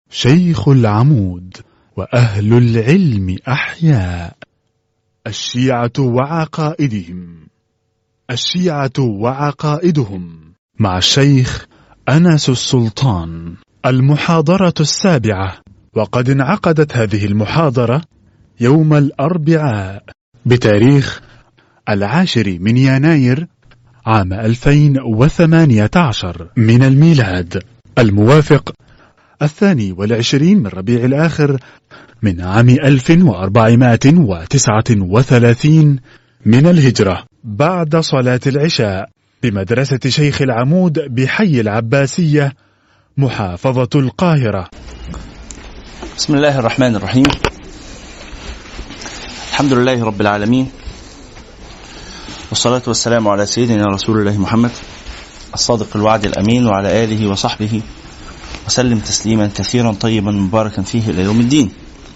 شيخ العمود وأهل العلم أحياء. الشيعة وعقائدهم مع الشيخ أنس السلطان. المحاضرة 7، وقد انعقدت هذه المحاضرة يوم الأربعاء بتاريخ 10 من يناير عام 2018 من الميلاد، الموافق 22 من ربيع الآخر من عام 1439 من الهجرة، بعد صلاة العشاء بمدرسة شيخ العمود بحي العباسية، محافظة القاهرة. بسم الله الرحمن الرحيم. الحمد لله رب العالمين، والصلاة والسلام على سيدنا رسول الله محمد الصادق الوعد الأمين، وعلى آله وصحبه وسلم تسليما كثيرا طيبا مباركا فيه إلى يوم الدين.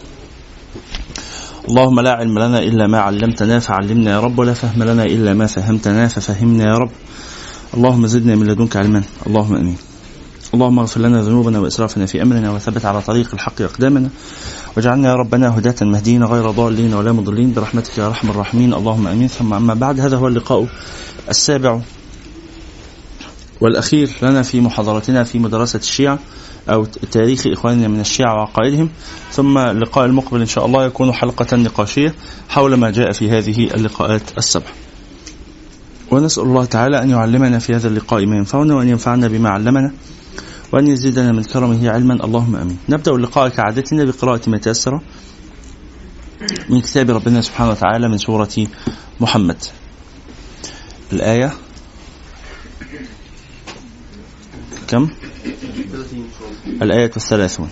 اللهم لا علم لنا إلا ما علمتنا فعلمنا يا رب، ولا فهم لنا إلا ما فهمتنا ففهمنا يا رب. اللهم زدنا من لدنك علما، اللهم أمين. اللهم اغفر لنا ذنوبنا وإسرافنا في أمرنا، وثبت على طريق الحق أقدامنا، واجعلنا يا ربنا هداة مهديين غير ضالين ولا مضلين برحمتك يا أرحم الراحمين، اللهم أمين. ثم أما بعد، هذا هو اللقاء 7 والأخير لنا في محاضرتنا في مدرسة الشيعة أو تاريخ إخواننا من الشيعة وعقائدهم. ثم اللقاء المقبل إن شاء الله يكون حلقة نقاشية حول ما جاء في هذه اللقاءات 7. ونسأل الله تعالى أن يعلمنا في هذا اللقاء ما ينفعنا، وأن ينفعنا بما علمنا، وأن يزيدنا من كرمه علما، اللهم أمين. نبدأ اللقاء كعادتنا بقراءة ما تيسر من كتاب ربنا سبحانه وتعالى من سورة محمد. الآية كم؟ الآية 30.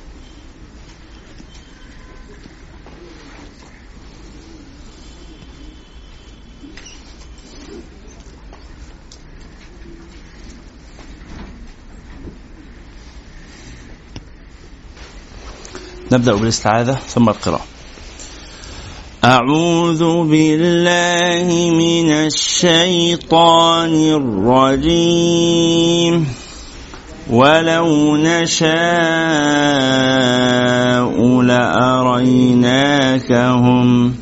نبدأ بالاستعاذة ثم القراءة. أعوذ بالله من الشيطان الرجيم. ولو نشاء لأريناكهم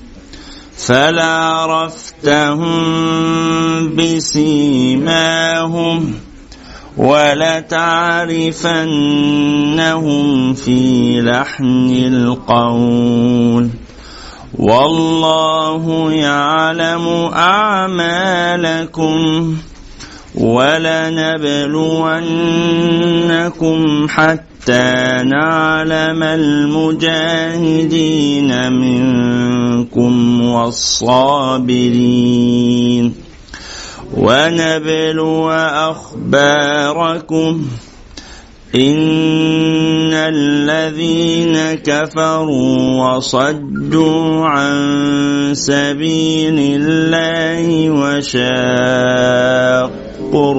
فلعرفتهم بسيماهم ولتعرفنهم في لحن القول والله يعلم أعمالكم ولنبلونكم حتى نعلم المجاهدين منكم والصابرين ونبلو أخباركم. إن الذين كفروا وصدوا عن سبيل الله وشاقوا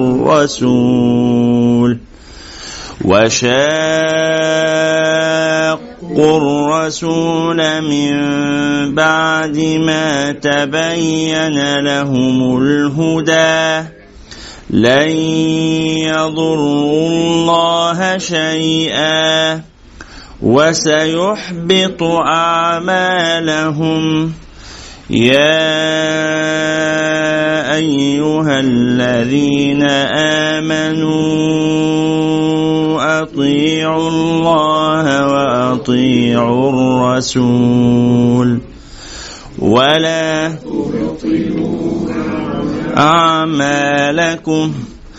الرسول من بعد ما تبين لهم الهدى لن يضروا الله شيئا وسيحبط أعمالهم. يا أيها الذين آمنوا أطيعوا الله وأطيعوا الرسول ولا تبطلوا أعمالكم.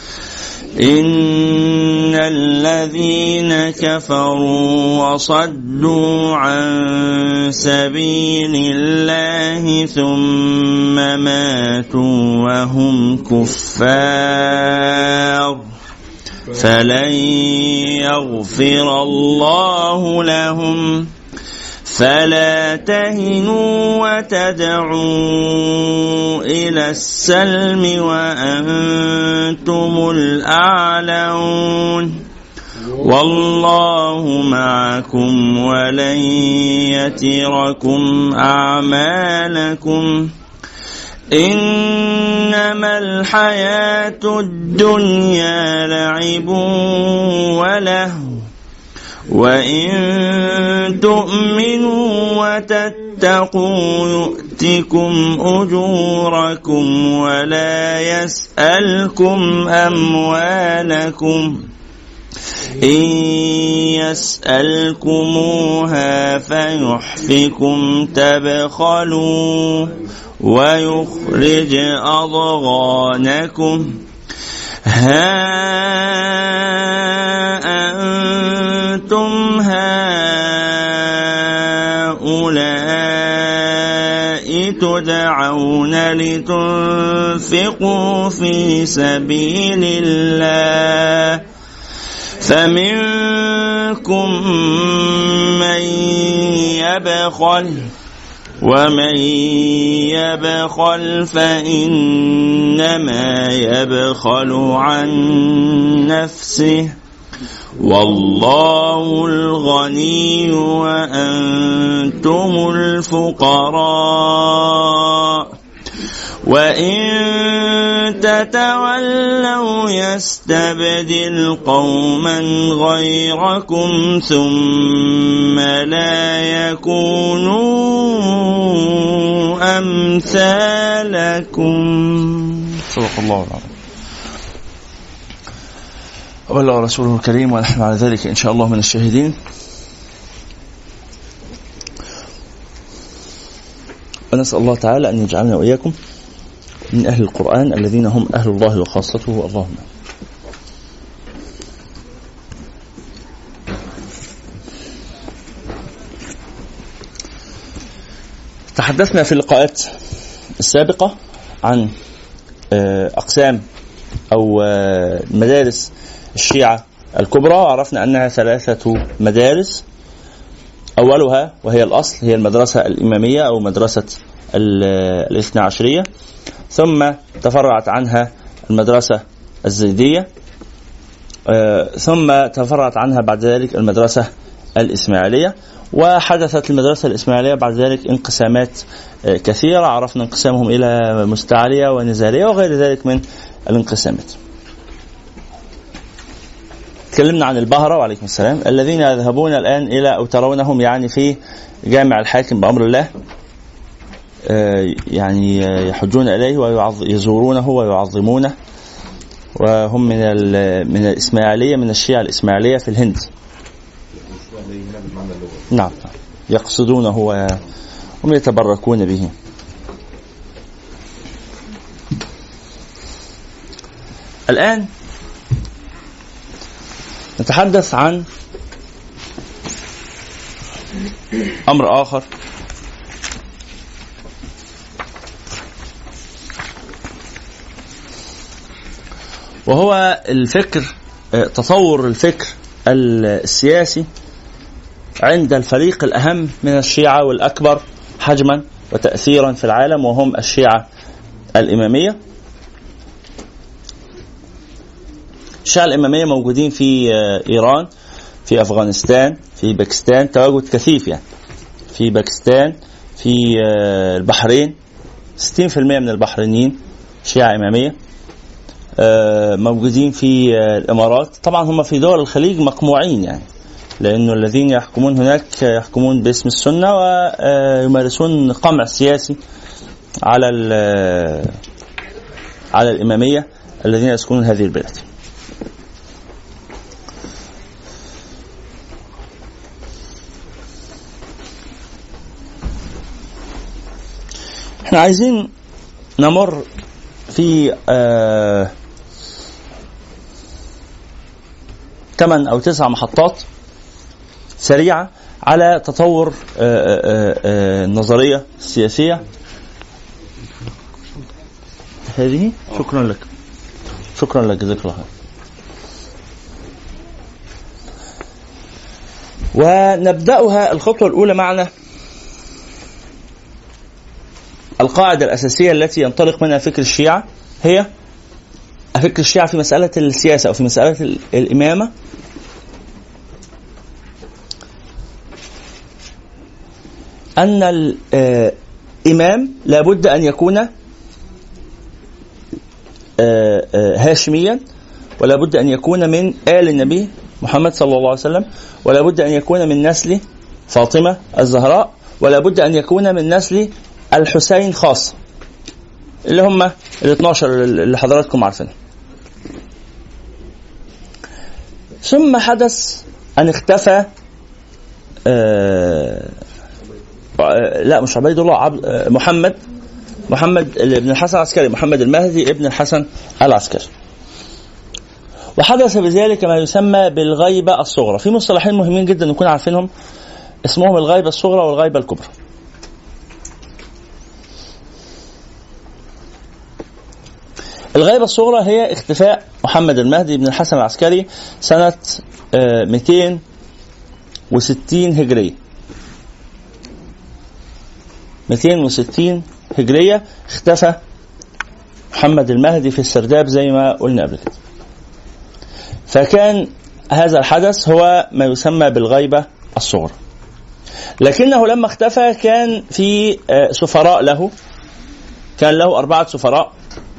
إن الذين كفروا وصدوا عن سبيل الله ثم ماتوا وهم كفار فلن يغفر الله لهم. فلا تهنوا وتدعوا إلى السلم وأنتم الأعلون والله معكم ولن يتركم أعمالكم. إنما الحياة الدنيا لعب ولهو وإن تؤمنوا وتتقوا يؤتكم أجوركم ولا يسألكم أموالكم إن يسألكموها فيحفكم تبخلوا ويخرج أضغانكم ها أنتم هؤلاء تدعون لتنفقوا في سبيل الله فمنكم من يبخل ومن يبخل فإنما يبخل عن نفسه والله الغني وأنتم الفقراء وإن تتولوا يستبدل قوما غيركم ثم لا يكونوا أمثالكم. صدق الله العظيم وبلغ رسوله الكريم ونحن على ذلك إن شاء الله من الشاهدين. ونسأل الله تعالى أن يجعلنا وإياكم من أهل القرآن الذين هم أهل الله وخاصته. اللهم تحدثنا في اللقاءات السابقة عن أقسام أو مدارس الشيعة الكبرى. عرفنا أنها 3 مدارس. أولها وهي الأصل هي المدرسة الإمامية أو مدرسة الاثنى عشرية، ثم تفرعت عنها المدرسة الزيدية، ثم تفرعت عنها بعد ذلك المدرسة الإسماعيلية، وحدثت المدرسة الإسماعيلية بعد ذلك انقسامات كثيرة. عرفنا انقسامهم إلى مستعلية ونزالية وغير ذلك من الانقسامات. تكلمنا عن البهرة وعليكم السلام الذين يذهبون الآن إلى أو ترونهم يعني في جامع الحاكم بأمر الله، يعني يحجون إليه ويزورونه ويعظمونه، وهم من الإسماعيلية، من الشيعة الإسماعيلية في الهند. نعم يقصدونه وهم يتبركون به. الآن نتحدث عن أمر آخر وهو الفكر، تطور الفكر السياسي عند الفريق الأهم من الشيعة والأكبر حجما وتأثيرا في العالم، وهم الشيعة الإمامية. الشيعة الإمامية موجودين في إيران، في أفغانستان، في باكستان، تواجد كثيف يعني في باكستان، في البحرين 60% من البحرينيين شيعة إمامية. موجودين في الإمارات. طبعا هم في دول الخليج مقموعين يعني، لأنه الذين يحكمون هناك يحكمون باسم السنة ويمارسون قمع سياسي على الإمامية الذين يسكنون هذه البلاد. احنا عايزين نمر في 8 أو 9 محطات سريعة على تطور النظرية السياسية هذه. شكرا لك، شكرا لك، جزاك الله خير. ونبدأها. الخطوة الأولى معنا القاعدة الأساسية التي ينطلق منها فكر الشيعة، هي فكر الشيعة في مسألة السياسة أو في مسألة الإمامة، أن الإمام لابد أن يكون هاشميا، ولا بد أن يكون من آل النبي محمد صلى الله عليه وسلم، ولا بد أن يكون من نسل فاطمة الزهراء، ولا بد أن يكون من نسل الحسين خاصة، اللي هم 12 اللي حضراتكم عارفينهم. ثم حدث أن اختفى لا مش عبيد الله، محمد بن الحسن العسكري، محمد المهدي ابن الحسن العسكري. وحدث بذلك ما يسمى بالغيبة الصغرى. في مصطلحين مهمين جدا نكون عارفينهم، اسمهم الغيبة الصغرى والغيبة الكبرى. الغيبة الصغرى هي اختفاء محمد المهدي بن الحسن العسكري سنة 260 هجرية. 260 هجرية اختفى محمد المهدي في السرداب زي ما قلنا قبل كده. فكان هذا الحدث هو ما يسمى بالغيبة الصغرى. لكنه لما اختفى كان في سفراء له، كان له 4 سفراء،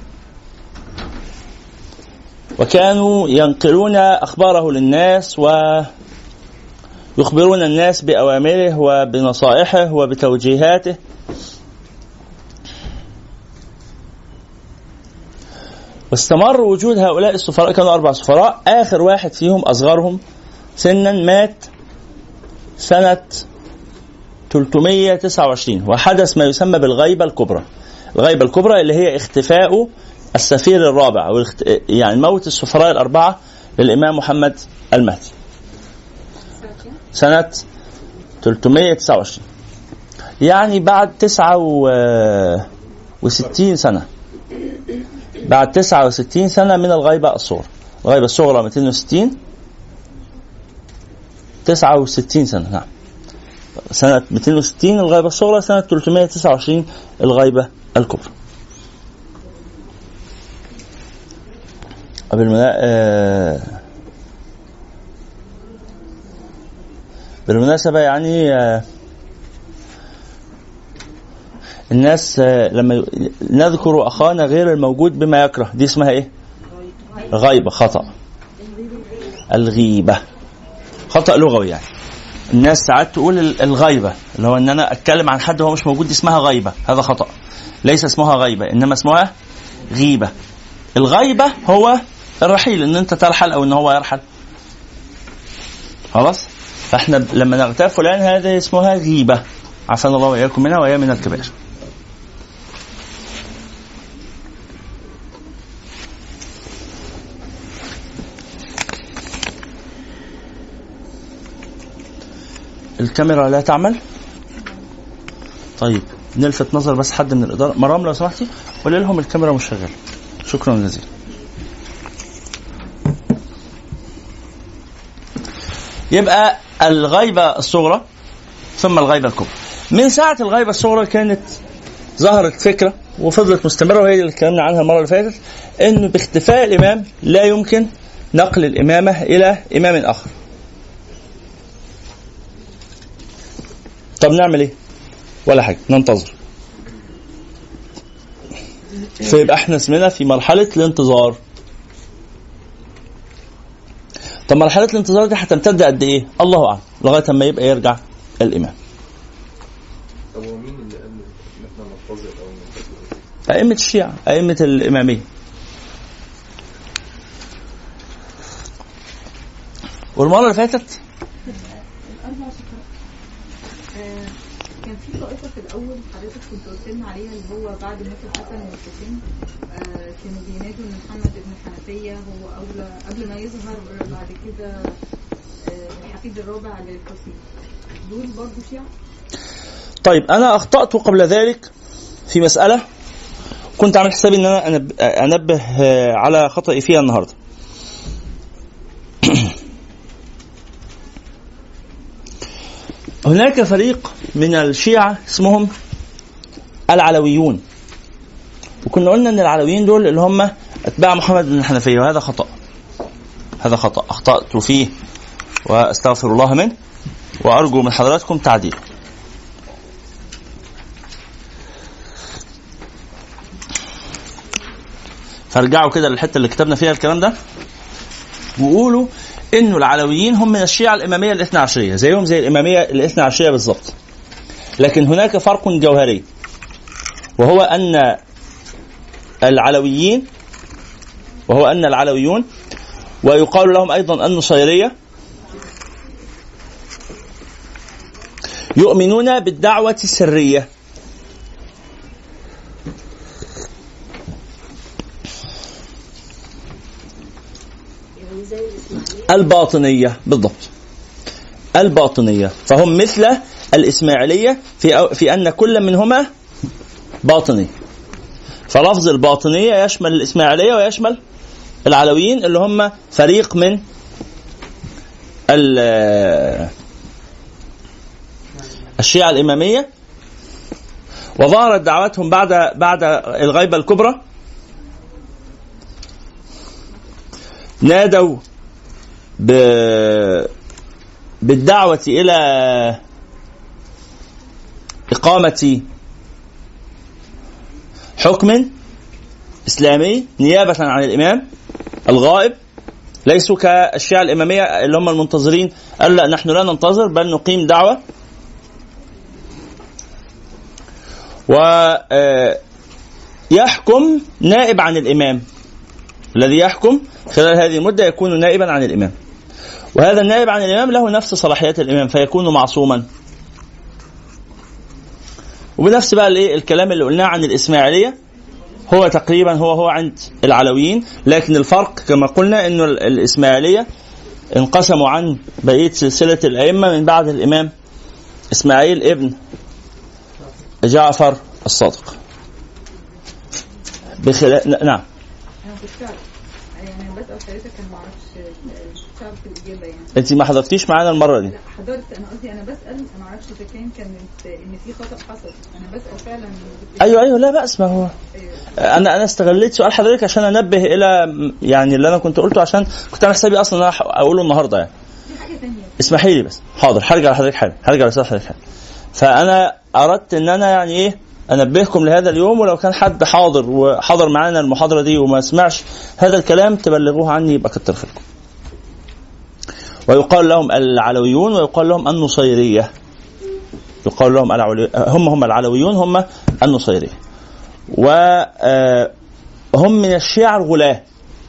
وكانوا ينقلون أخباره للناس ويخبرون الناس بأوامره وبنصائحه وبتوجيهاته. واستمر وجود هؤلاء السفراء، كانوا 4 سفراء، آخر واحد فيهم أصغرهم سنا مات سنة 329، وحدث ما يسمى بالغيبة الكبرى. الغيبة الكبرى اللي هي اختفاء السفير الرابع، يعني موت السفراء ال4 للإمام محمد المهدي سنة 329، يعني بعد 69 سنة، بعد 69 سنة من الغيبة الصغرى. الغيبة الصغرى 260، 69 سنة، نعم، سنة 260 الغيبة الصغرى، سنة 329 الغيبة الكبرى. بالمناسبة يعني الناس لما نذكر أخانا غير الموجود بما يكره، دي اسمها ايه؟ غيبة. خطأ. الغيبة خطأ لغوي، يعني الناس ساعات تقول الغيبة اللي هو ان انا اتكلم عن حد هو مش موجود، دي اسمها غيبة. هذا خطأ، ليس اسمها غيبة، انما اسمها غيبة. الغيبة هو الرحيل، ان انت ترحل او ان هو يرحل، خلاص. فاحنا لما نغتاب فلان هذا اسمها غيبة، عافانا الله وإياكم منها، وهي من الكبائر. الكاميرا لا تعمل. طيب نلفت نظر بس حد من الإدارة، مرام لو سمحتي قولي لهم الكاميرا مش شغالة. شكرا جزيلا. يبقى الغيبة الصغرى ثم الغيبة الكبرى. من ساعة الغيبة الصغرى كانت ظهرت فكرة وفضلت مستمرة، وهي اللي اتكلمنا عنها المرة اللي فاتت، إنه باختفاء الإمام لا يمكن نقل الإمامة إلى إمام آخر. طب نعمل إيه؟ ولا حاجة، ننتظر. فيبقى احنا اسمنا في مرحلة الانتظار. طب مرحلة الانتظار دي هتمتد قد ايه؟ الله اعلم، لغاية ما يبقى يرجع الامام. طب هو مين اللي قال ان احنا ننتظر او ننتظر؟ ائمة الشيعة، ائمة الامامية. والمرة اللي فاتت كان في طائفة في الأول حضرتك كنت قلت لنا عليها، اللي هو بعد موت الحسن والحسين كانوا بينادوا إن محمد بن حنفية هو أولى، قبل ما يظهر بعد كده الحفيد الرابع للحسين. دول برضو شيعة؟ طيب أنا أخطأت قبل ذلك في مسألة كنت عامل حسابي إن أنا أنبه على خطأي فيها النهاردة. هناك فريق من الشيعة اسمهم العلويون، وكنا قلنا ان العلويين دول اللي هم اتباع محمد بن الحنفية، وهذا خطأ. هذا خطأ اخطأت فيه واستغفر الله منه، وارجو من حضراتكم تعديل. فارجعوا كده للحتة اللي كتبنا فيها الكلام ده، وقولوا إنه العلويين هم من الشيعة الإمامية الاثنى عشرية، زيهم زي الإمامية الاثنى عشرية بالضبط، لكن هناك فرق جوهري، وهو أن العلويون ويقال لهم أيضا النصيرية يؤمنون بالدعوة السرية، الباطنية بالضبط، الباطنية. فهم مثل الإسماعيلية في أن كل منهما باطني. فلفظ الباطنية يشمل الإسماعيلية ويشمل العلويين اللي هم فريق من الشيعة الإمامية. وظهرت دعوتهم بعد الغيبة الكبرى، نادوا بالدعوة إلى إقامة حكم إسلامي نيابة عن الإمام الغائب. ليسوا كالشيعة الإمامية اللي هم المنتظرين، قالوا لا، نحن لا ننتظر بل نقيم دعوة. ويحكم نائب عن الإمام، الذي يحكم خلال هذه المدة يكون نائبا عن الإمام، وهذا النائب عن الإمام له نفس صلاحيات الإمام فيكون معصوما. وبنفس بقى الكلام اللي قلناه عن الإسماعيلية هو تقريبا هو عند العلويين، لكن الفرق كما قلنا إنه الإسماعيلية انقسموا عن بقية سلسلة الأئمة من بعد الإمام إسماعيل ابن جعفر الصادق. نعم. يعني بسأل حضرتك، أنا ما أعرفش شعب في الإجابة يعني. أنت ما حضرتيش معانا المرة دي؟ لا حضرت، أنا قصدي أنا بسأل، أنا ما أعرفش إذا كانت إن في خطأ حصل، أنا بسأل فعلا. أيوة لا بأس، ما هو أنا استغليت سؤال حضرتك عشان أنبه إلى يعني اللي أنا كنت قلته، عشان كنت أنا حسابي أصلا أنا أقوله النهاردة يعني. في حاجة تانية اسمحي لي بس، حاضر، هرجع لحضرتك حاجة، هرجع لسؤال حضرتك. فأنا أردت إن أنا يعني إيه أنبهكم لهذا اليوم، ولو كان حد حاضر وحضر معنا المحاضرة دي وما سمعش هذا الكلام تبلغوه عني يبقى كتر خيركم. ويقال لهم العلويون ويقال لهم النصيرية، يقال لهم هم العلويون هم النصيرية، وهم من الشيعة الغلاة.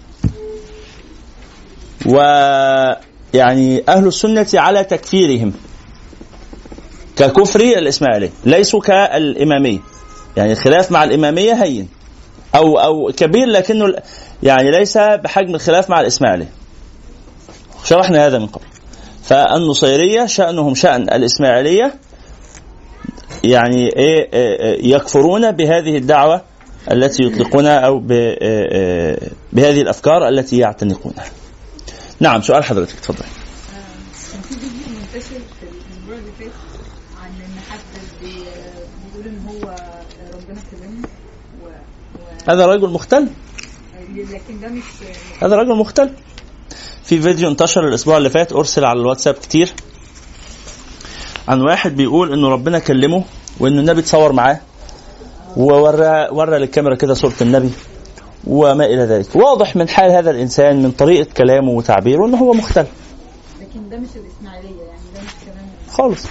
ويعني أهل السنة على تكفيرهم ككفر الإسماعيلية، ليسوا كالإمامية، يعني الخلاف مع الإمامية هين أو كبير، لكنه يعني ليس بحجم الخلاف مع الإسماعيلية، شرحنا هذا من قبل. فالنصيرية شأنهم شأن الإسماعيلية، يعني يكفرون بهذه الدعوة التي يطلقونها أو بهذه الأفكار التي يعتنقونها. نعم، سؤال حضرتك، تفضل. كان في فيديو منتشر في الأسبوع اللي فات عن إن حد بيقول إن هو ربنا كلمه هذا رجل مختل، لكن ده مش هذا رجل مختل. في فيديو انتشر الأسبوع اللي فات أرسل على الواتساب كتير عن واحد بيقول إنه ربنا كلمه وإنه النبي تصور معاه وورى للكاميرا كده صورة النبي وما إلى ذلك. واضح من حال هذا الإنسان من طريقة كلامه وتعبيره إنه هو مختل، لكن ده مش الإسماعيلية، يعني ده مش كلام خالص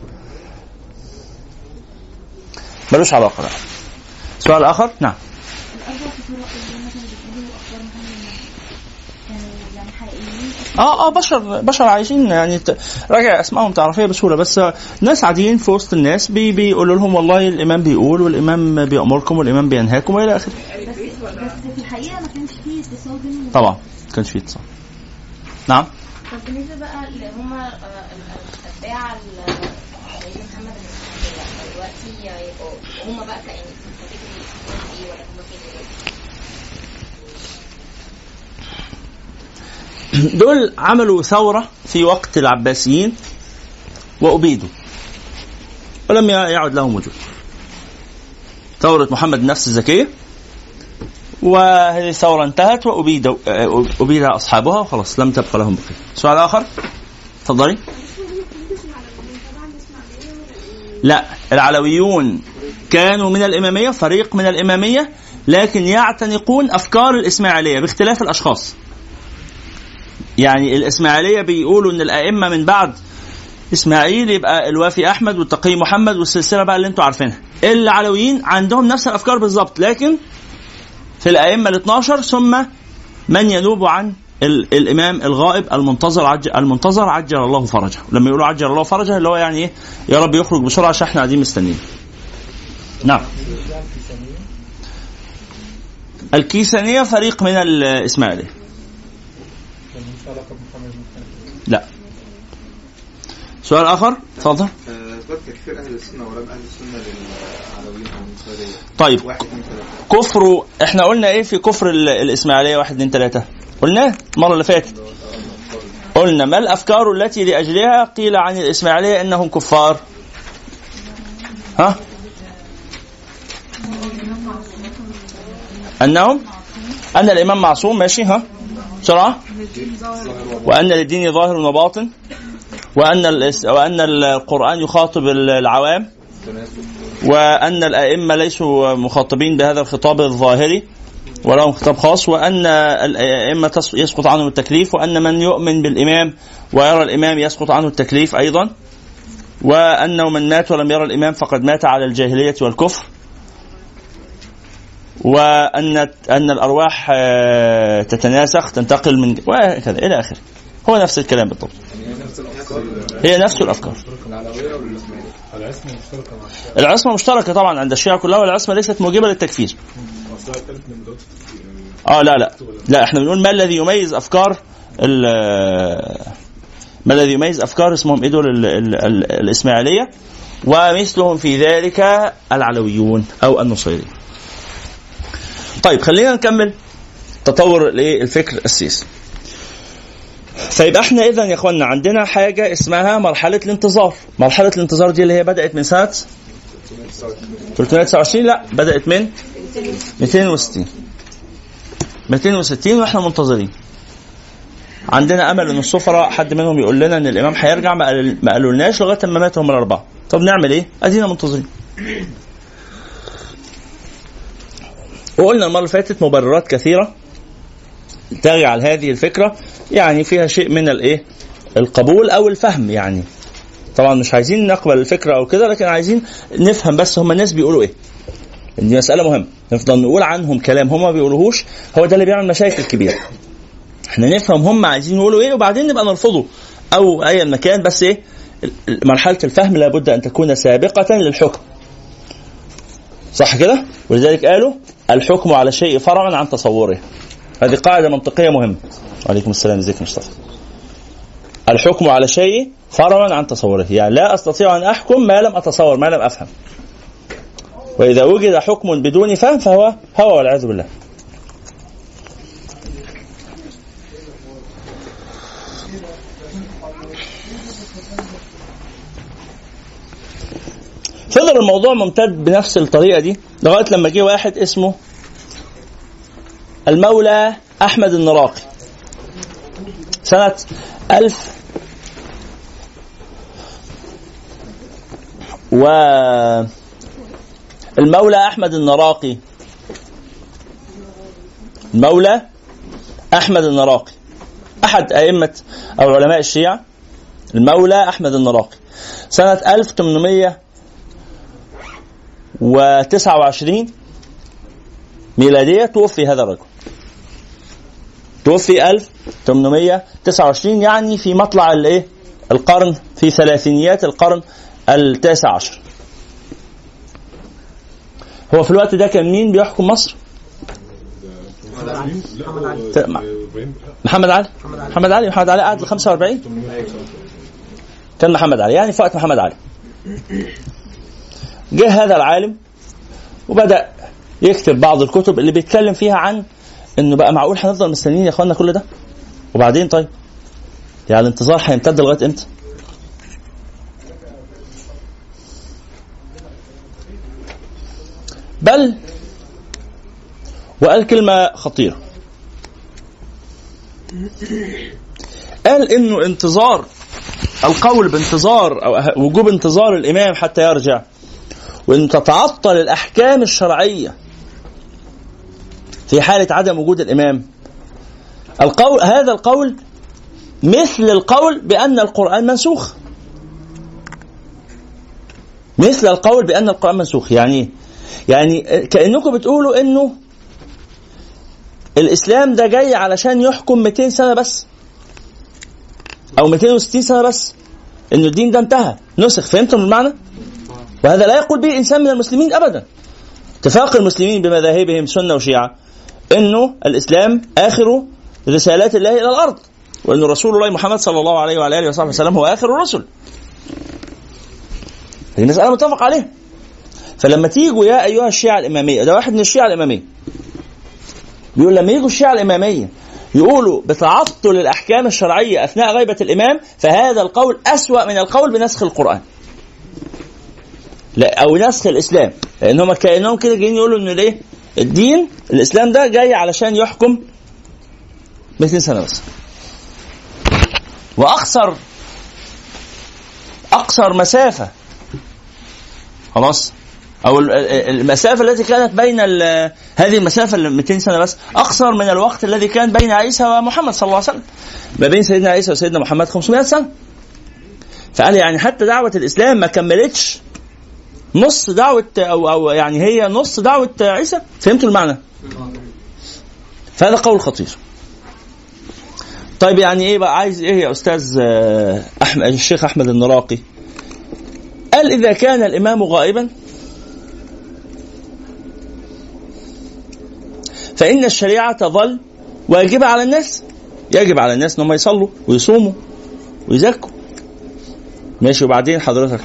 ملوش علاقة. سؤال آخر. نعم. بشر عايشين، يعني راجع اسمائهم تعرفيها بسهوله، بس ناس عاديين في وسط الناس بيقولوا لهم والله الامام بيقول والامام بيأمركم والامام بينهاكم والى اخره. بس في الحقيقه ما كانش فيه اتصال بينهم. طبعا ما كانش فيه اتصال. نعم. طب بالنسبه بقى اللي هم الاتباع سيدنا محمد دلوقتي هم بقى كائنين ايه ولا هم كده؟ دول عملوا ثورة في وقت العباسيين وأبيدوا ولم يعد لهم وجود. ثورة محمد النفس الزكية، وهذه الثورة انتهت وأبيد أصحابها وخلاص لم تبقى لهم بقية. سؤال آخر، تفضلي. لا، العلويون كانوا من الإمامية، فريق من الإمامية، لكن يعتنقون أفكار الإسماعيلية باختلاف الأشخاص. يعني الإسماعيلية بيقولوا إن الأئمة من بعد إسماعيل يبقى الوافي أحمد والتقي محمد والسلسلة بقى اللي انتوا عارفينها. العلويين عندهم نفس الأفكار بالضبط، لكن في الأئمة 12 ثم من ينوب عن الإمام الغائب المنتظر عجل الله فرجه. لما يقولوا عجل الله فرجه اللي هو يعني إيه؟ يا رب يخرج بسرعة عشان احنا قاعدين مستنيين. نعم. الكيسانية فريق من الإسماعيلية. لا. سؤال آخر تفضل. أثبت تكفير أهل السنة ولم أهل السنة للعلويين والنصارية. طيب كفر، احنا قلنا ايه في كفر الإسماعيلية 1 2 3؟ قلنا المرة اللي فاتت، قلنا ما الأفكار التي لأجلها قيل عن الإسماعيلية إنهم كفار؟ ها؟ أن الإمام معصوم، ماشي، ها بسرعة، وأن للدين ظاهر وباطن، وأن القرآن يخاطب العوام، وأن الأئمة ليسوا مخاطبين بهذا الخطاب الظاهري ولهم خطاب خاص، وأن الأئمة يسقط عنهم التكليف، وأن من يؤمن بالإمام ويرى الإمام يسقط عنه التكليف أيضا، وأنه من مات ولم يرى الإمام فقد مات على الجاهلية والكفر، وأن الأرواح تتناسخ تنتقل من وهكذا إلى آخره. هو نفس الكلام بالضبط، هي نفس الأفكار. العصمة مشتركة طبعا عند الشيعة كلها، والعصمة ليست موجبة للتكفير. لا احنا بنقول ما الذي يميز أفكار اسمهم إيه دول الإسماعيلية، ومثلهم في ذلك العلويون أو النصيريين. طيب خلينا نكمل تطور الفكر السياسي. فيبقى احنا اذا يا اخوانا عندنا حاجه اسمها مرحله الانتظار. مرحله الانتظار دي اللي هي بدات من سنه 329، لا بدات من 260 واحنا منتظرين. عندنا امل ان السفراء حد منهم يقول لنا ان الامام هيرجع، ما قالولناش لغايه ما ماتوا هم الاربعه. طب نعمل ايه؟ ادينا منتظرين. وقلنا المره اللي فاتت مبررات كثيره تجعل هذه الفكرة يعني فيها شيء من القبول أو الفهم. يعني طبعا مش عايزين نقبل الفكرة أو كده، لكن عايزين نفهم بس هم الناس بيقولوا إيه. دي مسألة مهمة، نفضل نقول عنهم كلام هم ما بيقولوهوش، هو ده اللي بيعمل مشاكل كبيرة. احنا نفهم هم عايزين يقولوا إيه وبعدين نبقى نرفضه أو أي مكان، بس إيه مرحلة الفهم لابد أن تكون سابقة للحكم، صح كده؟ ولذلك قالوا الحكم على شيء فرعا عن تصوره. هذه قاعدة منطقية مهمة. وعليكم السلام، ازيك مصطفى. الحكم على شيء فرعا عن تصوره، يعني لا أستطيع أن أحكم ما لم أتصور، ما لم أفهم. وإذا وجد حكم بدون فهم فهو هوى والعياذ بالله. فضل الموضوع ممتد بنفس الطريقة دي لغاية لما جه واحد اسمه المولى أحمد النراقي سنة 1000 المولى أحمد النراقي، المولى أحمد النراقي أحد أئمة أو علماء الشيعة. المولى أحمد النراقي سنة 1829 ميلادية توفي هذا الرجل. توفي 1829، يعني في مطلع القرن، في ثلاثينيات القرن 19. هو في الوقت ده كان مين بيحكم مصر؟ محمد علي. محمد علي قعد 45. كان محمد علي يعني في وقت محمد علي. جه هذا العالم وبدأ يكتب بعض الكتب اللي بيتكلم فيها عن انه بقى معقول هنفضل مستنيين يا اخوانا كل ده؟ وبعدين طيب يعني الانتظار هيمتد لغايه امتى؟ بل وقال كلمه خطيره، قال انه انتظار القول بانتظار او وجوب انتظار الامام حتى يرجع، وان تتعطل الاحكام الشرعيه في حالة عدم وجود الإمام. هذا القول مثل القول بأن القرآن منسوخ. مثل القول بأن القرآن منسوخ يعني كأنكم بتقولوا إنه الإسلام ده جاي علشان يحكم 200 سنة بس أو 260 سنة بس، إنه الدين ده انتهى نسخ. فهمتم المعنى؟ وهذا لا يقول به إنسان من المسلمين أبدا. اتفاق المسلمين بمذاهبهم سنة وشيعة إنه الإسلام آخر رسالات الله إلى الأرض، وإن رسول الله محمد صلى الله عليه وعلى آله وصحبه وسلم هو آخر الرسل. هذه مسألة متفق عليها. فلما تيجوا يا أيها الشيعة الإمامية، ده واحد من الشيعة الإمامية بيقول لما يجوا الشيعة الإمامية يقولوا بتعطل الأحكام الشرعية أثناء غيبة الإمام، فهذا القول أسوأ من القول بنسخ القرآن لا أو نسخ الإسلام، لأنهم كأنهم كده جايين يقولوا إنه ليه الدين الإسلام ده جاي علشان يحكم 200 سنة بس. وأقصر مسافة خلاص، أو المسافة التي كانت بين هذه المسافة اللي 200 سنة بس أقصر من الوقت الذي كان بين عيسى ومحمد صلى الله عليه وسلم. ما بين سيدنا عيسى وسيدنا محمد 500 سنة. فقال يعني حتى دعوة الإسلام ما كملتش نص دعوة أو يعني هي نص دعوة عيسى. فهمتوا المعنى؟ فهذا قول خطير. طيب يعني إيه بقى عايز إيه يا أستاذ الشيخ أحمد النراقي؟ قال إذا كان الإمام غائبا فإن الشريعة تظل واجبة على الناس، يجب على الناس أنهم يصلوا ويصوموا ويزكوا. ماشي. وبعدين حضرتك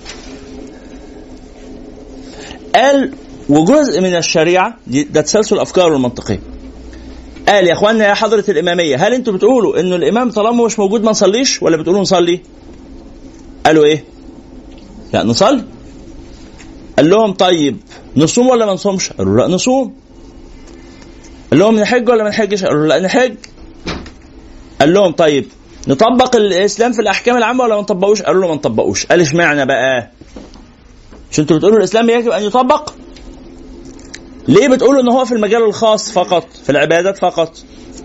قال وجزء من الشريعة ده تسلسل الأفكار والمنطقية. قال يا أخوانا يا حضرة الإمامية، هل أنتوا بتقولوا إنه الإمام طالما مش موجود ما نصليش، ولا بتقولوا نصلي؟ قالوا إيه؟ لا نصلي. قال لهم طيب نصوم ولا ما نصومش؟ قالوا لا نصوم. قال لهم نحج ولا ما نحجش؟ قالوا لا نحج. قال لهم طيب نطبق الإسلام في الأحكام العامة ولا ما نطبقوش؟ قالوا له ما نطبقوش. قال اشمعنى بقى؟ مش انتوا بتقولوا الإسلام يجب أن يطبق؟ ليه بتقولوا إن هو في المجال الخاص فقط، في العبادات فقط؟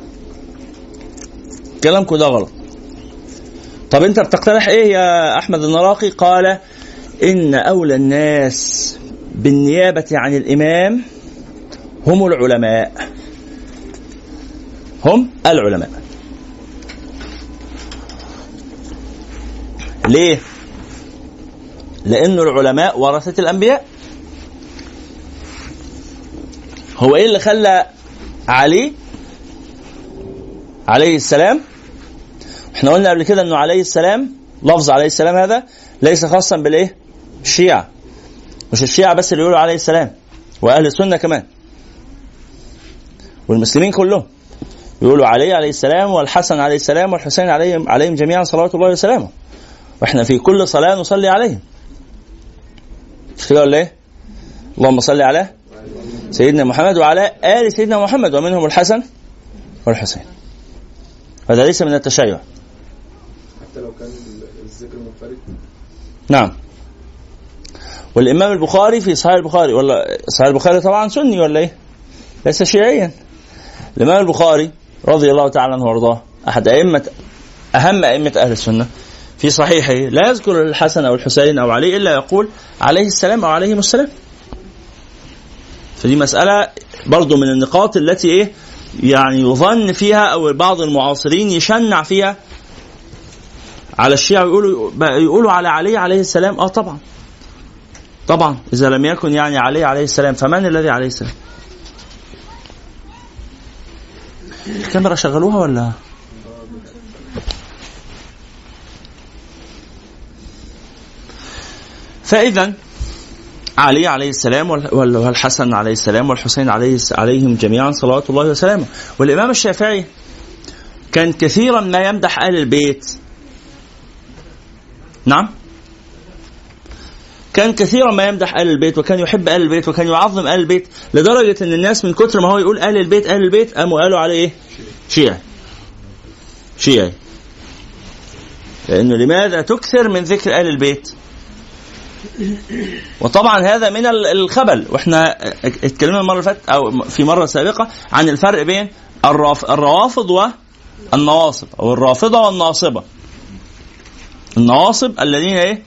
كلامكم ده غلط. طب انت بتقترح ايه يا أحمد النراقي؟ قال إن أولى الناس بالنيابة عن الإمام هم العلماء. هم العلماء. ليه؟ لأن العلماء ورثة الأنبياء. هو إيه اللي خلى علي عليه السلام؟ احنا قلنا قبل كده أنه عليه السلام، لفظ عليه السلام هذا ليس خاصا بالإيه؟ الشيعة. مش الشيعة بس اللي يقولوا عليه السلام، وأهل السنة كمان، والمسلمين كلهم يقولوا عليه السلام، والحسن عليه السلام، والحسين عليهم جميعا صلوات الله وسلامه. واحنا في كل صلاة نصلي عليهم. مش كده ولا ايه؟ اللهم صل على سيدنا محمد وعلى آل سيدنا محمد ومنهم الحسن والحسين. هذا ليس من التشيع حتى لو كان الذكر منفرد. نعم. والإمام البخاري في صحيح البخاري، ولا صحيح البخاري طبعا سني ولا ايه؟ ليس شيعيا. الإمام البخاري رضي الله تعالى عنه وارضاه أحد أهم أئمة أهل السنة، في صحيحه لا يذكر الحسن أو الحسين أو علي إلا يقول عليه السلام أو عليهم السلام. فدي مسألة برضو من النقاط التي إيه يعني يظن فيها أو بعض المعاصرين يشنع فيها على الشيعة، يقولوا على علي عليه السلام. طبعا إذا لم يكن يعني علي عليه السلام فمن الذي عليه السلام؟ الكاميرا شغلوها ولا؟ فإذا علي عليه السلام والحسن عليه السلام والحسين عليهم جميعا صلوات الله وسلامه. والإمام الشافعي كان كثيرا ما يمدح آل البيت. نعم، كان كثيرا ما يمدح آل البيت، وكان يحب آل البيت، وكان يعظم آل البيت، لدرجة أن الناس من كتر ما هو يقول آل البيت قاموا قالوا عليه إيه؟ شيعي. لأنه لماذا تكثر من ذكر آل البيت؟ وطبعا هذا من الخبل. واحنا اتكلمنا المرة اللي فاتت أو في مرة سابقة عن الفرق بين الروافض النواصب أو الرافضة والناصبة. النواصب الذين إيه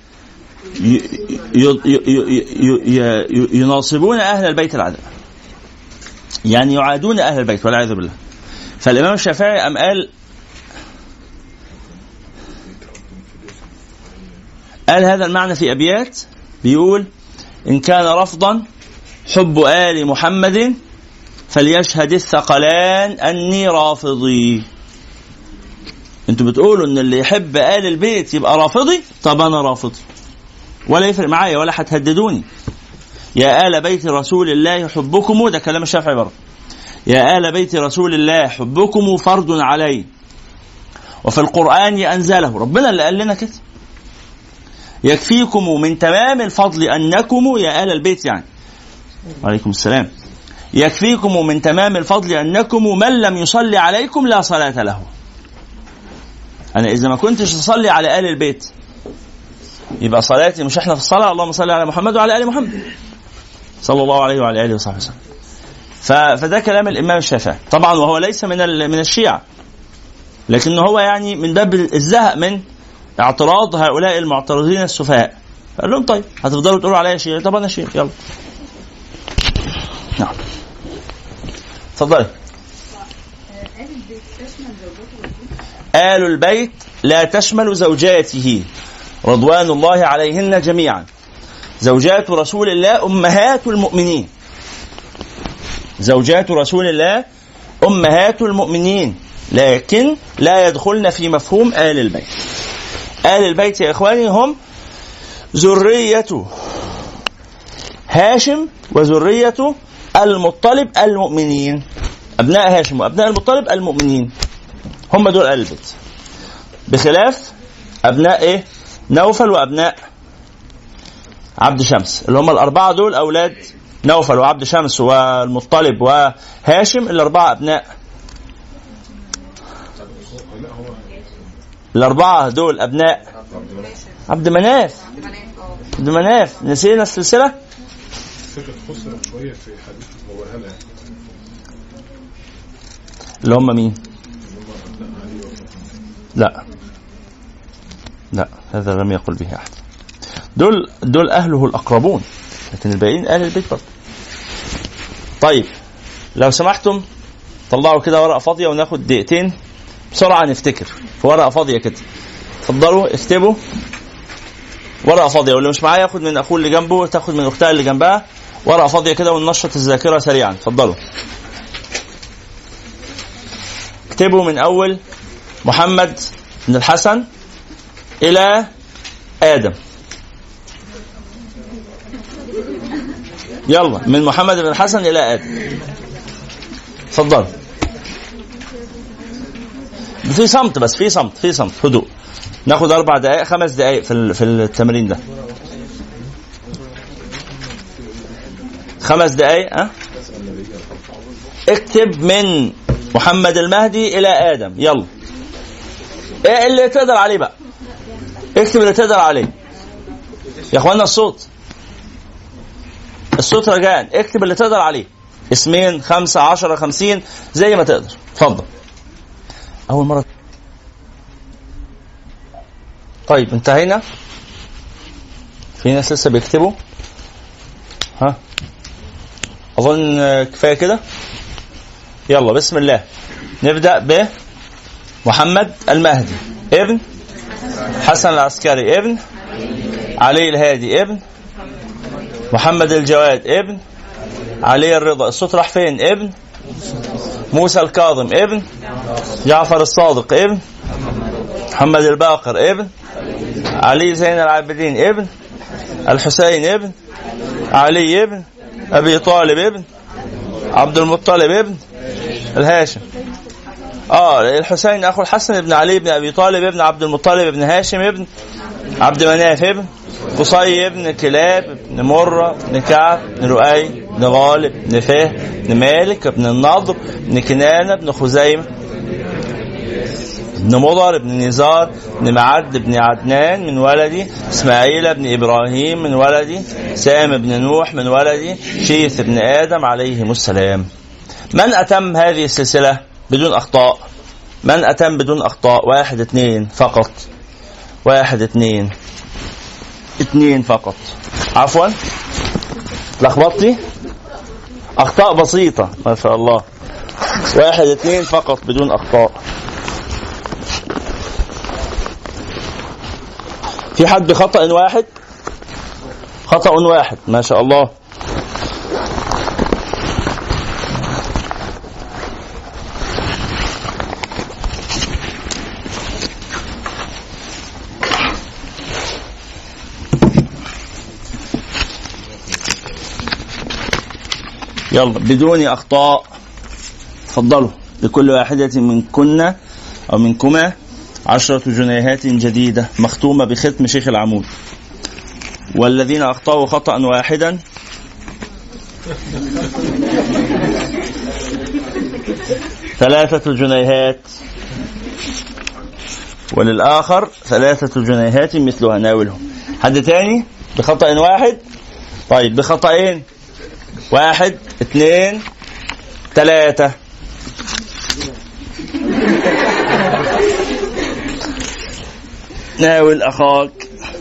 يناصبون أهل البيت العدل، يعني يعادون أهل البيت والعياذ بالله. فالإمام الشافعي أم قال هذا المعنى في أبيات، بيقول: إن كان رفضا حب آل محمد فليشهد الثقلان أني رافضي. انتوا بتقولوا ان اللي يحب آل البيت يبقى رافضي، طب أنا رافضي ولا يفرق معايا ولا هتهددوني. يا آل بيت رسول الله حبكم، ده كلام الشافعي برضه، يا آل بيت رسول الله حبكم فرض علي، وفي القرآن أنزله، ربنا اللي قال لنا كده، يكفيكم من تمام الفضل أنكم يا آل البيت، يعني عليكم السلام، يكفيكم من تمام الفضل أنكم من لم يصلي عليكم لا صلاة له. أنا إذا ما كنتش أصلي على آل البيت يبقى صلاتي مش إحنا في الصلاة اللهم صل على محمد وعلى آل محمد صلى الله عليه وعلى آله وصحبه وسلم. فده كلام الإمام الشافعي طبعا، وهو ليس من الشيعة، لكن هو يعني من باب الزهق من اعتراض هؤلاء المعترضين السفهاء. قال لهم طيب هتفضلوا تقولوا عليا شيعي، طب أنا شيعي، يلا. نعم تفضلي. آل البيت لا تشمل زوجاته رضوان الله عليهن جميعا. زوجات رسول الله أمهات المؤمنين، زوجات رسول الله أمهات المؤمنين، لكن لا يدخلن في مفهوم آل البيت. آل البيت يا إخواني هم ذرية هاشم وذرية المطلب المؤمنين، أبناء هاشم وأبناء المطلب المؤمنين، هم دول آل البيت، بخلاف أبناء إيه؟ نوفل وأبناء عبد شمس، اللي هم الأربعة دول أولاد نوفل وعبد شمس والمطلب وهاشم، الأربعة أبناء، الأربعة دول أبناء عبد مناف. عبد مناف نسينا السلسلة اللي هم مين؟ لا هذا لم يقل به أحد، دول أهله الأقربون، لكن الباقيين أهل البيت برضه. طيب لو سمحتم طلعوا كده ورقة فاضية وناخد دقيقتين بسرعة نفتكر في ورقة فاضية كده. تفضلوا اكتبوا ورقة فاضية، واللي مش معايا ياخد من أخوه اللي جنبه، تاخد من أختها اللي جنبها، ورقة فاضية كده وننشط الذاكرة سريعا. تفضلوا اكتبوا من أول محمد بن الحسن إلى آدم. يلا من محمد بن الحسن إلى آدم. تفضل. في صمت، بس في صمت هدوء. ناخد 4 دقائق 5 دقائق في التمرين ده. 5 دقائق. اكتب من محمد المهدي إلى آدم. يلا ايه اللي تقدر عليه بقى، اكتب اللي تقدر عليه يا اخوانا. الصوت رجاء، اكتب اللي تقدر عليه، 2 5 10 50 زي ما تقدر. اتفضل. اول مرة. طيب انتهينا. في ناس لسه بيكتبوا. اظن كفايه كده. يلا بسم الله. نبدأ بمحمد المهدي ابن حسن العسكري ابن علي الهادي ابن محمد الجواد ابن علي الرضا. الصوت راح فين؟ ابن موسى الكاظم ابن جعفر الصادق ابن محمد الباقر ابن علي زين العابدين ابن الحسين ابن علي ابن أبي طالب ابن عبد المطلب ابن الهاشم. الحسين أخو الحسن ابن علي ابن أبي طالب ابن عبد المطلب ابن هاشم ابن عبد مناف ابن قصي ابن كلاب ابن مرة ابن كعب ابن رؤي ابن غالب ابن فهد ابن مالك ابن النضر ابن كنانة ابن خزيمة ابن مضر ابن نزار ابن معد ابن عدنان من ولدي اسماعيل ابن إبراهيم من ولدي سام ابن نوح من ولدي شيث ابن آدم عليهم السلام. من أتم هذه السلسلة بدون أخطاء؟ من أتم بدون أخطاء؟ 1 2 فقط. 1 2 2 فقط. عفوا لخبطتي، أخطاء بسيطة ما شاء الله. 1 2 فقط بدون أخطاء. في حد بخطأ 1؟ خطأ 1 ما شاء الله. يلا بدون أخطاء. تفضلوا. لكل واحدة منكن أو منكما 10 جنيهات جديدة مختومة بختم شيخ العمود. والذين أخطأوا خطأ 1 3 جنيهات، وللآخر 3 جنيهات مثلها. ناولهم. حد تاني بخطأ 1؟ طيب بخطأين 1 2 3. ناول أخاك.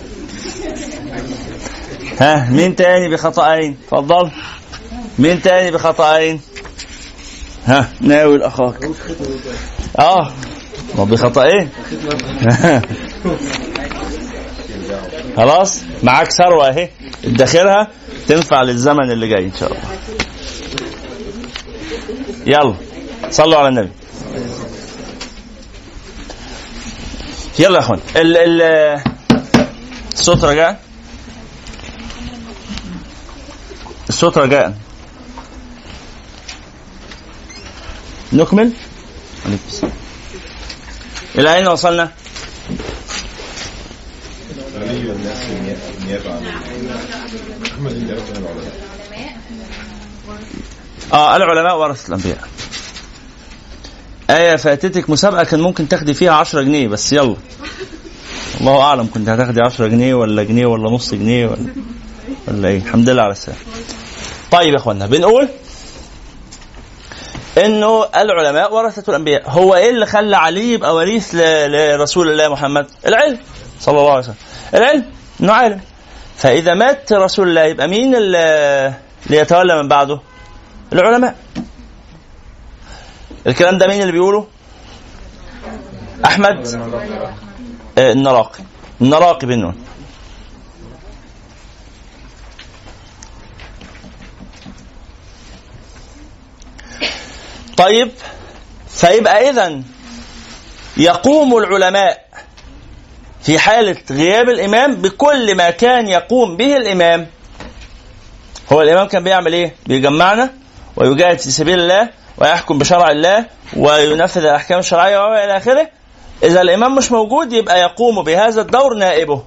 ها مين تاني بخطأين؟ تفضل. مين تاني بخطأين؟ ها ناول أخاك. ما بخطأين. خلاص معاك ثروة اهي ادخرها تنفع للزمن اللي جاي ان شاء الله. يلا صلوا على النبي. يلا يا اخوان الصوت رجع. الصوت رجاء. نكمل. إلى أين وصلنا؟ العلماء ورثة الأنبياء. آية فاتتك مسابقة كان ممكن تاخدي فيها 10 جنيه بس يلا الله أعلم كنت هتاخدي 10 جنيه ولا جنيه ولا نص جنيه ولا إيه. الحمد لله على السلامة. طيب يا أخوانا بنقول إنه العلماء ورثة الأنبياء. هو إيه اللي خلى علي يبقى وريث لرسول الله محمد؟ العلم صلى الله عليه وسلم. العلم إنه عالم. فإذا مات رسول الله يبقى مين اللي يتولى من بعده؟ العلماء. الكلام ده مين اللي بيقوله؟ أحمد النراقي بالنون. طيب فيبقى إذن يقوم العلماء في حالة غياب الإمام بكل ما كان يقوم به الإمام. هو الإمام كان بيعمل إيه؟ بيجمعنا ويجاهد في سبيل الله ويحكم بشرع الله وينفذ الأحكام الشرعية وإلى آخره. إذا الإمام مش موجود يبقى يقوم بهذا الدور نائبه،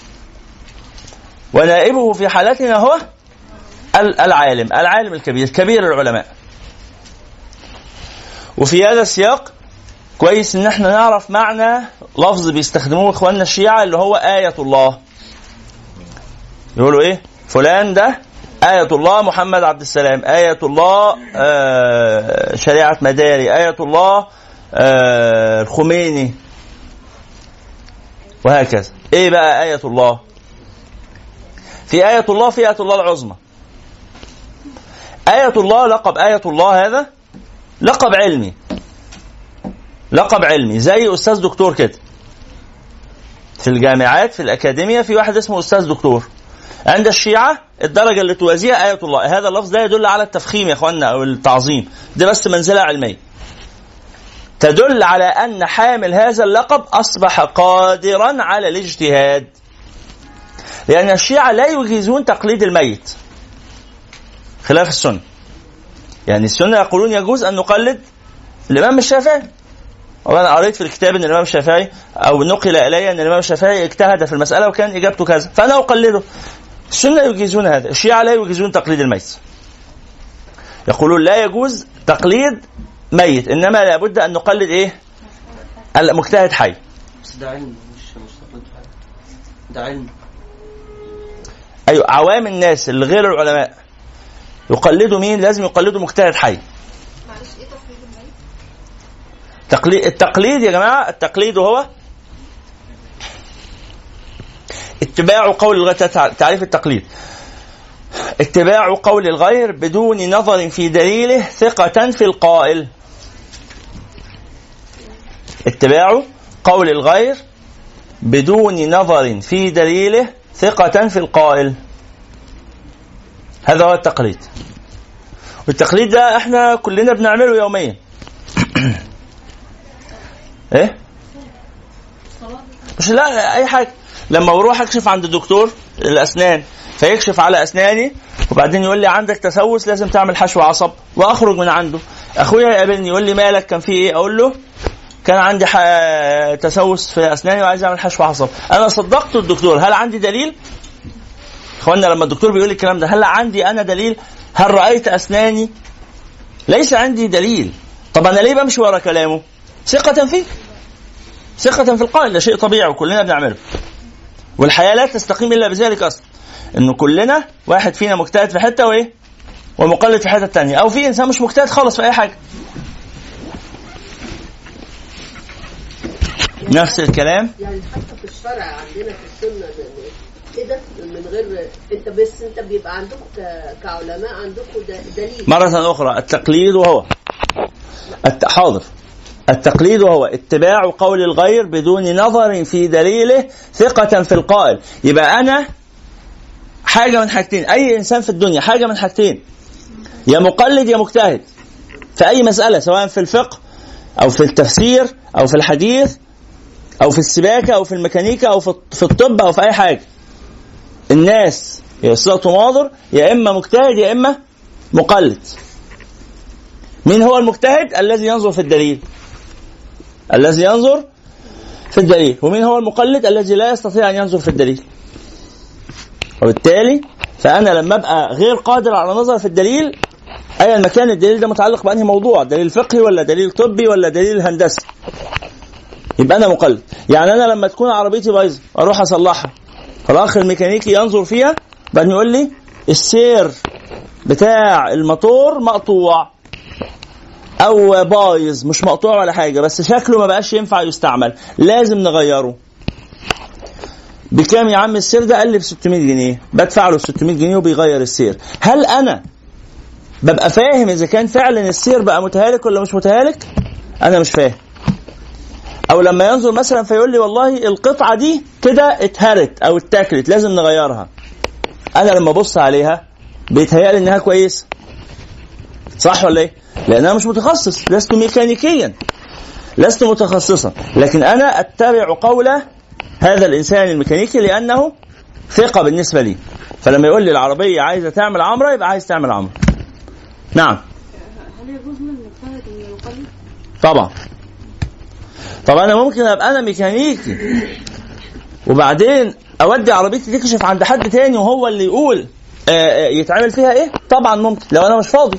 ونائبه في حالتنا هو العالم الكبير كبير العلماء. وفي هذا السياق كويس ان احنا نعرف معنى لفظ بيستخدموه اخواننا الشيعة اللي هو آية الله. يقولوا ايه؟ فلان ده آية الله محمد عبد السلام، آية الله شريعة مداري، آية الله الخميني، وهكذا. ايه بقى آية الله؟ في آية الله في آية الله العظمى. آية الله لقب آية الله هذا لقب علمي زي أستاذ دكتور كده. في الجامعات في الأكاديمية في واحد اسمه أستاذ دكتور. عند الشيعة الدرجة اللي توازيها آية الله. هذا اللفظ ده يدل على التفخيم يا أخوانا أو التعظيم، ده بس منزلة علمية تدل على أن حامل هذا اللقب أصبح قادرا على الاجتهاد. لأن الشيعة لا يجيزون تقليد الميت خلاف السنة. يعني السنة يقولون يجوز أن نقلد الإمام الشافعي، وأنا قريت في الكتاب أن الإمام الشافعي أو نقل إلي أن الإمام الشافعي اجتهد في المسألة وكان إجابته كذا فأنا أقلده. السنة يجيزون هذا، الشيعة لا يجيزون تقليد الميت. يقولون لا يجوز تقليد ميت، إنما لابد أن نقلد إيه؟ المجتهد حي. ده علم مش تقليد حي، ده علم. أيوة عوام الناس اللي غير العلماء يقلدوا مين؟ لازم يقلدوا مجتهد حي. التقليد يا جماعة، التقليد هو اتباع قول الغير. تعريف التقليد: اتباع قول الغير بدون نظر في دليله ثقة في القائل. اتباع قول الغير بدون نظر في دليله ثقة في القائل، هذا هو التقليد. والتقليد ده احنا كلنا بنعمله يوميا. ايه مش لا اي حاجة. لما بروح اكشف عند الدكتور الاسنان فيكشف على اسناني وبعدين يقول لي عندك تسوس لازم تعمل حشو عصب، واخرج من عنده اخويا يقابلني يقول لي مالك كان في ايه، اقول له كان عندي تسوس في اسناني وعايز اعمل حشو عصب. انا صدقت الدكتور، هل عندي دليل؟ اخوانا لما الدكتور بيقول لي الكلام ده هل عندي انا دليل؟ هل رايت اسناني؟ ليس عندي دليل. طب انا ليه بمشي ورا كلامه؟ ثقة فيه، ثقة في القائل. ده شيء طبيعي وكلنا بنعمله، والحياة لا تستقيم الا بذلك اصلا، انه كلنا واحد فينا مجتهد في حتة وايه ومقلد في حتة تانية، او في انسان مش مجتهد خالص في اي حاجة. نفس الكلام يعني حتى في الشرع عندنا في السنة كده من غير انت بس انت بيبقى عندكم كعلماء عندكم دليل. مرة أخرى التقليد وهو حاضر. التقليد وهو اتباع قول الغير بدون نظر في دليله ثقة في القائل. يبقى أنا حاجة من حاجتين، أي إنسان في الدنيا حاجة من حاجتين، يا مقلد يا مجتهد في أي مسألة، سواء في الفقه أو في التفسير أو في الحديث أو في السباكة أو في الميكانيكا أو في الطب أو في أي حاجة. الناس يا صلة ناظر، يا إما مجتهد يا إما مقلد. من هو المجتهد؟ الذي ينظر في الدليل، الذي ينظر في الدليل. ومن هو المقلد؟ الذي لا يستطيع أن ينظر في الدليل. وبالتالي فأنا لما أبقى غير قادر على النظر في الدليل، أي المكان الدليل ده متعلق بأنهي موضوع، دليل فقهي ولا دليل طبي ولا دليل هندسي، يبقى أنا مقلد. يعني أنا لما تكون عربيتي بايظة أروح أصلحها، فالأخ الميكانيكي ينظر فيها بعدين يقول لي السير بتاع الموتور مقطوع أو بايظ، مش مقطوع ولا حاجة بس شكله ما بقاش ينفع يستعمل، لازم نغيره. بكام يا عم السير ده؟ قال لي ب 600 جنيه. بدفع له 600 جنيه وبيغير السير. هل أنا ببقى فاهم إذا كان فعلا السير بقى متهالك ولا مش متهالك؟ أنا مش فاهم. أو لما ينظر مثلا فيقول لي والله القطعة دي كده اتهرت أو اتاكلت لازم نغيرها، أنا لما أبص عليها بيتهيألي إنها كويس، صح ولا إيه؟ لأن أنا مش متخصص، لست ميكانيكيا، لست متخصصا، لكن أنا أتبع قول هذا الإنسان الميكانيكي لأنه ثقة بالنسبة لي. فلما يقول لي العربية عايزة تعمل عمرة يبقى عايز تعمل عمرة. نعم. هل يجوز من المجتهد أن يقلد؟ طبعا. طب أنا ممكن أبقى أنا ميكانيكي وبعدين أودي عربيتي تكشف عند حد تاني وهو اللي يقول يتعمل فيها إيه؟ طبعا ممكن، لو أنا مش فاضي،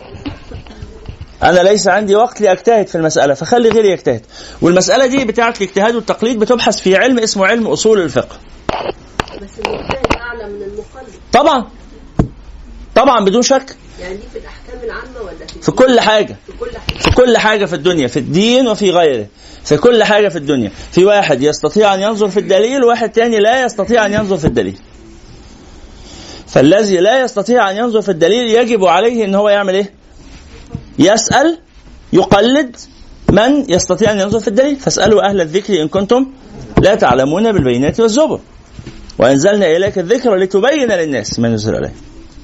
أنا ليس عندي وقت لأجتهد في المسألة فخلي غيري يجتهد. والمسألة دي بتاعة الاجتهاد والتقليد بتبحث في علم اسمه علم أصول الفقه. بس المجتهد أعلى من المقلد. طبعا طبعا بدون شك. يعني دي في الأحكام العامة ولا في كل حاجة؟ في كل حاجة. في كل حاجة في الدنيا، في الدين وفي غيره، في كل حاجة في الدنيا. في واحد يستطيع أن ينظر في الدليل وواحد تاني لا يستطيع أن ينظر في الدليل. فالذي لا يستطيع أن ينظر في الدليل يجب عليه أن هو يعمل إيه؟ يسأل، يقلد من يستطيع أن ينظر في الدليل. فاسألوا أهل الذكر إن كنتم لا تعلمون بالبينات والزبر وأنزلنا إليك الذكر لتبين للناس ما نزل عليه.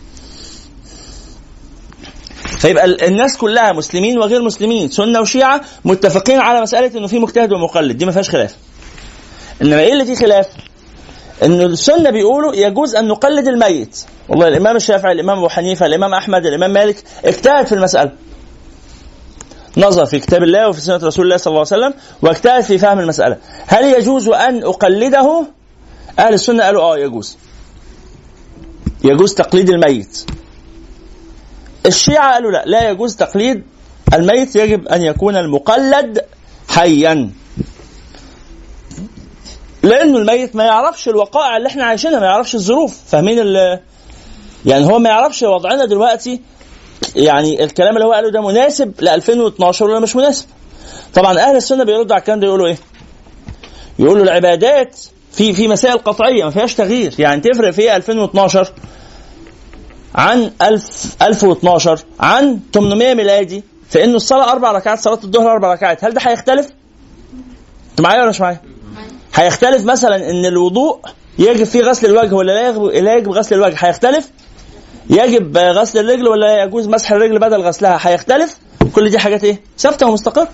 فيبقى الناس كلها مسلمين وغير مسلمين، سنة وشيعة، متفقين على مسألة إنه في مجتهد ومقلد، دي ما فيهاش خلاف. إنما إيه اللي فيه خلاف؟ إنه السنة بيقولوا يجوز أن نقلد الميت. والله الإمام الشافعي، الإمام أبو حنيفة، الإمام أحمد، الإمام مالك اجتهد في المسألة، نظر في كتاب الله وفي سنة رسول الله صلى الله عليه وسلم واجتهد في فهم المسألة. هل يجوز أن أقلده؟ أهل السنة قالوا يجوز، يجوز تقليد الميت. الشيعة قالوا لا يجوز تقليد الميت، يجب أن يكون المقلد حيا، لأنه الميت ما يعرفش الوقائع اللي احنا عايشينها، ما يعرفش الظروف، فاهمين يعني هو ما يعرفش وضعنا دلوقتي. يعني الكلام اللي هو قاله ده مناسب ل 2012 ولا مش مناسب؟ طبعا اهل السنه بيردوا على الكلام ده، يقولوا ايه؟ يقولوا العبادات في مسائل قطعيه ما فيهاش تغيير. يعني تفرق في 2012 عن 1012 عن 800 ميلادي في انه الصلاه 4 ركعات، صلاه الظهر 4 ركعات. هل ده هيختلف؟ انت معايا ولا مش معايا؟ هيختلف مثلا ان الوضوء يجب فيه غسل الوجه ولا لا يجب غسل الوجه؟ هيختلف. يجب غسل الرجل ولا يجوز مسح الرجل بدل غسلها؟ هيختلف. كل دي حاجات ايه؟ ثابته ومستقره.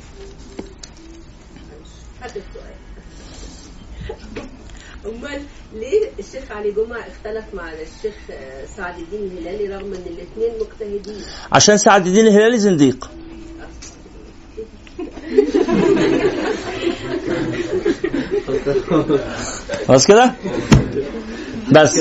امال ليه الشيخ علي جمعة اختلف مع الشيخ سعد الدين الهلالي رغم ان الاثنين مجتهدين؟ عشان سعد الدين الهلالي زنديق. بس كده بس،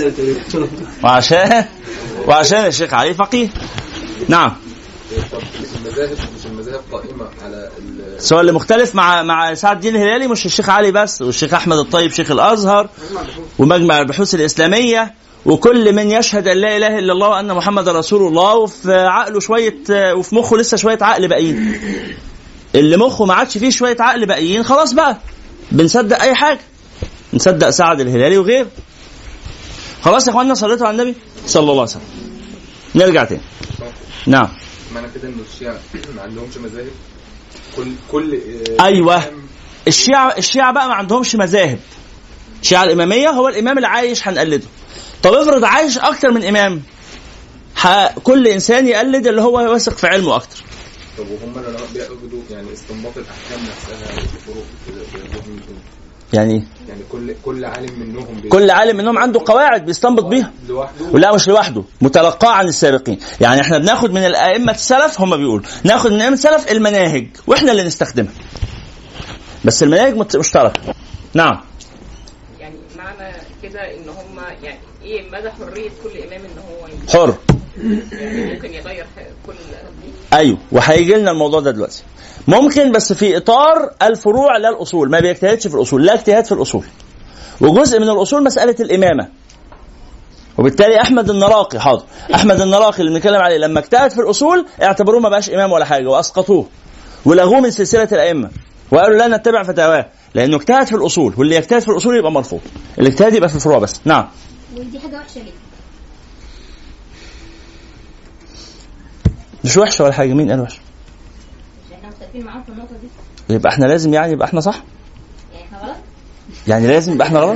وعشان الشيخ علي فقيه. نعم. مش المذاهب قائمة على سؤال اللي مختلف مع سعد الدين الهلالي مش الشيخ علي بس، والشيخ أحمد الطيب شيخ الأزهر ومجمع البحوث الإسلامية وكل من يشهد أن لا إله إلا الله وأن محمد رسول الله، وفي عقله شوية وفي مخه لسه شوية عقل باقيين. اللي مخه ما عادش فيه شوية عقل باقيين خلاص بقى بنصدق أي حاجة، نصدق سعد الهلالي وغيره. خلاص يا اخوانا، صليتوا على النبي صلى الله عليه وسلم. نرجع تاني. نعم. معنى كده ان الشيعة ما عندهمش مذاهب؟ كل ايوه، الشيعة بقى ما عندهمش مذاهب. الشيعة الامامية هو الامام اللي عايش هنقلده. طب افرض عايش اكتر من امام، كل انسان يقلد اللي هو واثق في علمه اكتر. طب وهم العلماء بياخدوا يعني استنباط الاحكام نفسها والفروق يعني كل عالم منهم كل عالم منهم عنده قواعد بيستنبط بيها لوحده؟ ولا مش لوحده، متلقاه عن السابقين. يعني احنا بناخد من الائمه السلف، هم بيقولوا ناخد من ائمه السلف المناهج واحنا اللي نستخدمها، بس المناهج مشتركه. نعم. يعني معنى كده ان هم يعني ايه مدى حريه كل امام ان هو حر، يعني ممكن يغير كل. ايوه، وهيجي لنا الموضوع ده دلوقتي. ممكن بس في اطار الفروع لا الاصول، ما بيجتهدش في الاصول، لا اجتهاد في الاصول. وجزء من الاصول مساله الامامه، وبالتالي احمد النراقي حاضر، احمد النراقي اللي بنتكلم عليه لما اجتهد في الاصول اعتبروه ما بقاش امام ولا حاجه واسقطوه ولغوه من سلسله الائمه وقالوا لا نتبع فتاواه لانه اجتهد في الاصول، واللي يجتهد في الاصول يبقى مرفوض، الاجتهاد يبقى في الفروع بس. نعم. ودي حاجه وحشه ليه؟ مش وحشه ولا حاجه. مين قال وحشه؟ احنا مختلفين معاهم في النقطه دي. يبقى احنا لازم يعني يبقى احنا صح؟ يعني احنا غلط؟ يعني لازم يبقى احنا غلط؟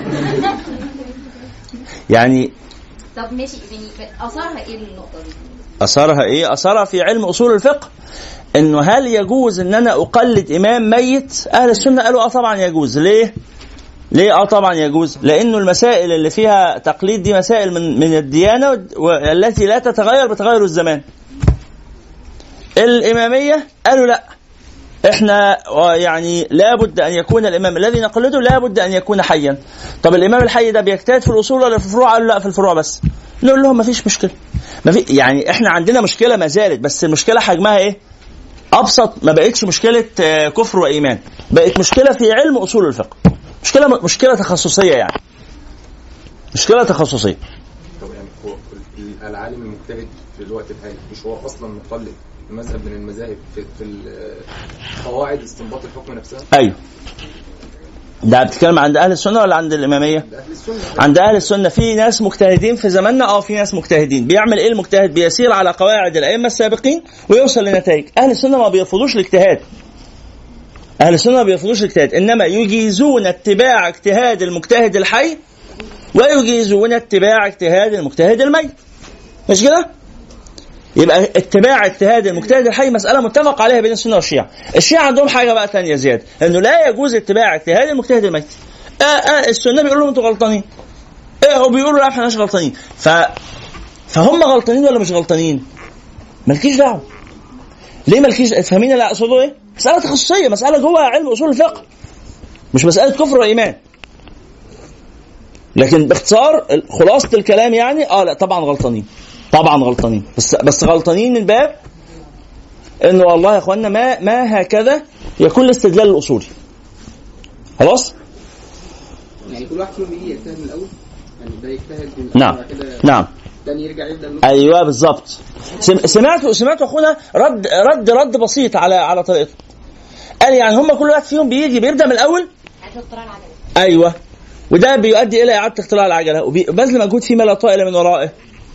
يعني طب ماشي، يعني اثرها ايه النقطه دي؟ اثرها ايه؟ اثرها في علم اصول الفقه، انه هل يجوز ان انا اقلد امام ميت؟ اهل السنه قالوا طبعا يجوز. ليه طبعا يجوز؟ لانه المسائل اللي فيها تقليد دي مسائل من الديانه التي لا تتغير بتغير الزمان. الاماميه قالوا لا، احنا يعني لابد ان يكون الامام الذي نقلده لابد ان يكون حيا. طب الامام الحي ده بيجتهد في الاصول ولا في الفروع؟ قالوا لا في الفروع بس. نقول لهم ما فيش مشكله، ما في، يعني احنا عندنا مشكله ما زالت، بس المشكله حجمها ايه؟ ابسط، ما بقتش مشكله كفر وايمان، بقت مشكله في علم اصول الفقه، مشكله تخصصيه، يعني مشكله تخصصيه. طب يعني هو العالم المجتهد في الوقت الحالي مش هو اصلا مقلد مذهب من المذاهب في قواعد استنباط الحكم نفسها؟ ايوه. ده بتتكلم عند اهل السنه ولا عند الاماميه؟ عند اهل السنه. في ناس مجتهدين في زماننا، في ناس مجتهدين. بيعمل ايه المجتهد؟ بيسير على قواعد الائمه السابقين ويوصل لنتائج. اهل السنه ما بيرفضوش الاجتهاد، اهل السنه ما بيرفضوش الاجتهاد، انما يجيزون اتباع اجتهاد المجتهد الحي ويجيزون اتباع اجتهاد المجتهد الميت. مش كده؟ يبقى اتباع اجتهاد المجتهد الحي مسألة متفق عليها بين السنة والشيعة. الشيعة عندهم حاجة بقى ثانية زيادة، انه لا يجوز اتباع اجتهاد المجتهد الميت. السنة بيقولوا لهم انتوا غلطانين، وبيقولوا لا احنا مش غلطانين. فهم غلطانين ولا مش غلطانين؟ مالكيش دعوة. ليه مالكيش؟ فاهمين اللي اقصده ايه؟ مسألة تخصصية، مسألة جوه علم اصول الفقه، مش مسألة كفر وايمان. لكن باختصار خلاصة الكلام يعني لا طبعا غلطانين، طبعا غلطانين، بس غلطانين من باب انه والله يا اخوانا ما هكذا يكون الاستدلال الاصولي. خلاص؟ يعني كل واحد فيهم يجي يجتهد من الاول، يعني ده يجتهد من نعم نعم الثاني يرجع يبدا من ايوه بالظبط. سمعت اخونا رد بسيط على طريقته. قال يعني هم كل واحد فيهم بيبدا من الاول. ايوه، وده بيؤدي الى اعاده اختراع العجله وبذل مجهود فيما لا طائل من ورائه.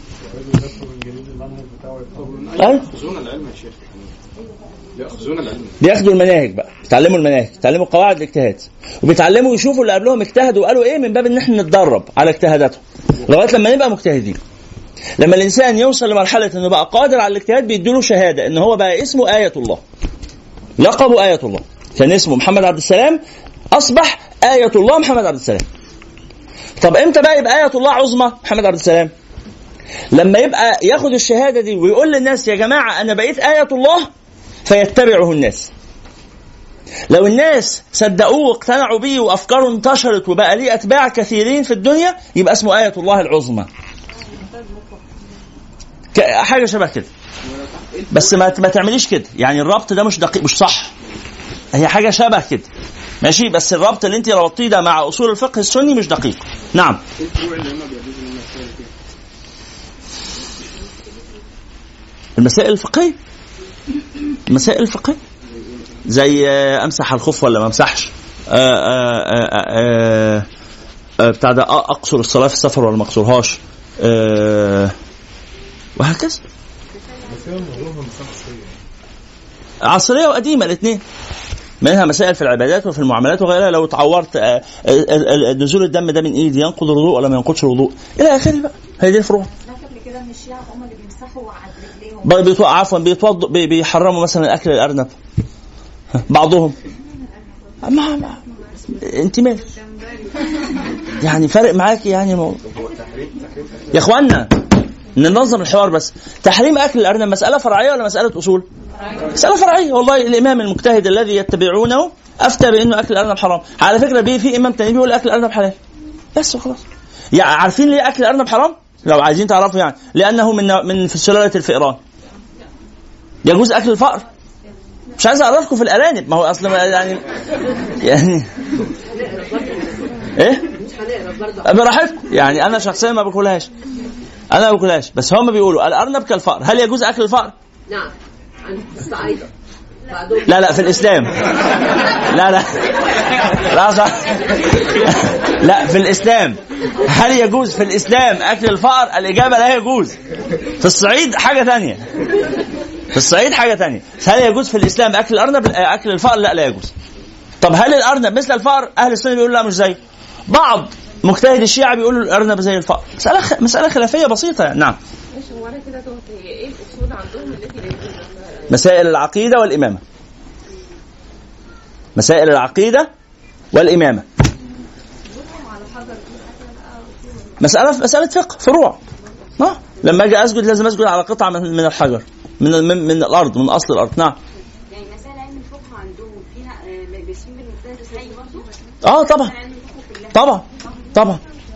يأخذون العلم يا شيخ، يأخذون العلم، بياخدوا المناهج بقى، بيتعلموا المناهج، بيتعلموا قواعد الاجتهاد، وبيتعلموا يشوفوا اللي قبلهم اجتهدوا وقالوا ايه من باب ان احنا نتدرب على اجتهاداتهم لغايه لما نبقى مجتهدين. لما الانسان يوصل لمرحله انه بقى قادر على الاجتهاد بيديله شهاده ان هو بقى اسمه آية الله، لقبه آية الله. كان اسمه محمد عبد السلام، اصبح آية الله محمد عبد السلام. طب امتى بقى يبقى آية الله عظمى محمد عبد السلام؟ لما يبقى ياخد الشهاده دي ويقول للناس يا جماعه انا بقيت آية الله فيتبعه الناس. لو الناس صدقوه واقتنعوا بيه وافكاره انتشرت وبقى ليه اتباع كثيرين في الدنيا يبقى اسمه آية الله العظمى. حاجه شبه كده، بس ما تعمليش كده، يعني الربط ده مش دقيق، مش صح، هي حاجه شبه كده ماشي، بس الربط اللي انت ربطيه ده مع اصول الفقه السني مش دقيق. نعم. المسائل الفقهيه، المسائل الفقهيه زي امسح الخف ولا ما امسحش، بتاع ده اقصر الصلاه في السفر ولا ما اقصرهاش، وهكذا. عصريه وقديمه الاثنين، منها مسائل في العبادات وفي المعاملات وغيرها. لو تعورت نزول الدم ده من ايدي ينقض الوضوء ولا ما ينقضش الوضوء الى اخره بقى. هي دي الفروع. كده من الشيعة هم اللي بيمسحوا على رجليهم، عفوا بيحرموا مثلا اكل الارنب بعضهم. ما انت مالك يعني، فارق معاك يعني يا اخوانا ننظم الحوار. بس تحريم اكل الارنب مساله فرعيه ولا مساله اصول؟ مساله فرعيه. والله الامام المجتهد الذي يتبعونه افتى بانه اكل الارنب حرام. على فكره في امام تاني بيقول اكل الارنب حلال بس وخلاص. يعني عارفين ليه اكل الارنب حرام؟ لو عايزين تعرفوا يعني، لانه من في سلاله الفئران. يجوز اكل الفأر. مش عايز اعرفكم في الارانب، ما هو اصلا يعني ايه براحتكم يعني. انا شخصيا ما باكلهاش، انا ما باكلهاش، بس هم بيقولوا الارنب كالفأر. هل يجوز اكل الفأر؟ نعم. عند الصعيدة لا في الاسلام لا لا في الاسلام. هل يجوز في الاسلام اكل الفأر؟ الاجابه لا يجوز. في الصعيد حاجه ثانيه، في الصعيد حاجه ثانيه. هل يجوز في الاسلام اكل الارنب اكل الفأر؟ لا يجوز. طب هل الارنب مثل الفأر؟ اهل السنه بيقولوا لا مش زيه. بعض مجتهد الشيعة بيقولوا الارنب زي الفأر. مساله خلافيه بسيطه يعني. نعم. هو انا كده هي ايه الاصول عندهم التي مسائل العقيده والامامه، مسائل العقيده والامامه مساله فقه فروع. لما اجي اسجد لازم اسجد على قطعه من الحجر، من الارض، من اصل الارض. نعم. يعني مسائل علم الفقه عندهم فيها بيسمين بالمجتهد الحي برضه. طبعا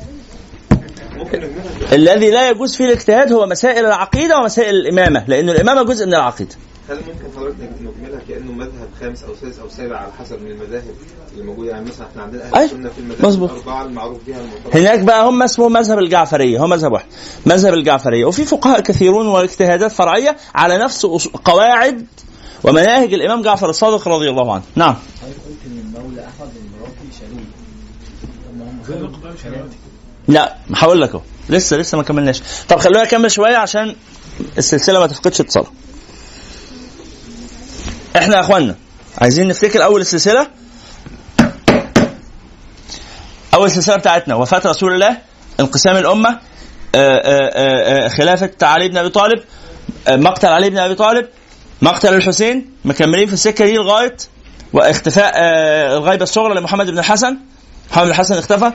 الذي لا يجوز فيه الاجتهاد هو مسائل العقيده ومسائل الامامه، لان الامامه جزء من العقيده. هل ممكن حضرتك نكملها كانه مذهب خامس او سادس او سابع على حسب من المذاهب اللي موجوده؟ يعني مثلا احنا عندنا اهل السنه في المذاهب الاربعه المعروف بها المعتبر. هناك بقى هم اسمه مذهب الجعفريه، هو مذهب واحد، مذهب الجعفريه. وفي فقهاء كثيرون واجتهادات فرعيه على نفس قواعد ومناهج الامام جعفر الصادق رضي الله عنه. نعم. لا هقول لك اهو، لسه ما كملناش. طب خلونا نكمل شويه عشان السلسله ما تفقدش اتصالها. احنا يا اخوانا عايزين نفتكر اول السلسله بتاعتنا: وفاة رسول الله، انقسام الامه، خلافه علي بن ابي طالب، مقتل علي بن ابي طالب، مقتل الحسين. مكملين في السكه دي لغايه واختفاء الغيبه الصغرى لمحمد بن الحسن. محمد بن الحسن اختفى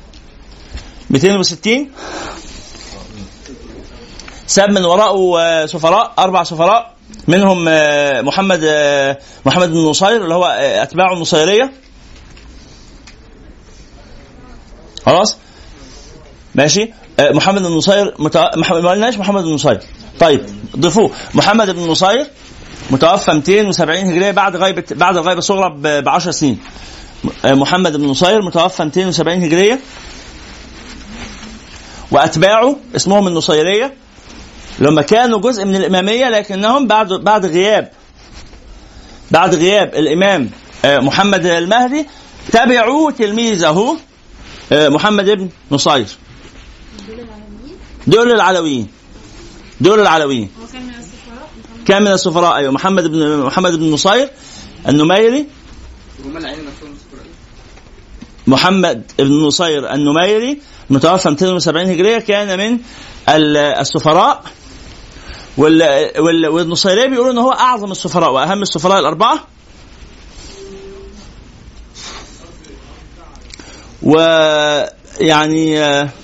260. ساب من وراءه سفراء، 4 سفراء، منهم محمد بن نصير اللي هو أتباع النصيرية. خلاص ماشي. محمد بن نصير ما قلناش محمد بن نصير. طيب ضيفوه. محمد بن نصير متوفى 270 هجرية بعد الغيبة الصغرى ب10 سنين. محمد بن نصير متوفى 270 هجرية، وأتباعه اسمهم النصيرية لما كانوا جزء من الإمامية، لكنهم بعد غياب الإمام محمد المهدي تبعوا تلميذه محمد بن نصير. دول العلويين كان من السفراء. أيوة محمد بن نصير النميري. محمد بن نصير النميري متوفى 270 هجرية كان من السفراء. والنصيرية بيقولوا أنه هو أعظم السفراء وأهم السفراء الأربعة. ويعني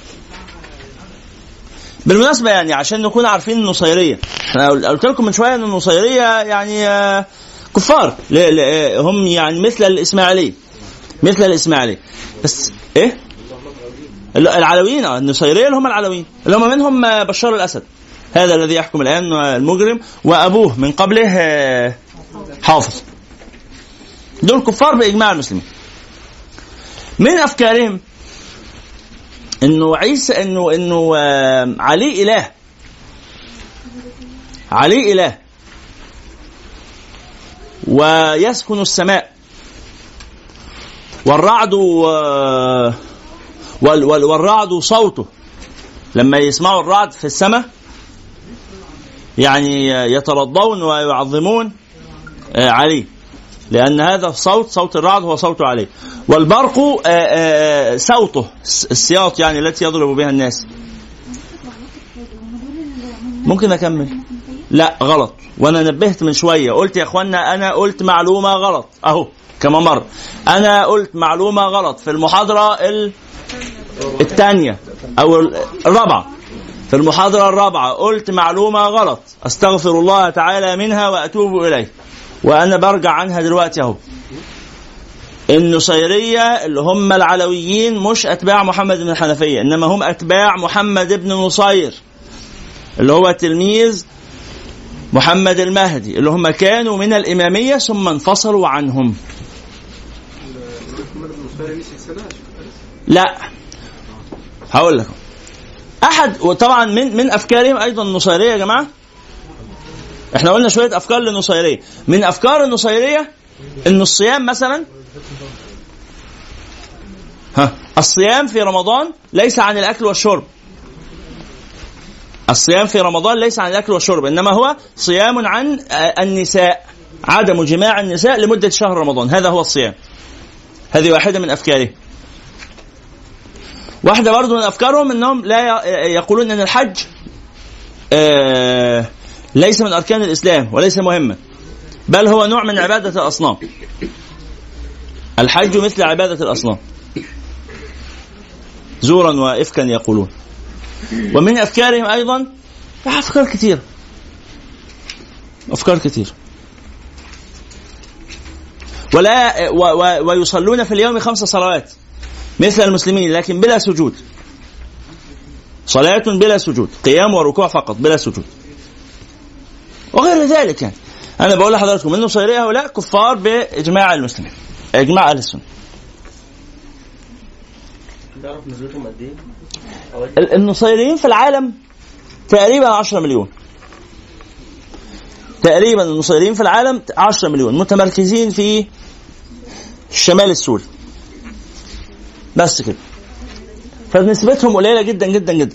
بالمناسبة يعني عشان نكون عارفين النصيرية، أنا قلت لكم من شوية أن النصيرية يعني كفار، هم يعني مثل الإسماعيلي بس إيه العلويين. النصيرية اللي هم العلويين اللي هم منهم بشار الأسد هذا الذي يحكم الآن المجرم، وأبوه من قبله حافظ. دول كفار بإجماع المسلمين. من أفكارهم إنه عيسى إنه علي إله ويسكن السماء، والرعد صوته لما يسمعوا الرعد في السماء يعني يترضون ويعظمون علي، لأن هذا صوت الرعد هو صوت علي. والبرق صوته السياط يعني التي يضرب بها الناس. ممكن أكمل؟ لا غلط، وأنا نبهت من شوية قلت يا أخوانا أنا قلت معلومة غلط أهو كما مر. أنا قلت معلومة غلط في المحاضرة الثانية أو الرابعة. في المحاضرة الرابعة قلت معلومة غلط، أستغفر الله تعالى منها وأتوب إليه، وأنا برجع عنها دلوقتي أهو. النصيرية اللي هم العلويين مش أتباع محمد بن الحنفية، إنما هم أتباع محمد بن نصير اللي هو تلميذ محمد المهدي، اللي هم كانوا من الإمامية ثم انفصلوا عنهم. لا هقول لكم أحد، وطبعا من أفكارهم أيضا النصيرية يا جماعة. احنا قلنا شوية أفكار للنصيرية. من أفكار النصيرية إن الصيام مثلا الصيام في رمضان ليس عن الأكل والشرب. الصيام في رمضان ليس عن الأكل والشرب، إنما هو صيام عن النساء، عدم جماع النساء لمدة شهر رمضان، هذا هو الصيام. هذه واحدة من أفكاره. واحدة برضو من أفكارهم أنهم لا يقولون أن الحج ليس من أركان الإسلام وليس مهما، بل هو نوع من عبادة الأصنام. الحج مثل عبادة الأصنام، زورا وإفكا يقولون. ومن أفكارهم أيضا أفكار كثير ويصلون في اليوم 5 صلوات مثل المسلمين لكن بلا سجود، صلاة بلا سجود، قيام وركوع فقط بلا سجود وغير ذلك. يعني أنا بقول لحضراتكم إنه النصيرية هؤلاء كفار بإجماع المسلمين، إجماع أهل السنة. تعرف نسبتهم قد إيه؟ النصيريين في العالم تقريبا 10 مليون. تقريبا النصيريين في العالم 10 مليون متمركزين في الشمال السوري بس كده، فنسبتهم قليلة جدا جدا جدا.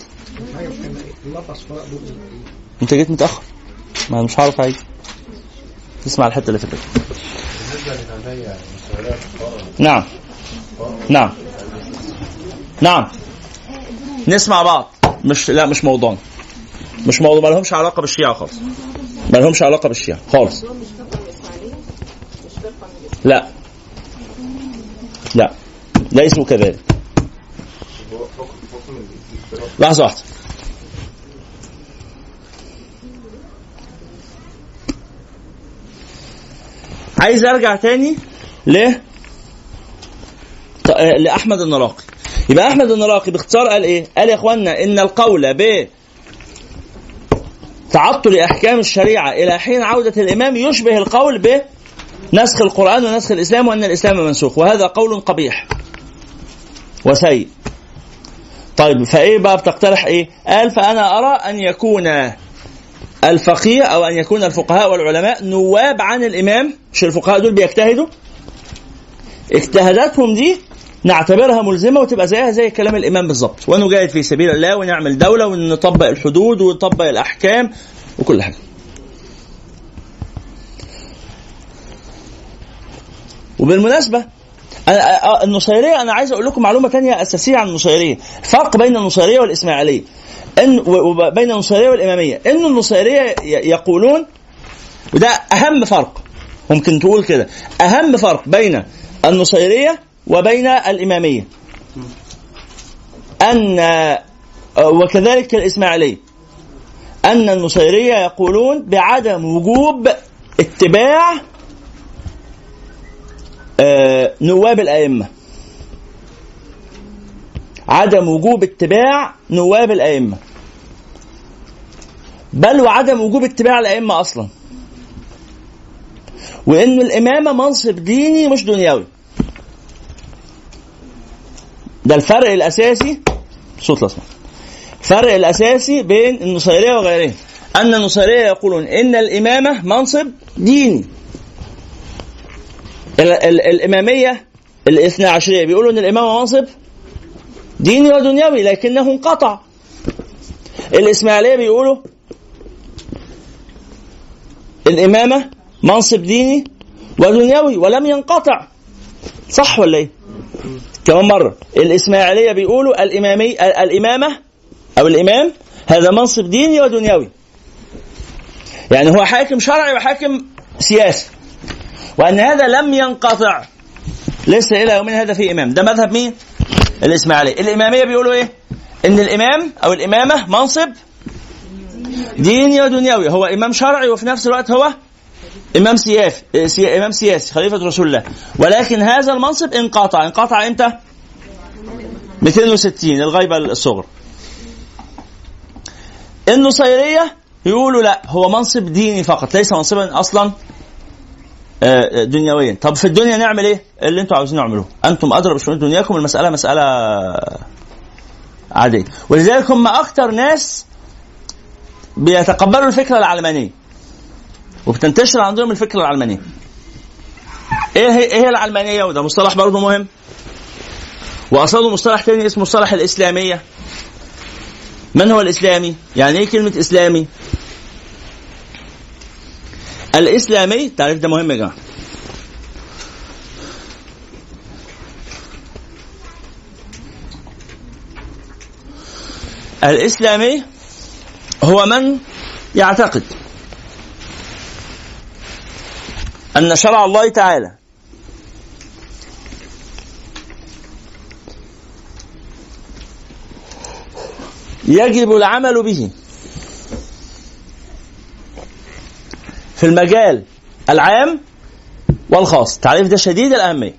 انت جيت متأخر، ما مش عارف عايز تسمع الحتة اللي فاتت. نعم نسمع بعض. مش موضوع ما لهمش علاقة بالشيعة خالص، ما لهمش علاقة بالشيعة خالص. لا ليسوا كذلك. لحظة واحدة. عايز ارجع تاني لأحمد النراقي. يبقى أحمد النراقي باختصار قال إيه؟ قال يا أخوانا إن القول بتعطل أحكام الشريعة إلى حين عودة الإمام يشبه القول بنسخ القرآن ونسخ الإسلام وأن الإسلام منسوخ، وهذا قول قبيح وسيء. طيب فإيه بقى بتقترح إيه؟ قال فأنا أرى أن يكون الفقيه أو أن يكون الفقهاء والعلماء نواب عن الإمام. مش الفقهاء دول بيجتهدوا اجتهاداتهم دي نعتبرها ملزمة وتبقى زيها زي كلام الإمام بالظبط، ونجاهد في سبيل الله ونعمل دولة ونطبق الحدود ونطبق الأحكام وكل حاجة. وبالمناسبة النصيرية، أنا عايز أقول لكم معلومة تانية أساسية عن النصيرية، فرق بين النصيرية والإسماعيلية وبين النصيرية والإمامية. إن النصيرية يقولون، وده أهم فرق، ممكن تقول كده أهم فرق بين النصيرية وبين الإمامية، وكذلك الإسماعيلية، أن النصيرية يقولون بعدم وجوب اتباع نواب الأئمة، عدم وجوب اتباع نواب الأئمة، بل وعدم وجوب اتباع الأئمة أصلا، وإن الإمامة منصب ديني مش دنيوي. ده الفرق الأساسي، صوت الأصوات، الفرق الأساسي بين النصيرية وغيرهم، أن النصيرية يقولون إن الإمامة منصب ديني، الإمامية الاثنى عشرية بيقولوا إن الإمامة منصب ديني ودنيوي لكنه انقطع. الإسماعيلية بيقولوا الإمامة منصب ديني ودنيوي ولم ينقطع. صح ولا إيه؟ كمان مرة، الإسماعيلية بيقولوا الإمامة أو الإمام هذا منصب ديني ودنيوي، يعني هو حاكم شرعي وحاكم سياسي، وأن هذا لم ينقطع لسه إلى يومين هذا في إمام. ده مذهب مين؟ الإسماعيلية. الإمامية بيقولوا إيه؟ إن الإمام أو الإمامة منصب ديني ودنيوي، هو إمام شرعي وفي نفس الوقت هو إمام سياسي خليفة رسول الله، ولكن هذا المنصب انقطع إمتى؟ 260 الغيبة الصغرى. النصيرية يقولوا لا، هو منصب ديني فقط، ليس منصبا أصلا دنيويا. طب في الدنيا نعمل إيه؟ اللي أنتم عاوزين نعملوه، أنتم أدرى بشؤون دنياكم، المسألة مسألة عادية. ولذلك هم أكتر ناس بيتقبلوا الفكرة العلمانية وبتنتشر عندهم الفكرة العلمانية. إيه هي العلمانية؟ وده مصطلح برضو مهم، وأصله مصطلح تاني اسمه مصطلح الإسلامية. من هو الإسلامي؟ يعني إيه كلمة إسلامي؟ الإسلامي، التعريف ده مهم يا جماعة. الإسلامي هو من يعتقد أن شرع الله تعالى يجب العمل به في المجال العام والخاص. التعريف ده شديد الأهمية.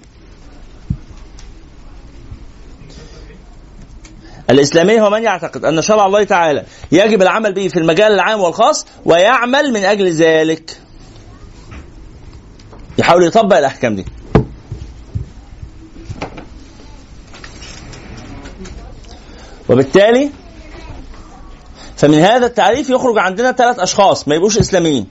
الإسلامي هو من يعتقد أن شرع الله تعالى يجب العمل به في المجال العام والخاص ويعمل من أجل ذلك، يحاول يطبق الأحكام دي. وبالتالي فمن هذا التعريف يخرج عندنا 3 أشخاص ما يبقوش إسلاميين.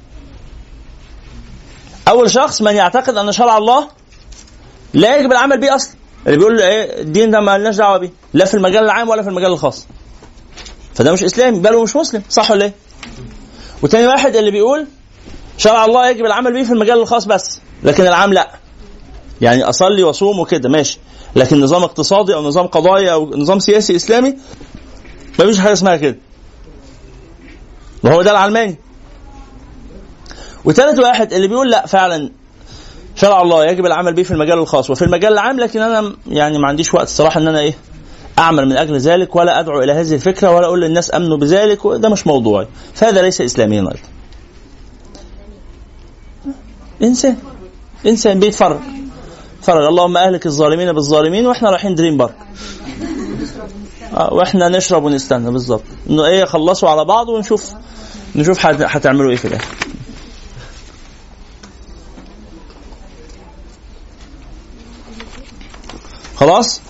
أول شخص من يعتقد أن شرع الله لا يجب العمل به أصلا، اللي بيقول إيه الدين ده ما لناش دعوة به لا في المجال العام ولا في المجال الخاص، فده مش إسلامي بل هو مش مسلم. صح ولا إيه؟ وتاني واحد اللي بيقول شرع الله يجب العمل به في المجال الخاص بس، لكن العام لا، يعني أصلي وصوم وكده ماشي، لكن نظام اقتصادي أو نظام قضائي أو نظام سياسي إسلامي ما فيش حاجة اسمها كده، وهو ده العلماني. وثالث واحد اللي بيقول لا فعلا شرع الله يجب العمل به في المجال الخاص وفي المجال العام، لكن أنا يعني ما عنديش وقت الصراحة أن أنا أعمل من أجل ذلك ولا أدعو إلى هذه الفكرة ولا أقول للناس أمنوا بذلك، وده مش موضوعي، فهذا ليس إسلاميا أيضا. إنسان بيتفرج اللهم أهلك الظالمين بالظالمين وإحنا رايحين دريم بارك وإحنا نشرب ونستنى بالظبط إنه إيه خلصوا على بعض ونشوف هتعملوا إيه في الآخر. خلاص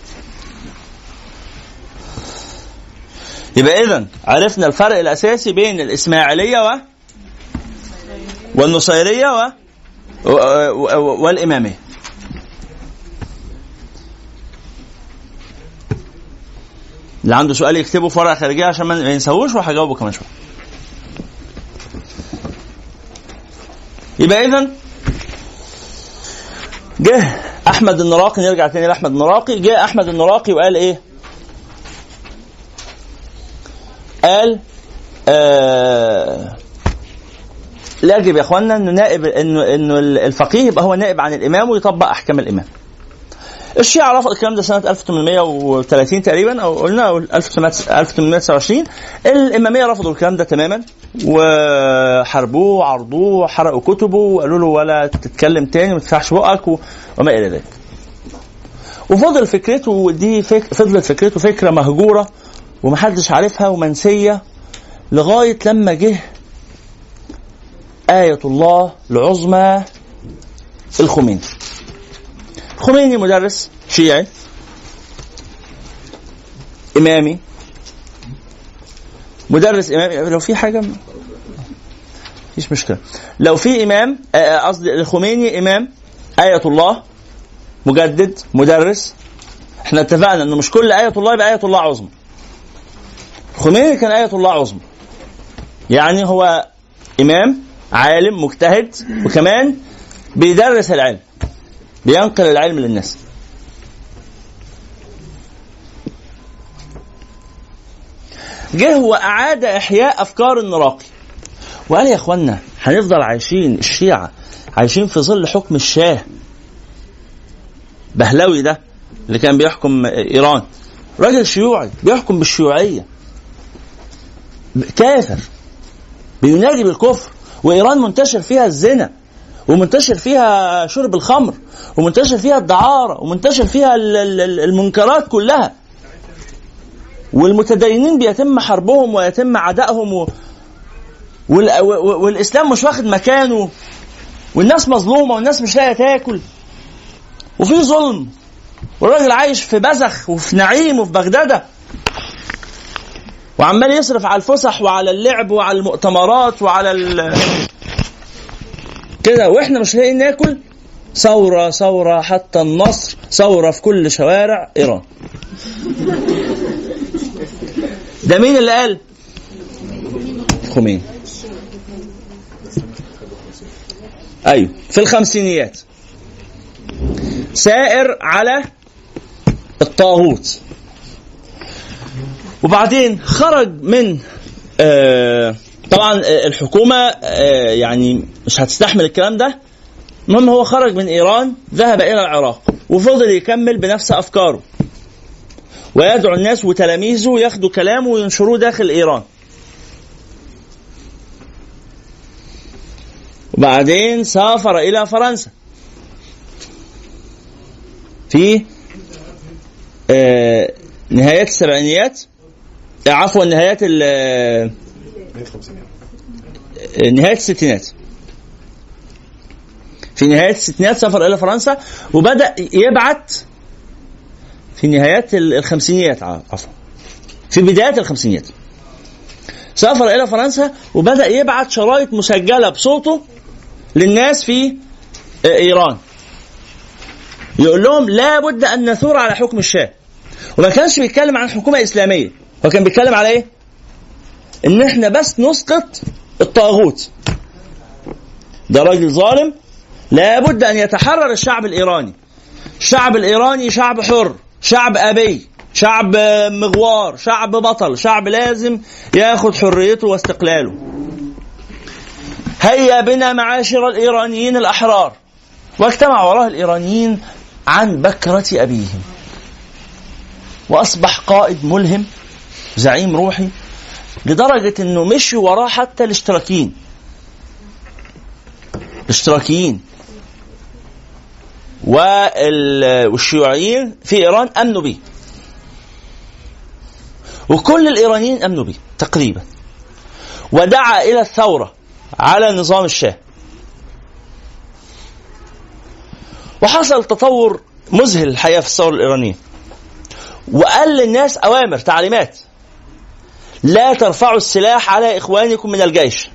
يبقى إذن عرفنا الفرق الأساسي بين الإسماعيلية والنصيرية والإمامية. اللي عنده سؤال يكتبه في ورقه خارجيه عشان ما ينساهوش، وهجاوبه كمان شويه. يبقى اذا جه احمد النراقي، نرجع تاني لاحمد النراقي. جه احمد النراقي وقال ايه؟ قال لا يجب يا اخوانا انه نائب، انه الفقيه يبقى هو نائب عن الامام ويطبق احكام الامام. الشيعة رفض الكلام ده سنة 1830 تقريبا، او قلنا 1829. الامامية رفضوا الكلام ده تماما، وحاربوه وعرضوه وحرقوا كتبه وقالوا له ولا تتكلم تاني وما تفتحش بقك وما الى ذلك. وفضل فكرته، ودي فضلت فكرته فكرة مهجورة ومحدش عارفها ومنسية لغاية لما جه آية الله العظمى الخميني. الخميني مدرس شيعي إمامي، مدرس إمامي. لو في حاجة مفيش مشكلة، لو في إمام قصدي الخميني إمام، آية الله مجدد مدرس. احنا اتفقنا انه مش كل آية الله يبقى آية الله عظمى. الخميني كان آية الله عظمى، يعني هو إمام عالم مجتهد وكمان بيدرس العلم، بينقل العلم للناس. جه وأعاد إحياء أفكار النراقي وقال يا أخوانا هنفضل عايشين الشيعة عايشين في ظل حكم الشاه بهلوي ده اللي كان بيحكم إيران، راجل شيوعي بيحكم بالشيوعية، كافر بينادي بالكفر، وإيران منتشر فيها الزنا ومنتشر فيها شرب الخمر ومنتشر فيها الدعارة ومنتشر فيها المنكرات كلها، والمتدينين بيتم حربهم ويتم عدائهم والإسلام مش واخد مكانه، والناس مظلومة والناس مش لاقية تاكل وفي ظلم، والراجل عايش في بزخ وفي نعيم وفي بغدادة وعمال يصرف على الفسح وعلى اللعب وعلى المؤتمرات وعلى كده، واحنا مش لاقيين ناكل. ثورة ثورة حتى النصر، ثورة في كل شوارع إيران. ده مين اللي قال؟ خميني. أيوه في الخمسينيات سائر على الطاغوت، وبعدين خرج من طبعا الحكومة يعني مش هتستحمل الكلام ده. المهم هو خرج من إيران، ذهب إلى العراق وفضل يكمل بنفس أفكاره ويدعو الناس وتلاميذه ياخدوا كلامه وينشروه داخل إيران. وبعدين سافر إلى فرنسا في نهاية السبعينيات، عفوا نهاية الستينات. في نهاية الستينات سافر إلى فرنسا وبدأ يبعت في نهايات الخمسينيات، عفوا في بدايات الخمسينيات سافر إلى فرنسا وبدأ يبعت شرايط مسجلة بصوته للناس في إيران، يقول لهم لا بد أن نثور على حكم الشاه. وما كانش بيتكلم عن حكومة إسلامية، هو كان بيتكلم على إيه؟ إن إحنا بس نسقط الطاغوت. ده راجل ظالم، لا بد أن يتحرر الشعب الإيراني. الشعب الإيراني شعب حر، شعب أبي، شعب مغوار، شعب بطل، شعب لازم ياخد حريته واستقلاله. هيا بنا معاشر الإيرانيين الأحرار. واجتمع وراء الإيرانيين عن بكرة أبيهم، وأصبح قائد ملهم زعيم روحي، لدرجة أنه مشي وراه حتى الاشتراكيين والشيوعيين في إيران أمنوا به، وكل الإيرانيين أمنوا به تقريبا، ودعا إلى الثورة على نظام الشاه. وحصل تطور مذهل الحقيقة في الثورة الإيرانية، وقال للناس أوامر تعليمات: لا ترفعوا السلاح على إخوانكم من الجيش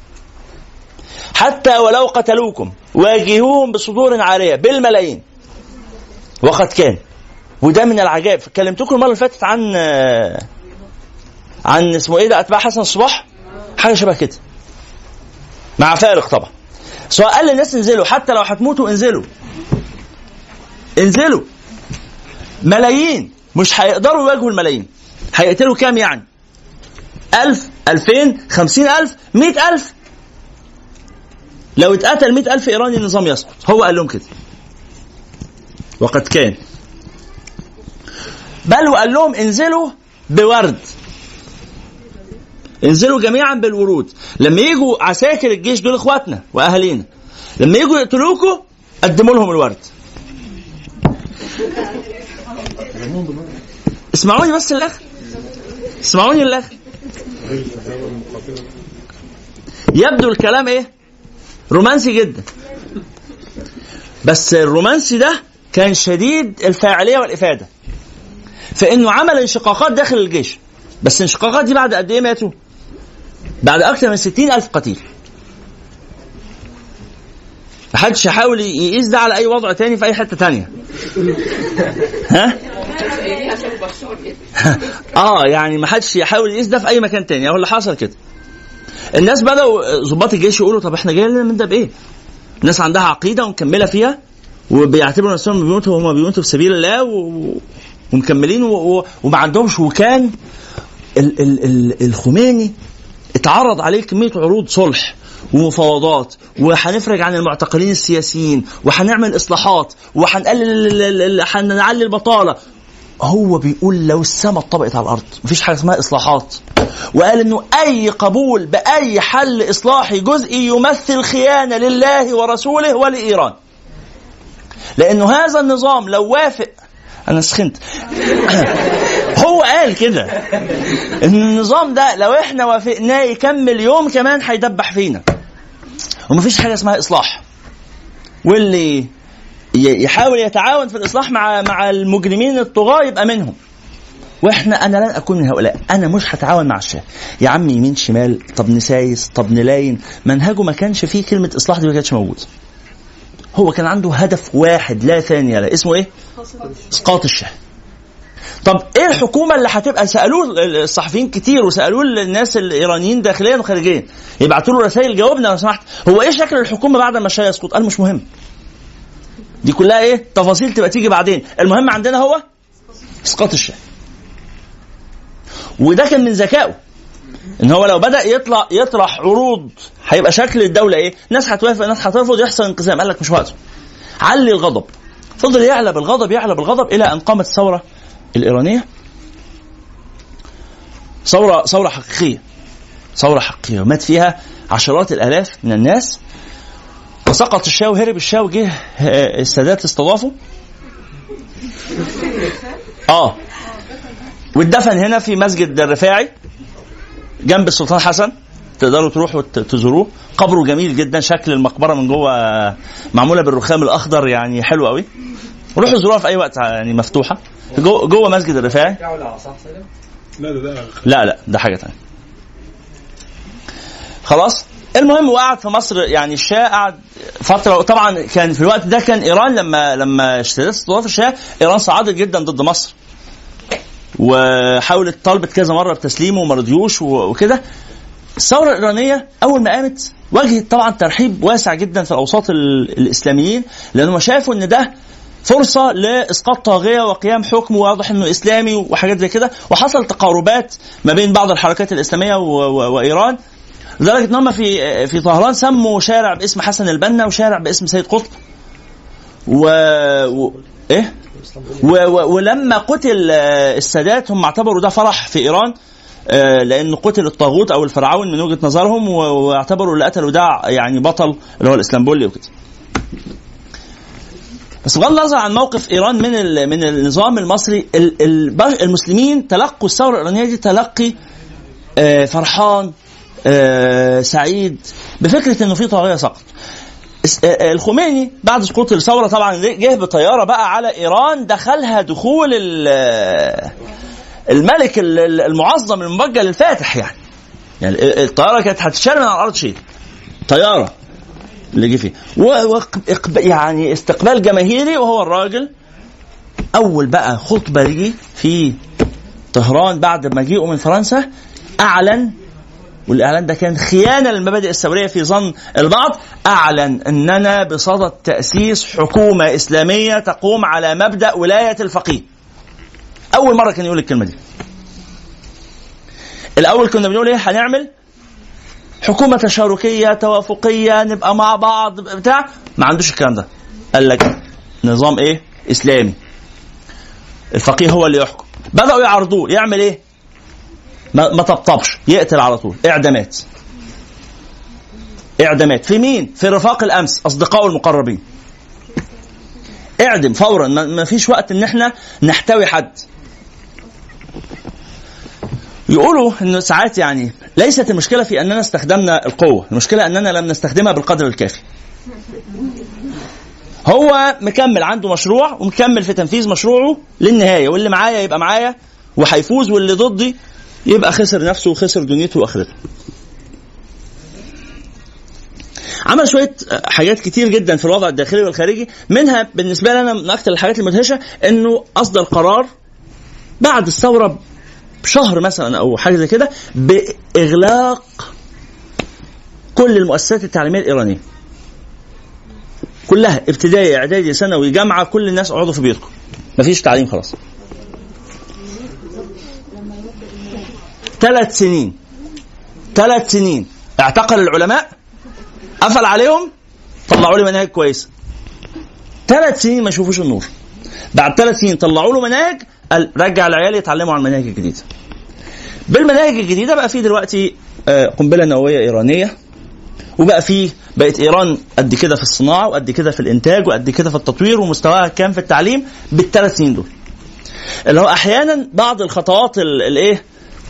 حتى ولو قتلوكم، واجهوهم بصدور عارية بالملايين. وقد كان وده من العجائب. كلمتكم المره اللي فاتت عن اسمه ايه ده، اتباع حسن الصباح، حاجه شبه كده مع فارق طبعا. سواء قال للناس انزلوا، حتى لو هتموتوا انزلوا ملايين، مش هيقدروا يواجهوا الملايين. هيقتلوا كام يعني؟ 1000 2000 50,000 100,000. لو اتقتل 100,000 إيراني النظام يسقط. هو قال لهم كده وقد كان. بل وقال لهم انزلوا بورد، انزلوا جميعا بالورود. لما يجوا عساكر الجيش دول اخواتنا واهالينا، لما يجوا يقتلوكوا قدموا لهم الورد. اسمعوني بس للاخر، اسمعوني للاخر. يبدو الكلام ايه؟ رومانسي جدا، بس الرومانسي ده كان شديد الفاعلية والإفادة، فإنه عمل انشقاقات داخل الجيش. بس انشقاقات دي بعد قد ايه ماتوا؟ بعد أكثر من 60,000 قتيل. محدش يحاول يقيس ده على أي وضع تاني في أي حتة تانية. ها؟ يعني محدش يحاول يقيس ده في أي مكان تاني. هو اللي حصل كده. الناس بدأوا ضباط الجيش يقولوا طب احنا جايين لنا من ده بإيه؟ الناس عندها عقيدة ومكملة فيها، وبيعتبروا نفسهم بيموتوا وهم بيموتوا في سبيل الله ومكملين وما عندهمش. وكان الخميني اتعرض عليه كمية عروض صلح ومفاوضات، وحنفرج عن المعتقلين السياسيين، وحنعمل إصلاحات، وحنعلي البطالة. هو بيقول لو السماء اتطبقت على الأرض مفيش حاجة اسمها إصلاحات. وقال إنه أي قبول بأي حل إصلاحي جزئي يمثل خيانة لله ورسوله ولإيران، لأنه هذا النظام لو وافق. أنا سخنت. هو قال كده إن النظام ده لو إحنا وافقناه يكمل يوم كمان هيدبح فينا، ومفيش حاجة اسمها إصلاح. واللي يحاول يتعاون في الإصلاح مع المجرمين الطغاة يبقى منهم. أنا لن أكون من هؤلاء. أنا مش هتعاون مع الشاه يا عم، يمين شمال، طب نسايس، طب نلاين. منهجه ما كانش فيه كلمة إصلاح دي، ما كانتش موجود. هو كان عنده هدف واحد لا ثاني له، اسمه إيه؟ إسقاط الشاه. طب إيه الحكومة اللي هتبقى؟ سألوه الصحفيين كتير، وسألوه الناس الإيرانيين داخليا وخارجيا، يبعتوا له رسائل جاوبنا لو سمحت، هو إيه شكل الحكومة بعد ما الشاه يسقط؟ قال مش مهم، دي كلها إيه تفاصيل تبقى تيجي بعدين، المهم عندنا هو إسقاط الشاه. وده كان من ذكائه، ان هو لو بدأ يطرح عروض هيبقى شكل الدولة ايه، ناس هتوافق ناس هترفض، يحصل انقسام. قال لك مش وقته، علي الغضب. فضل يعلى بالغضب الى ان قامت الثورة الإيرانية، ثورة حقيقية، ومات فيها عشرات الآلاف من الناس. وسقط الشاه وهرب الشاه، وجه السادات استضافه واتدفن هنا في مسجد الرفاعي جنب السلطان حسن. تقدروا تروحوا تزوروه، قبره جميل جدا، شكل المقبرة من جوه معمولة بالرخام الأخضر، يعني حلو قوي. روحوا زوروها في أي وقت، يعني مفتوحة جوه مسجد الرفاعي. لا ده حاجة تانية خلاص. المهم وقعد في مصر، يعني الشاه قعد فترة. طبعا كان في الوقت ده كان إيران لما اشتدت استضافة الشاه، إيران صعدت جدا ضد مصر، وحاولت طلبت كذا مرة بتسليمه وما رضيوش وكده. الثورة الإيرانية أول ما قامت واجهت طبعا ترحيب واسع جدا في الأوساط الإسلاميين، لأنهم شافوا إن ده فرصة لإسقاط طاغية وقيام حكم واضح إنه إسلامي وحاجات زي كده. وحصل تقاربات ما بين بعض الحركات الإسلامية وإيران، لدرجة إن هم في طهران سموا شارع باسم حسن البنا وشارع باسم سيد قطب. ولما قتل السادات هم اعتبروا ده فرح في إيران، لأنه قتل الطاغوت أو الفرعون من وجهة نظرهم، واعتبروا اللي قتلوا ده يعني بطل اللي هو الإسلامبولي وكده. بس بغض النظر عن موقف إيران من النظام المصري، المسلمين تلقوا الثورة الإيرانية دي تلقي فرحان سعيد بفكرة إنه في طاغية سقط. الخميني بعد سقوط الثورة طبعا جه بطيارة بقى على إيران، دخلها دخول الملك المعظم المبجل الفاتح، يعني الطيارة كانت هتشال من على الأرض شيء، طيارة اللي جه فيه، يعني استقبال جماهيري. وهو الراجل أول بقى خطبة لي في طهران بعد ما جيئوا من فرنسا أعلن، والإعلان ده كان خيانة للمبادئ الثورية في ظن البعض، أعلن أننا بصدد تأسيس حكومة إسلامية تقوم على مبدأ ولاية الفقيه. أول مرة كان يقول الكلمة دي. الأول كنا بنقول إيه؟ هنعمل حكومة تشاركية توافقية نبقى مع بعض بتاع، ما عندوش الكلام ده. قال لك نظام إيه؟ إسلامي، الفقيه هو اللي يحكم. بدأوا يعرضوه، يعمل إيه؟ ما طبطبش، يقتل على طول. إعدامات في مين؟ في رفاق الأمس، أصدقائه المقربين. اعدم فورا، ما فيش وقت إن احنا نحتوي حد. يقولوا إنه ساعات يعني ليست المشكلة في أننا استخدمنا القوة، المشكلة أننا لم نستخدمها بالقدر الكافي. هو مكمل عنده مشروع ومكمل في تنفيذ مشروعه للنهاية، واللي معايا يبقى معايا وهيفوز، واللي ضدي يبقى خسر نفسه وخسر دنيته وآخرته. عمل شوية حاجات كتير جدا في الوضع الداخلي والخارجي، منها بالنسبة لنا من أكثر الحاجات المدهشة إنه أصدر قرار بعد الثورة بشهر مثلا أو حاجة زي كده بإغلاق كل المؤسسات التعليمية الإيرانية كلها، ابتدائي إعدادي ثانوي جامعة، كل الناس اقعدوا في بيوتكم، مفيش تعليم خلاص. 3 سنين اعتقل العلماء، قفل عليهم، طلعوا لي مناهج كويسة. 3 سنين ما يشوفوش النور. بعد 3 سنين طلعوا له مناهج، رجع العيال يتعلموا عن المناهج الجديدة. بالمناهج الجديدة بقى فيه دلوقتي قنبلة نووية إيرانية، وبقى فيه بقت إيران قد كده في الصناعة وقد كده في الإنتاج وقد كده في التطوير، ومستواها كام في التعليم بال3 سنين دول. اللي هو أحيانا بعض الخطوات الإيه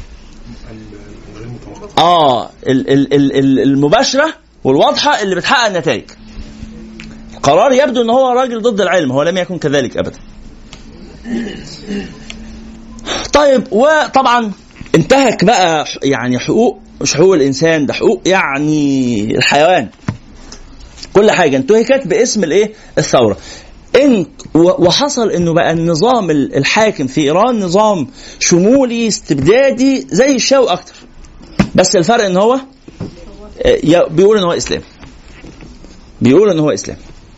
المباشرة والواضحة اللي بتحقق النتائج. القرار يبدو أنه هو راجل ضد العلم، هو لم يكن كذلك أبدا. طيب، وطبعا انتهك بقى يعني حقوق، مش حقوق الإنسان، ده حقوق يعني الحيوان، كل حاجة انتهكت باسم الايه الثورة. وحصل انه بقى النظام الحاكم في إيران نظام شمولي استبدادي زي الشاو اكتر، بس الفرق ان هو بيقول ان هو اسلامي، بيقول ان هو اسلامي.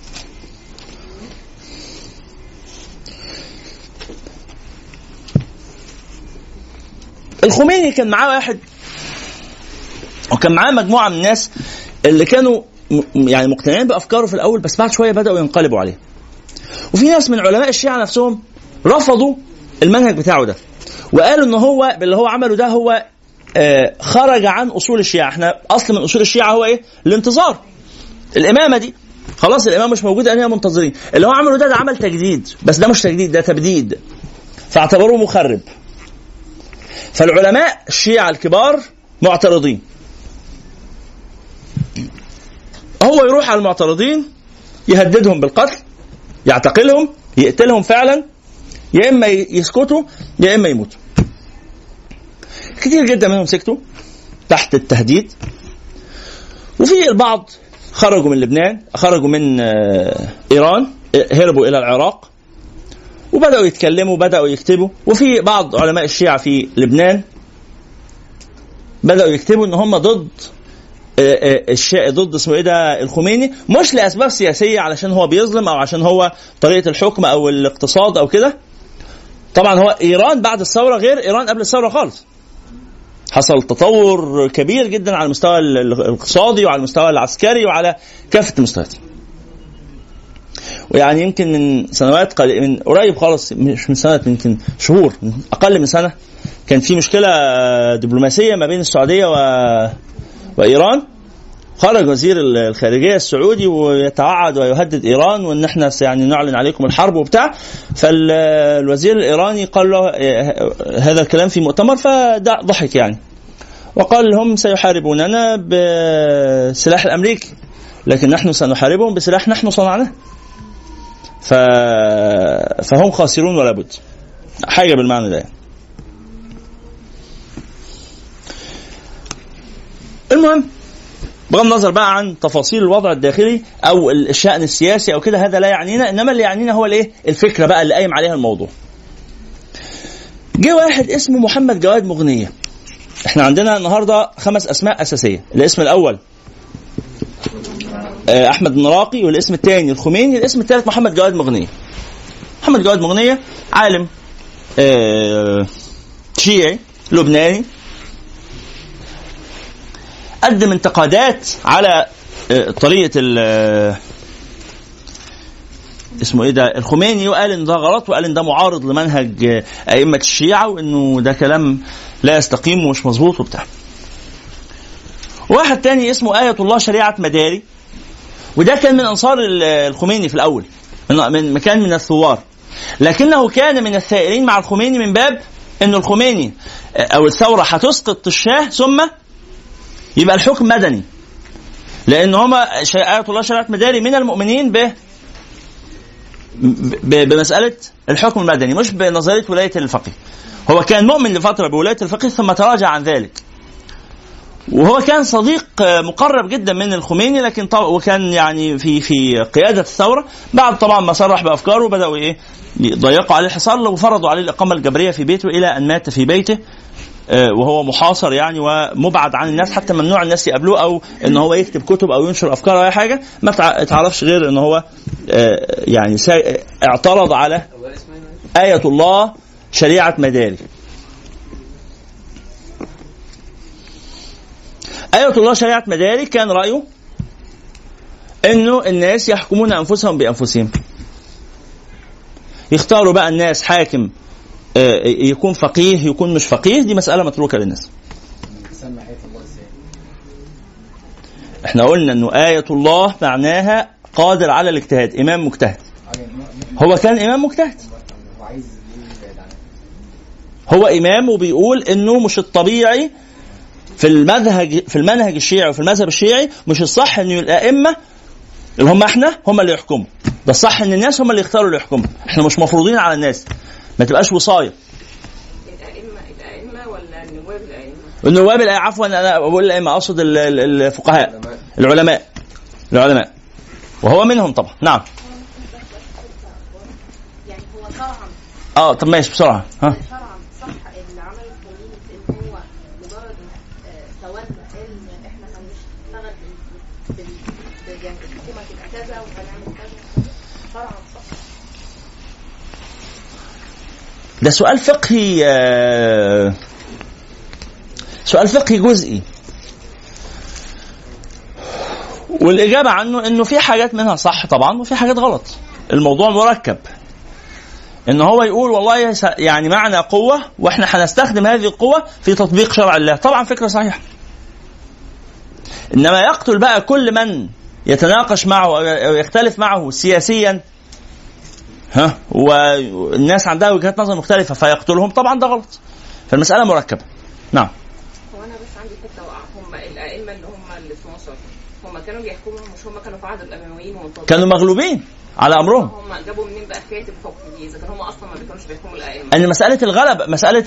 الخميني كان معاه واحد، وكان معاه مجموعة من الناس اللي كانوا يعني مقتنعين بأفكاره في الأول، بس بعد شوية بدأوا ينقلبوا عليه. وفي ناس من علماء الشيعة نفسهم رفضوا المنهج بتاعه ده، وقالوا إن هو باللي هو عمله ده هو خرج عن أصول الشيعة. احنا أصل من أصول الشيعة هو إيه؟ الانتظار، الإمامة دي خلاص الإمام مش موجود، أننا منتظرين. اللي هو عمله ده عمل تجديد، بس ده مش تجديد، ده تبديد، فاعتبروه مخرب. فالعلماء الشيعة الكبار معترضين، هو يروح على المعترضين يهددهم بالقتل، يعتقلهم، يقتلهم فعلا، يا إما يسكتوا يا إما يموتوا. كتير جدا منهم سكتوا تحت التهديد، وفي البعض خرجوا من لبنان، خرجوا من إيران، هربوا إلى العراق وبدأوا يتكلموا، بدأوا يكتبوا. وفي بعض علماء الشيعة في لبنان بدأوا يكتبوا إن هم ضد ضد اسمه ايه ده الخميني، مش لأسباب سياسية علشان هو بيظلم أو عشان هو طريقة الحكم أو الاقتصاد أو كده. طبعا هو إيران بعد الثورة غير إيران قبل الثورة خالص، حصل تطور كبير جدا على المستوى الاقتصادي وعلى المستوى العسكري وعلى كافة المستويات. ويعني يمكن من سنوات من قريب خالص، مش من سنة، يمكن شهور، أقل من سنة، كان في مشكلة دبلوماسية ما بين السعودية وإيران. خرج وزير الخارجية السعودي ويتوعد ويهدد إيران وإن احنا يعني نعلن عليكم الحرب وبتاع. فالوزير الإيراني قال له هذا الكلام في مؤتمر، فضحك يعني، وقال هم سيحاربوننا بسلاح الأمريكي، لكن نحن سنحاربهم بسلاح نحن صنعناه، فهم خاسرون ولا بد، حاجة بالمعنى ده. المهم بغض النظر بقى عن تفاصيل الوضع الداخلي او الشأن السياسي او كده، هذا لا يعنينا، انما اللي يعنينا هو الايه؟ الفكره بقى اللي قايم عليها الموضوع. جه واحد اسمه محمد جواد مغنية. احنا عندنا النهارده 5 اسماء اساسيه. الاسم الاول احمد بن راقي، والاسم الثاني الخميني، الاسم الثالث محمد جواد مغنية. محمد جواد مغنية عالم شيعي لبناني، قدم انتقادات على طريقه اسمه ايه ده الخميني، وقال ان ده غلط، وقال ان ده معارض لمنهج ائمه الشيعه، وانه ده كلام لا يستقيم ومش مظبوط وبتاع. واحد تاني اسمه آية الله شريعة مداري، وده كان من انصار الخميني في الاول، كان من الثوار، لكنه كان من الثائرين مع الخميني من باب ان الخميني او الثوره هتسقط الشاه ثم يبقى الحكم مدني، لان هما آية الله شريعة مداري من المؤمنين بمسألة الحكم المدني، مش بنظرية ولاية الفقيه. هو كان مؤمن لفترة بولاية الفقيه ثم تراجع عن ذلك، وهو كان صديق مقرب جدا من الخميني، لكن وكان يعني في قيادة الثورة. بعد طبعا ما صرح بأفكاره بدأوا يضيقوا عليه الحصار وفرضوا عليه الإقامة الجبرية في بيته إلى أن مات في بيته وهو محاصر يعني ومبعد عن الناس، حتى ممنوع الناس يقابلوه او ان هو يكتب كتب او ينشر افكار او اي حاجه. ما تعرفش غير ان هو يعني اعترض على آية الله شريعة مداري. آية الله شريعة مداري كان رأيه انه الناس يحكمون انفسهم بانفسهم، يختاروا بقى الناس حاكم يكون فقيه يكون مش فقيه، دي مسألة متروكة للناس. احنا قلنا انه آية الله معناها قادر على الاجتهاد، امام مجتهد. هو كان امام مجتهد، هو امام، وبيقول انه مش الطبيعي في المنهج الشيعي وفي المذهب الشيعي مش الصح ان الائمه اللي هم احنا هم اللي يحكموا، ده الصح ان الناس هم اللي يختاروا اللي يحكموا، احنا مش مفروضين على الناس، ما تبقاش وصايه. الائمه ولا النواب؟ النواب عفوا، انا بقول الائمه اقصد الفقهاء العلماء وهو منهم طبعا. نعم. يعني هو شرعا طب ماشي بسرعه. شرعا صح اللي عمل الخميني في ان هو مجرد تولى ان احنا هنشتغل يعني الحكومه تبقى كذا وهنعمل كذا، شرعا صح؟ ده سؤال فقهي جزئي، والإجابة عنه إنه في حاجات منها صح طبعا وفي حاجات غلط. الموضوع مركب، إن هو يقول والله يعني معنى قوة وإحنا هنستخدم هذه القوة في تطبيق شرع الله، طبعا فكرة صحيحة. إنما يقتل بقى كل من يتناقش معه أو يختلف معه سياسيا والناس عندها وجهات نظر مختلفة فيقتلهم، طبعا ده غلط. فالمسألة مركبة. نعم. هو أنا بس عندي فكرة هم الأئمة اللي في مصر هم كانوا بيحكموا، مش هم كانوا في عهد الأمويين كانوا مغلوبين على أمرهم. هم جابوا منين بقى حكاية الحكم دي إذا كانوا هم أصلا ما كانوش بيحكموا الأئمة؟ أن مسألة الغلبة، مسألة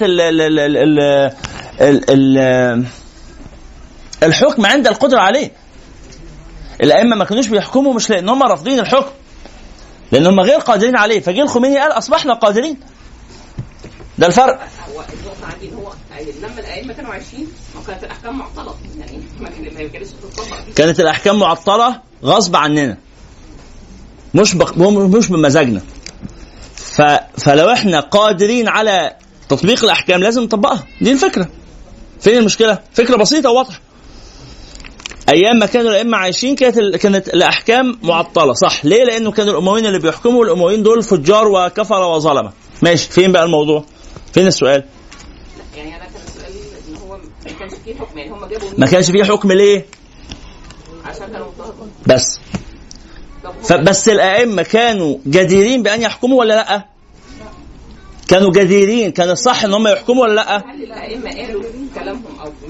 الحكم عند القدرة عليه. الأئمة ما كانوش بيحكموا مش لأن هم رافضين الحكم، لأن هم غير قادرين عليه، فجي الخميني قال أصبحنا قادرين. ده الفرق. هو النقطة عندي هو لما الأئمة كانوا عايشين كانت الأحكام معطلة، يعني ما كانتش تطبق. كانت الأحكام معطلة غصب عننا، مش بمزاجنا. فلو احنا قادرين على تطبيق الأحكام لازم نطبقها. دي الفكرة. فين المشكلة؟ فكرة بسيطة وواضحة. أيام ما كانوا الأئمة عايشين كانت الأحكام معطلة، صح؟ ليه؟ لأنه كانوا الأمويين اللي بيحكموا، والأمويين دول فجار وكفر وظلمة. ماشي، فين بقى الموضوع؟ فين السؤال؟ يعني أنا كان السؤال إن هو ما كانش فيه حكم، يعني هم جابوا ما كانش فيه حكم ليه؟ عشان كانوا مضطهدين بس. فبس الأئمة كانوا جديرين بأن يحكموا ولا لأ؟ كانوا جديرين، كان الصح إن هم يحكموا ولا لأ؟ هل الأئمة قالوا كلامهم أو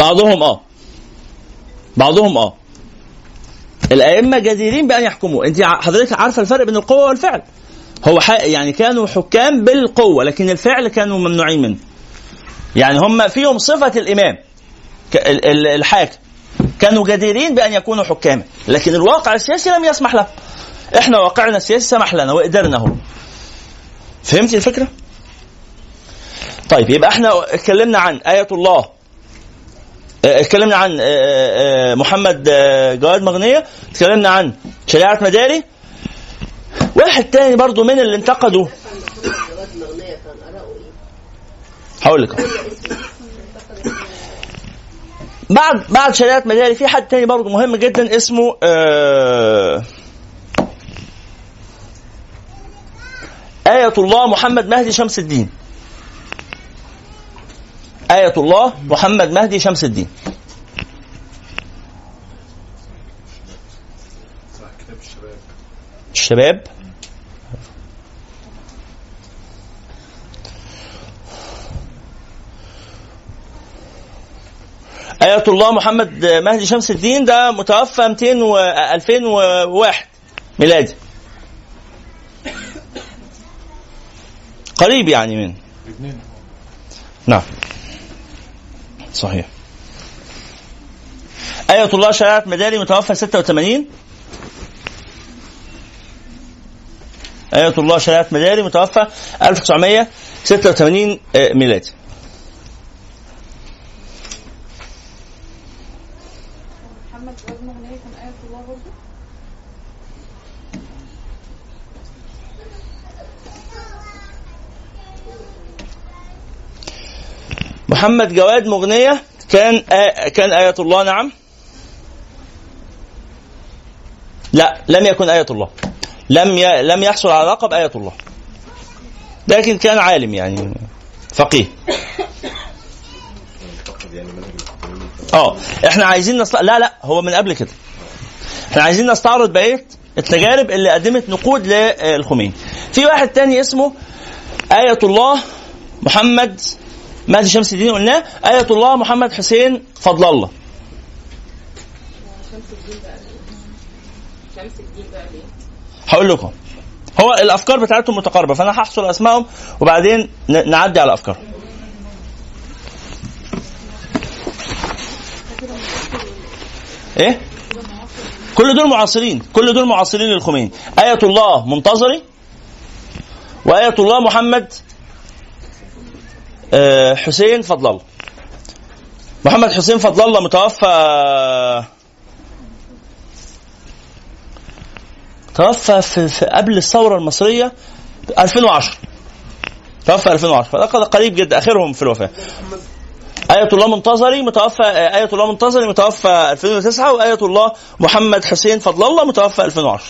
بعضهم الأئمة جديرين بأن يحكموا. أنت حضرتك عارفة الفرق بين القوة والفعل. هو يعني كانوا حكام بالقوة، لكن الفعل كانوا ممنوعين منه. يعني هم فيهم صفة الإمام الحاكم، كانوا جديرين بأن يكونوا حكاما، لكن الواقع السياسي لم يسمح له. احنا واقعنا السياسي سمح لنا وقدرنا هو. فهمتي الفكرة؟ طيب يبقى احنا اتكلمنا عن آية الله، اتكلمنا عن محمد جواد مغنية، اتكلمنا عن شريعة مداري. واحد تاني برضو من اللي انتقدوا، هقول لك بعد شريعة مداري في حد تاني برضو مهم جدا اسمه آية الله محمد مهدي شمس الدين. آية الله محمد مهدي شمس الدين. الشباب آية الله محمد مهدي شمس الدين ده متوفى 2001 ميلادي، قريب يعني من نعم صحيح. آية الله شريعة مداري متوفى 86. آية الله شريعة مداري متوفى 1986 ميلادي. محمد جواد مغنية كان آية الله برضه. محمد جواد مغنية كان آية الله. نعم. لا لم يكن آية الله، لم يحصل على لقب آية الله، لكن كان عالم يعني فقيه. احنا عايزين لا هو من قبل كده. احنا عايزين نستعرض بقية التجارب اللي قدمت نقود للخميني. في واحد تاني اسمه آية الله محمد مهدي شمس الدين، قلناه. آية الله محمد حسين فضل الله. هقول لكم، هو الأفكار بتاعتهم متقاربة، فأنا هحصل أسمائهم وبعدين نعدي على أفكارهم. إيه؟ كل دول معاصرين للخميني. آية الله منتظري، وآية الله محمد حسين فضل الله. محمد حسين فضل الله متوفى في قبل الثورة المصرية 2010. توفى 2010، فده قريب جدا آخرهم في الوفاة. آية الله منتظري متوفى 2009، وآية الله محمد حسين فضل الله متوفى 2010.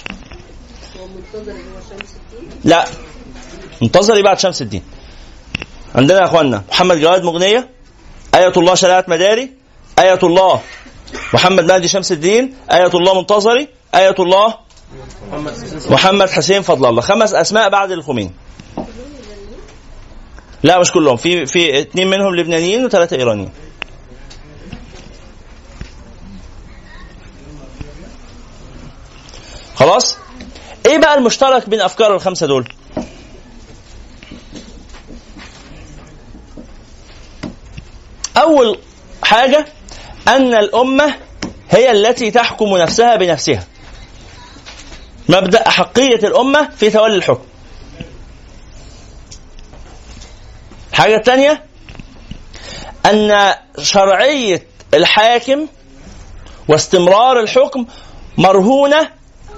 لا منتظري بعد شمس الدين. عندنا يا اخوانا محمد جواد مغنية، آية الله شريعة مداري، آية الله محمد مهدي شمس الدين، آية الله منتظري، آية الله محمد حسين فضل الله. 5 أسماء بعد الخميني. لا مش كلهم، في 2 منهم لبنانيين و3 إيرانيين. خلاص. ايه بقى المشترك بين أفكار ال5 دول؟ أول حاجة أن الأمة هي التي تحكم نفسها بنفسها، مبدأ أحقية الأمة في تولي الحكم. حاجة تانية أن شرعية الحاكم واستمرار الحكم مرهونة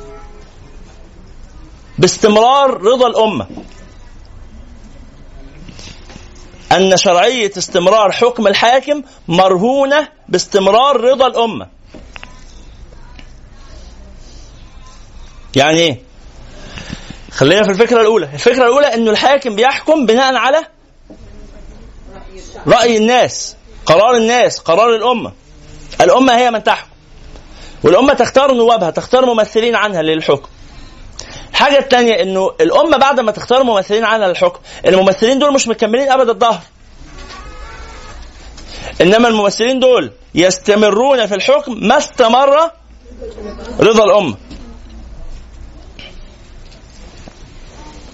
باستمرار رضا الأمة. أن شرعية استمرار حكم الحاكم مرهونة باستمرار رضا الأمة. يعني إيه؟ خلينا في الفكرة الأولى أن الحاكم بيحكم بناء على رأي الناس، قرار الناس، قرار الأمة. الأمة هي من تحكم، والأمة تختار نوابها، تختار ممثلين عنها للحكم. الحاجة الثانية أنه الأمة بعد ما تختار ممثلين عنها للحكم، الممثلين دول مش مكملين أبد الظهر، إنما الممثلين دول يستمرون في الحكم ما استمر رضا الأمة.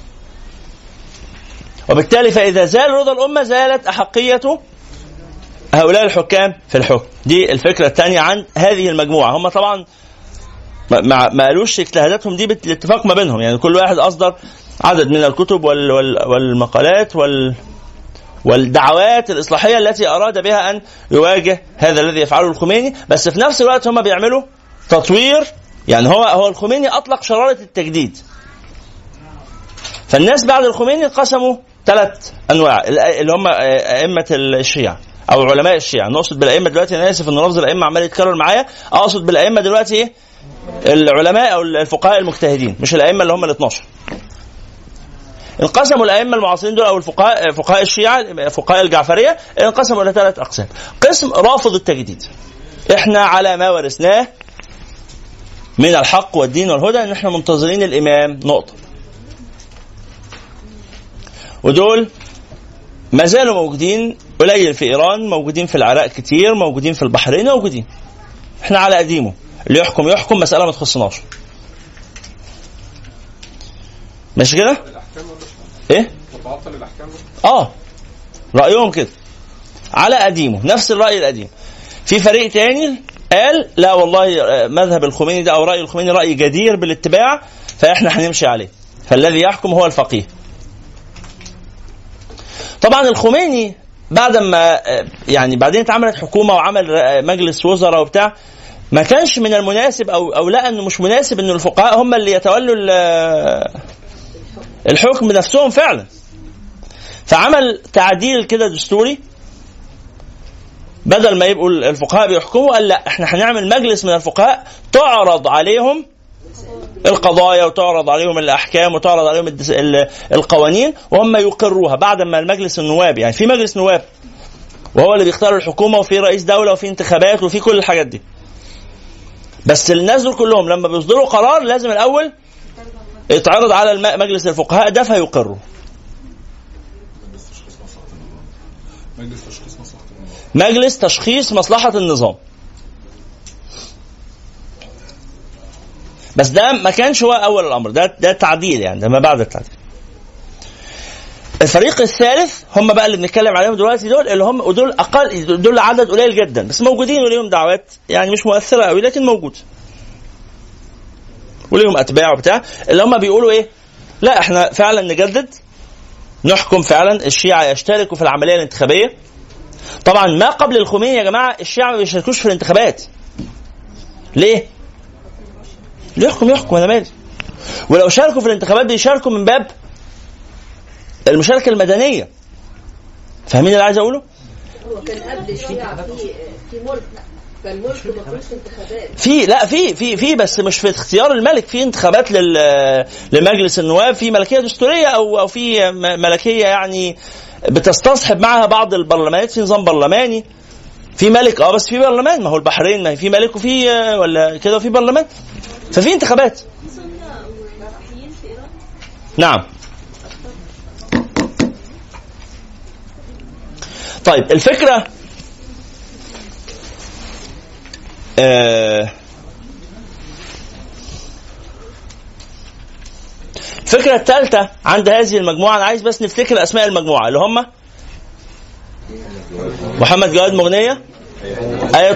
وبالتالي فإذا زال رضا الأمة زالت أحقية هؤلاء الحكام في الحكم. دي الفكرة الثانية عن هذه المجموعة. هم طبعا ما قالوش اجتهاداتهم دي بالاتفاق ما بينهم، يعني كل واحد أصدر عدد من الكتب والمقالات والدعوات الإصلاحية التي أراد بها أن يواجه هذا الذي يفعله الخميني، بس في نفس الوقت هم بيعملوا تطوير. يعني هو الخميني أطلق شرارة التجديد، فالناس بعد الخميني قسموا 3 أنواع اللي هم أئمة الشيعة أو علماء الشيعة. نقصد بالأئمة دلوقتي، أنا آسف إن لفظ الأئمة عمال يتكرر معايا، أقصد بالأئمة دلوقتي إيه؟ العلماء أو الفقهاء المجتهدين، مش الأئمة اللي هم ال12. انقسموا الأئمة المعاصرين دول أو فقهاء الشيعة، فقهاء الجعفرية، انقسموا إلى 3 أقسام. قسم رافض التجديد، إحنا على ما ورثناه من الحق والدين والهدى، إن إحنا منتظرين الإمام نقطة. ودول ما زالوا موجودين، قليل في إيران، موجودين في العراق كتير، موجودين في البحرين، موجودين. إحنا على قديمه، اللي يحكم مسألة ما تخصناش. مش كده؟ إيه؟ رأيهم كده على قديمه، نفس الرأي القديم. في فريق تاني قال لا والله مذهب الخميني ده أو رأي الخميني رأي جدير بالاتباع، فإحنا هنمشي عليه، فالذي يحكم هو الفقيه. طبعا الخميني بعد ما يعني بعدين اتعملت حكومة وعمل مجلس وزراء وبتاع، ما كانش من المناسب أو لا أنه مش مناسب أن الفقهاء هم اللي يتولوا الحكم بنفسهم فعلا. فعمل تعديل كده دستوري، بدل ما يبقوا الفقهاء بيحكموا قال لا، احنا هنعمل مجلس من الفقهاء تعرض عليهم القضايا وتعرض عليهم الأحكام وتعرض عليهم القوانين، وهم يقروها بعد ما المجلس النواب، يعني في مجلس نواب وهو اللي بيختار الحكومة، وفي رئيس دولة وفي انتخابات وفي كل الحاجات دي. بس الناس دول كلهم لما بيصدروا قرار لازم الأول يتعرض على مجلس الفقهاء ده فيقروا. مجلس تشخيص مصلحة النظام. بس ده ما كانش هو أول الأمر، ده تعديل، يعني ده ما بعد التعديل. الفريق الثالث هم بقى اللي بنتكلم عليهم دلوقتي، دول اللي هم ودول أقل، دول عدد قليل جدا بس موجودين وليهم دعوات يعني مش مؤثرة قوي لكن موجود وليهم أتباع وبتاع، اللي هم بيقولوا إيه؟ لا إحنا فعلا نجدد، نحكم فعلا، الشيعة يشتركوا في العملية الانتخابية. طبعا ما قبل الخميني يا جماعة الشيعة ما بيشاركوش في الانتخابات. ليه؟ يحكم أنا مالي. ولو شاركوا في الانتخابات بيشاركوا من باب المشاركة المدنية. فاهمين اللي عايز أقوله؟ هو كان قبل الشيعة في ملك، فالملك ما فيهوش انتخابات. في بس مش في اختيار الملك، في انتخابات لمجلس النواب، في ملكية دستورية أو في ملكية يعني بتستصحب معها بعض البرلمانات، في نظام برلماني، في ملك بس في برلمان. ما هو البحرين ما في ملك وفي ولا كده وفي برلمان، ففي انتخابات. نعم. طيب الفكرة الفكرة الثالثة عند هذه المجموعة، أنا عايز بس نفتكر أسماء المجموعة اللي هم محمد جواد مغنية، آية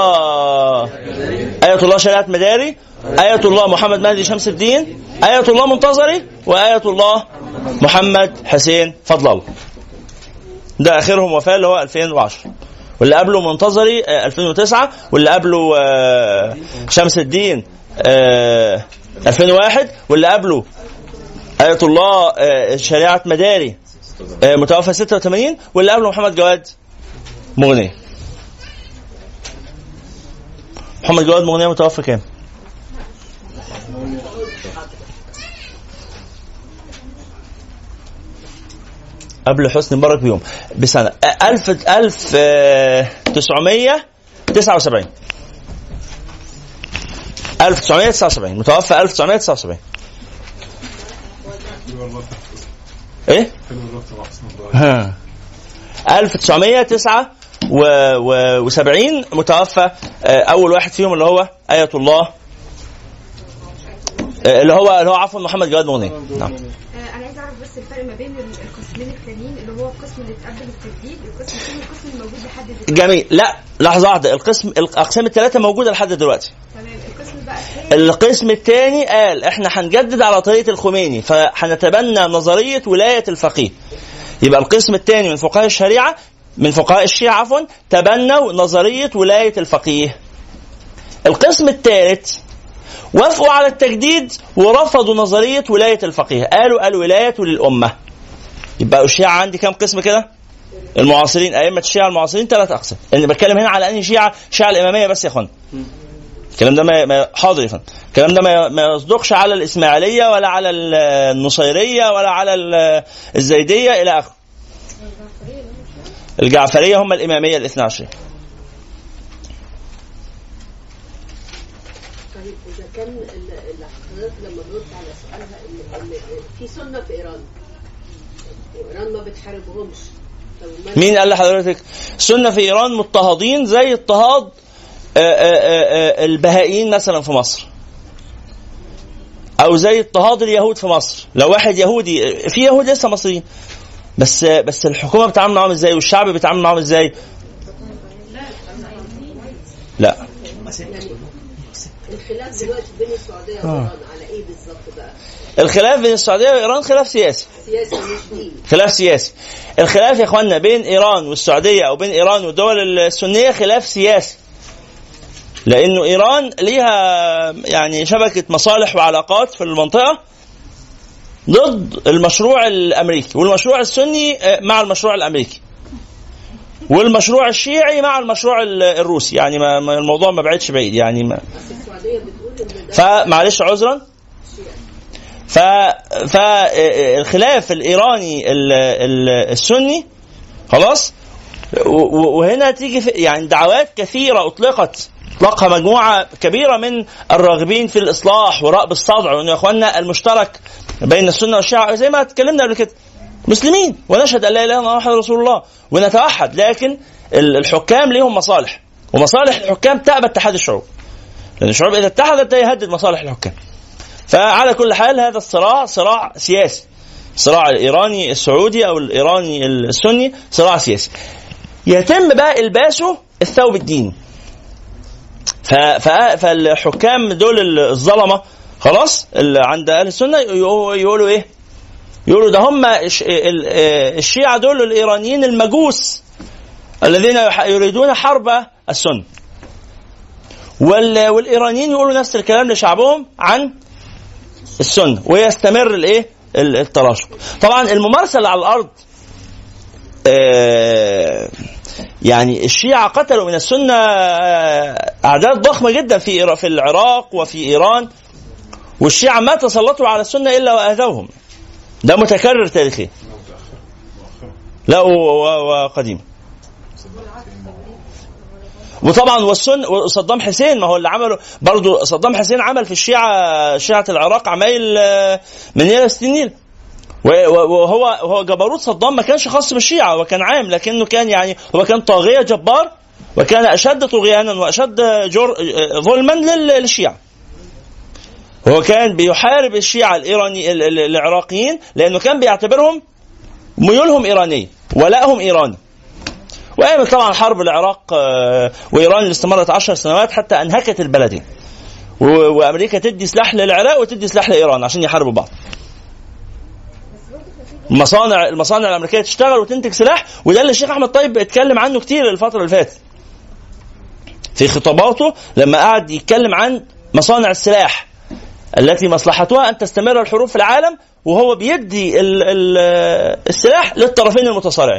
الله شريعة مداري، آية الله محمد مهدي شمس الدين، آية الله منتظري، وآية الله محمد حسين فضل الله. ده آخرهم وفاة اللي هو 2010، واللي قبله منتظري 2009، واللي قبله شمس الدين 2001، واللي قبله آية الله شريعة مداري متوفى 86، واللي قبله محمد جواد مغنية. محمد جواد مغنية متوفى كام؟ قبل حسني مبارك بيوم بسنة 1979 متوفى 1979. ايه 1979 متوفى اول واحد فيهم اللي هو آية الله اللي هو عفوا محمد جواد مغني. نعم. انا عايز اعرف بس الفرق ما بين القسمين الثانيين اللي هو القسم اللي اتقبل التجديد والقسم الثاني القسم الموجود لحد دلوقتي. جميل. لا لحظه واحده، الاقسام الثلاثه موجوده لحد دلوقتي. تمام. القسم بقى الثاني، القسم الثاني قال احنا هنجدد على طريقه الخميني، فهنتبنى نظريه ولايه الفقيه. يبقى القسم الثاني من فقهاء الشريعه، من فقهاء الشيعة عفوا، تبنوا نظريه ولايه الفقيه. القسم الثالث وافقوا على التجديد ورفضوا نظريه ولايه الفقيه، قالوا الولايه للامه. يبقى الشيعة عندي كم قسم كده؟ المعاصرين، ائمه الشيعة المعاصرين 3 اقسام. انا بتكلم هنا على انهي شيعة؟ الشيعة الاماميه بس يا اخوان. الكلام ده ما حاضر يا فندم، الكلام ده ما يصدقش على الاسماعيليه ولا على النصيريه ولا على الزيديه الى اخره. الجعفريه هم الاماميه ال12. طيب اذا كان حضرتك لما بنرد على سؤالها في سنه في ايران وايران ما بتحاربهمش، مين قال لحضرتك؟ سنه في ايران مضطهدين زي اضطهاد البهائيين مثلا في مصر، او زي اضطهاد اليهود في مصر. لو واحد يهودي، في يهود لسه مصريين، بس الحكومه بتعامل معاهم ازاي والشعب بيتعامل معاهم ازاي؟ لا. الخلاف دلوقتي بين السعوديه وايران على ايه بالظبط بقى؟ الخلاف بين السعوديه وايران خلاف سياسي. مش دين. خلاف سياسي. الخلاف يا اخوانا بين ايران والسعوديه او بين ايران والدول السنيه خلاف سياسي، لانه ايران ليها يعني شبكه مصالح وعلاقات في المنطقه ضد المشروع الامريكي، والمشروع السني مع المشروع الامريكي، والمشروع الشيعي مع المشروع الروسي. يعني الموضوع ما بعدش بعيد يعني فمعلش عذرا. فالخلاف الايراني السني خلاص. وهنا تيجي يعني دعوات كثيره اطلقها مجموعه كبيره من الراغبين في الاصلاح ورأب الصدع، وانه يا اخواننا المشترك بين السنه والشيعه زي ما اتكلمنا قبل كده، مسلمين ونشهد ان لا اله الا الله محمد رسول الله ونتوحد، لكن الحكام ليهم مصالح، ومصالح الحكام تأبى اتحاد الشعوب، لان الشعوب اذا اتحدت يهدد مصالح الحكام. فعلى كل حال هذا الصراع صراع سياسي، صراع الايراني السعودي او الايراني السني صراع سياسي يتم بقى الباسه الثوب الديني. فالحكام دول الظلمه خلاص اللي عند اهل السنه يقولوا ايه؟ يقولوا ده هم الشيعة دول الايرانيين المجوس الذين يريدون حرب السنه، والايرانيين يقولوا نفس الكلام لشعبهم عن السنه، ويستمر الايه التراشق. طبعا الممارسه اللي على الارض يعني الشيعة قتلوا من السنة أعداد ضخمة جدا في العراق وفي إيران، والشيعة ما تسلطوا على السنة إلا وآذوهم. ده متكرر تاريخيا لا وقديم. وطبعا وصدام حسين، ما هو اللي عمله برضو صدام حسين، عمل في شيعة العراق عمايل من يلا السنين. وهو جبروت صدام ما كانش خاص بالشيعة وكان عام، لكنه كان يعني هو كان طاغية جبار، وكان أشد طغيانا وأشد ظلما للشيعة. هو كان بيحارب الشيعة العراقيين لأنه كان بيعتبرهم ميولهم إيرانية ولائهم إيراني. وقامت طبعا حرب العراق وإيران اللي استمرت 10 سنوات حتى أنهكت البلدين، وأمريكا تدي سلاح للعراق وتدي سلاح لإيران عشان يحاربوا بعض. المصانع الأمريكية تشتغل وتنتج سلاح، وده اللي الشيخ أحمد طيب اتكلم عنه كتير الفترة اللي فاتت في خطاباته، لما قعد يتكلم عن مصانع السلاح التي مصلحتها أن تستمر الحروب في العالم، وهو بيدي السلاح للطرفين المتصارعين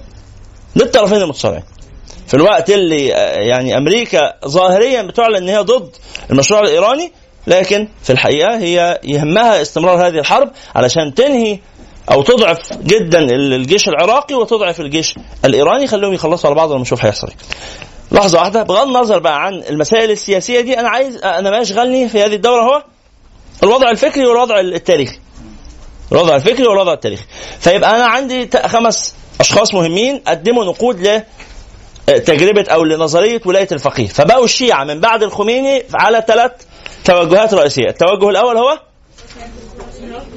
في الوقت اللي يعني أمريكا ظاهريا بتعلن أن هي ضد المشروع الإيراني، لكن في الحقيقة هي يهمها استمرار هذه الحرب علشان تنهي أو تضعف جدا الجيش العراقي وتضعف الجيش الإيراني. خليهم يخلصوا على بعض ولما نشوف هيحصل. لحظة واحدة، بغض النظر بقى عن المسائل السياسية دي، أنا ما يشغلني في هذه الدورة هو الوضع الفكري والوضع التاريخي. فيبقى أنا عندي 5 أشخاص مهمين قدموا نقود لتجربة أو لنظرية ولاية الفقيه. فبقوا الشيعة من بعد الخميني على 3 توجهات رئيسية. التوجه الأول هو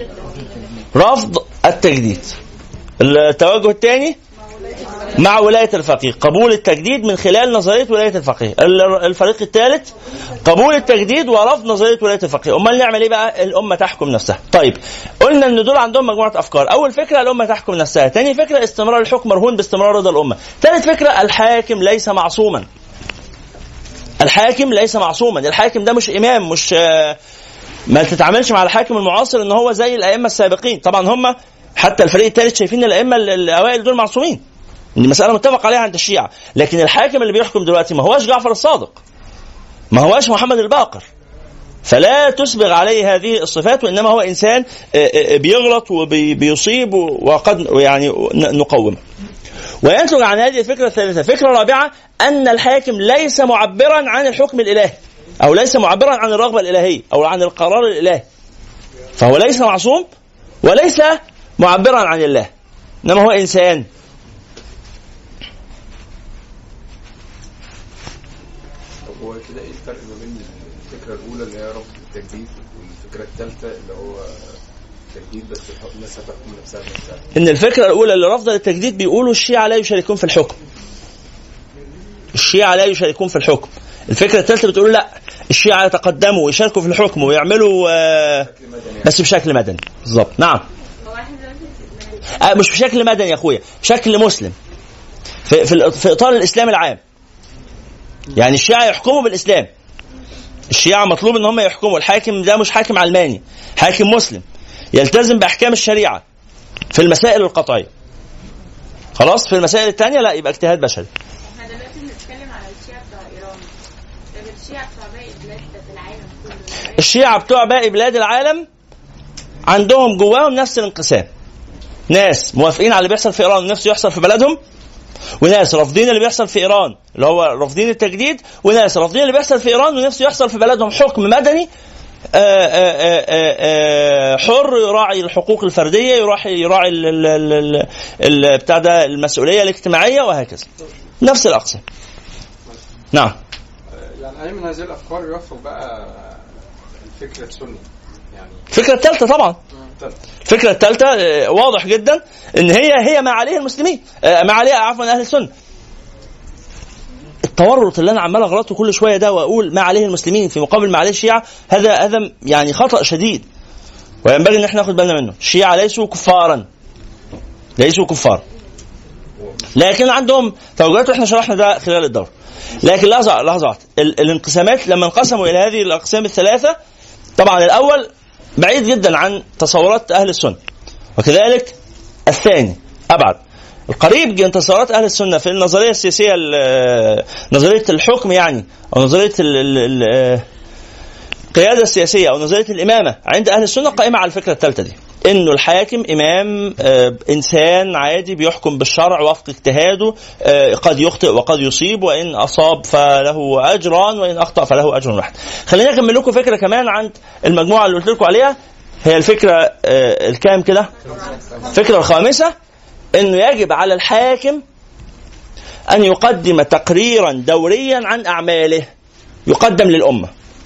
رفض التجديد. التوجه الثاني مع ولاية الفقيه، قبول التجديد من خلال نظرية ولاية الفقيه. الفريق الثالث قبول التجديد ورفض نظرية ولاية الفقيه. امال نعمل ايه بقى؟ الامة تحكم نفسها. طيب قلنا ان دول عندهم مجموعة افكار. اول فكرة الامة تحكم نفسها، ثاني فكرة استمرار الحكم مرهون باستمرار رضا الامة، ثالث فكرة الحاكم ليس معصوما. الحاكم ليس معصوما، الحاكم ده مش امام، مش ما تتعاملش مع الحاكم المعاصر ان هو زي الائمة السابقين. طبعا هم حتى الفريق الثالث شايفين الائمة الاوائل دول معصومين، دي مسألة متفق عليها عند الشيعة. لكن الحاكم اللي بيحكم دلوقتي ما هواش جعفر الصادق، ما هواش محمد الباقر، فلا تسبغ عليه هذه الصفات، وإنما هو إنسان بيغلط وبيصيب وقد يعني نقومه. وينتج عن هذه الفكرة الثالثة فكرة رابعة، أن الحاكم ليس معبرا عن الحكم الإلهي، أو ليس معبرا عن الرغبة الإلهية أو عن القرار الإلهي، فهو ليس معصوم وليس معبرا عن الله، إنما هو إنسان. هو كده ايه الفرق ما بين الفكره الاولى اللي هي رفض التجديد والفكره الثالثه اللي هو التجديد بس الناس هتحكم نفسها بنفسها؟ ان الفكره الاولى اللي رفض التجديد بيقولوا الشيعة لا يشاركون في الحكم، الشيعة لا يشاركون في الحكم. الفكره الثالثه بتقول لا، الشيعة يتقدموا ويشاركوا في الحكم ويعملوا بس بشكل مدني. بالظبط. نعم. مش بشكل مدني يا اخويا، بشكل مسلم في اطار الاسلام العام. يعني الشيعة يحكموا بالإسلام، الشيعة مطلوب ان هم يحكموا. الحاكم ده مش حاكم علماني، حاكم مسلم يلتزم بأحكام الشريعة في المسائل القطعية. خلاص في المسائل التانية لا، يبقى اجتهاد بشري. احنا دلوقتي بنتكلم على الشيعة بتوع إيران، طب الشيعة بتوع باقي بلاد العالم كله؟ الشيعة بتوع باقي بلاد العالم عندهم جواهم نفس الانقسام، ناس موافقين على اللي بيحصل في إيران ونفسه يحصل في بلدهم، وناس رافضين اللي بيحصل في إيران اللي هو رافضين التجديد، وناس رافضين اللي بيحصل في إيران ونفسه يحصل في بلدهم حكم مدني حر يراعي الحقوق الفردية، يراعي بتاع ده المسؤولية الاجتماعية وهكذا. نفس الأقسام. نعم. يعني أي من هذه الأفكار يوافق بقى الفكرة السنة يعني؟ الفكرة الثالثة طبعا. الفكرة الثالثة واضح جدا ان هي ما عليه المسلمين، ما عليه عفوا اهل السنة. التورط اللي انا عمال اغلطه كل شوية ده واقول ما عليه المسلمين في مقابل ما عليه الشيعة، هذا يعني خطأ شديد وينبغي ان احنا ناخد بالنا منه. الشيعة ليسوا كفارا، ليسوا كفار، لكن عندهم توجهات واحنا شرحنا ده خلال الدورة. لكن لحظة الانقسامات لما انقسموا الى هذه الاقسام الثلاثة، طبعا الاول بعيد جدا عن تصورات أهل السنة، وكذلك الثاني أبعد. القريب من تصورات أهل السنة في النظرية السياسية، نظرية الحكم يعني، أو نظرية القيادة السياسية أو نظرية الإمامة عند أهل السنة قائمة على الفكرة الثالثة دي، إنه الحاكم إمام إنسان عادي بيحكم بالشرع وفق اجتهاده، قد يخطئ وقد يصيب، وإن أصاب فله أجران وإن أخطأ فله أجر واحد. خلينا أكمل لكم فكرة كمان عند المجموعة اللي قلت لكم عليها، هي الفكرة الكام كده؟ الفكرة الخامسة، إنه يجب على الحاكم أن يقدم تقريرا دوريا عن أعماله يقدم للأمة.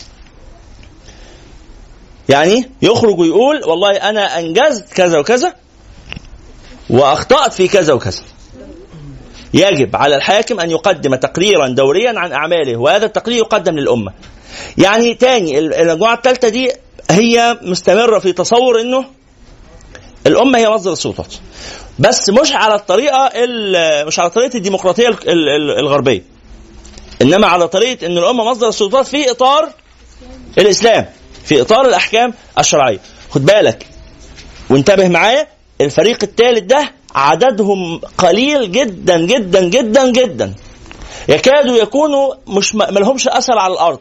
يعني يخرج ويقول والله أنا أنجزت كذا وكذا وأخطأت في كذا وكذا. يجب على الحاكم أن يقدم تقريرا دوريا عن أعماله، وهذا التقرير يقدم للأمة. يعني تاني المجموعة الثالثة دي هي مستمرة في تصور أنه الأمة هي مصدر السلطات، بس مش على الطريقة الديمقراطية الغربية، إنما على طريقة أن الأمة مصدر السلطات في إطار الإسلام، في إطار الأحكام الشرعية. خد بالك وانتبه معايا، الفريق الثالث ده عددهم قليل جدا جدا جدا جدا، يكادوا يكونوا مش ملهمش أثر على الأرض،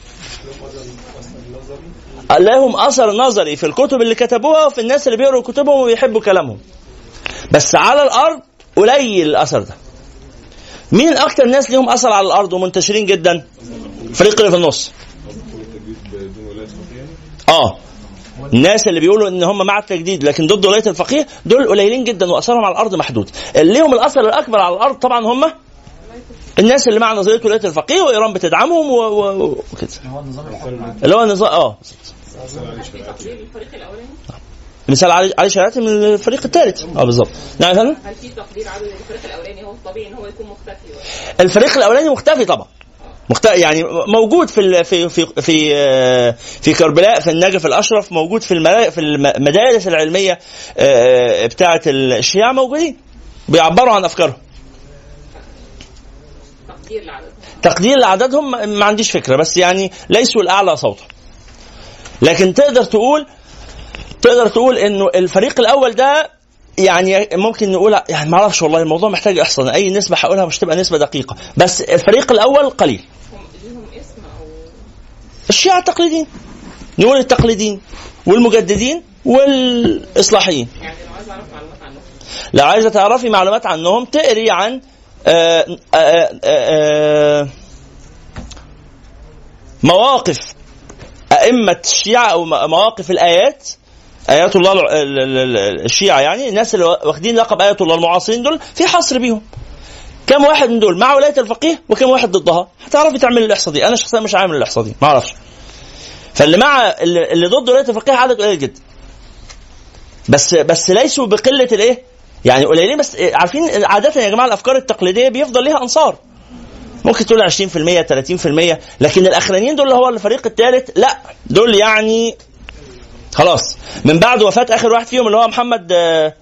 لهم أثر نظري في الكتب اللي كتبوها وفي الناس اللي بيقروا كتبهم ويحبوا كلامهم، بس على الأرض قليل الأثر ده. مين أكتر ناس لهم أثر على الأرض ومنتشرين جدا؟ الفريق اللي في النص. الناس اللي بيقولوا ان هم مع التجديد لكن ضد ولاية الفقيه، دول قليلين جدا واثرهم على الارض محدود. اللي لهم الاثر الاكبر على الارض طبعا هم الناس اللي مع نظريه ولاية الفقيه وايران بتدعمهم وكده، اللي هو النظام مثال علي شريعتي من الفريق الثالث. بالظبط. نعم. هل في تقدير عدد الفريق الاولاني هو الطبيعي ان هو يكون مختفي؟ الفريق الاولاني مختفي طبعا، يعني موجود في كربلاء، في النجف الاشرف، موجود في المدارس العلميه بتاعه الشيعة، موجودين بيعبروا عن افكارهم. تقدير لعددهم ما عنديش فكره، بس يعني ليسوا الاعلى صوتا. لكن تقدر تقول انه الفريق الاول ده يعني ممكن نقول، يعني ما اعرفش والله، الموضوع محتاج احصن، اي نسبه هقولها مش تبقى نسبه دقيقه، بس الفريق الاول قليل. الشيعة التقليديين، نقول التقليديين والمجددين والاصلاحيين. يعني لو عايز اعرف معلومات عنهم، لو عايزه تعرفي معلومات عنهم تقري عن مواقف ائمه الشيعة او مواقف الايات، آيات الله الشيعة، يعني الناس اللي واخدين لقب آيات الله المعاصرين دول في حصر بيهم. كم واحد من دول مع ولاية الفقيه وكم واحد ضدها؟ هتعرفي تعمل الإحصاء دي. أنا شخصيا مش عامل الإحصاء دي، ما أعرفش. فاللي مع اللي ضد ولاية الفقيه عدد قليل جدا، بس ليسوا بقلة الإيه، يعني قليلين، بس عارفين عادة يا جماعة الأفكار التقليدية بيفضل ليها أنصار، ممكن تقول 20% 30%، لكن الأخرانيين دول اللي هو الفريق الثالث لا، دول يعني خلاص من بعد وفاة آخر واحد فيهم اللي هو محمد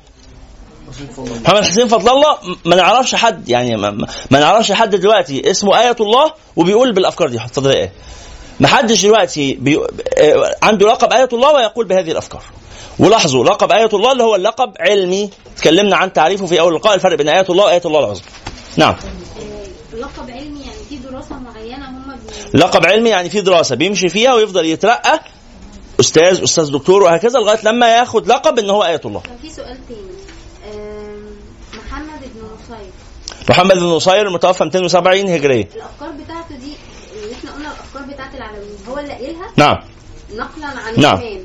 حسين فضل الله، ما نعرفش حد، يعني ما نعرفش حد دلوقتي اسمه آية الله وبيقول بالأفكار دي. فضل إيه؟ ما حدش دلوقتي عنده لقب آية الله ويقول بهذه الأفكار. ولاحظوا لقب آية الله اللي هو اللقب علمي، تكلمنا عن تعريفه في أول لقاء، الفرق بين آية الله وآية الله العظمى. نعم. لقب علمي يعني في دراسة معينة هم لقب علمي يعني في دراسة بيمشي فيها ويفضل يترقى أستاذ دكتور وهكذا لغاية لما ياخد لقب إن هو آية الله. كان في سؤال تاني، محمد بن نصير المتوفى 270 هجرية. الأفكار بتاعته دي اللي احنا قلنا الأفكار بتاعت العلويين هو اللي قايلها؟ نعم. نقلا عن الإمام.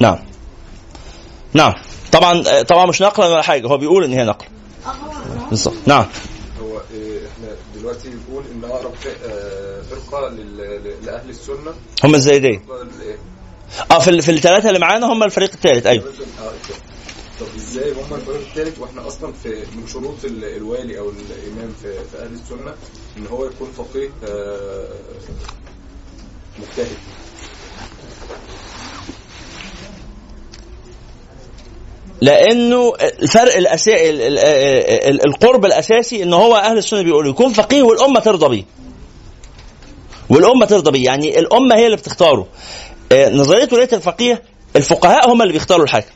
نعم. طبعا مش نقلا ولا حاجة، هو بيقول إن هي نقل. بالظبط. نعم. هو احنا دلوقتي بنقول إن أقرب فرقة لأهل السنة هم الزيدية. في الثلاثة اللي معانا هم الفريق الثالث. أيوه. طب ازاي هم الفريق الثالث واحنا اصلا من شروط الوالي او الامام في اهل السنه ان هو يكون فقيه مجتهد؟ لانه الفرق الاساسي القرب الاساسي ان هو اهل السنه بيقولوا يكون فقيه والامه ترضى بيه، يعني الامه هي اللي بتختاره. نظريه ولايه الفقيه الفقهاء هم اللي بيختاروا الحاكم.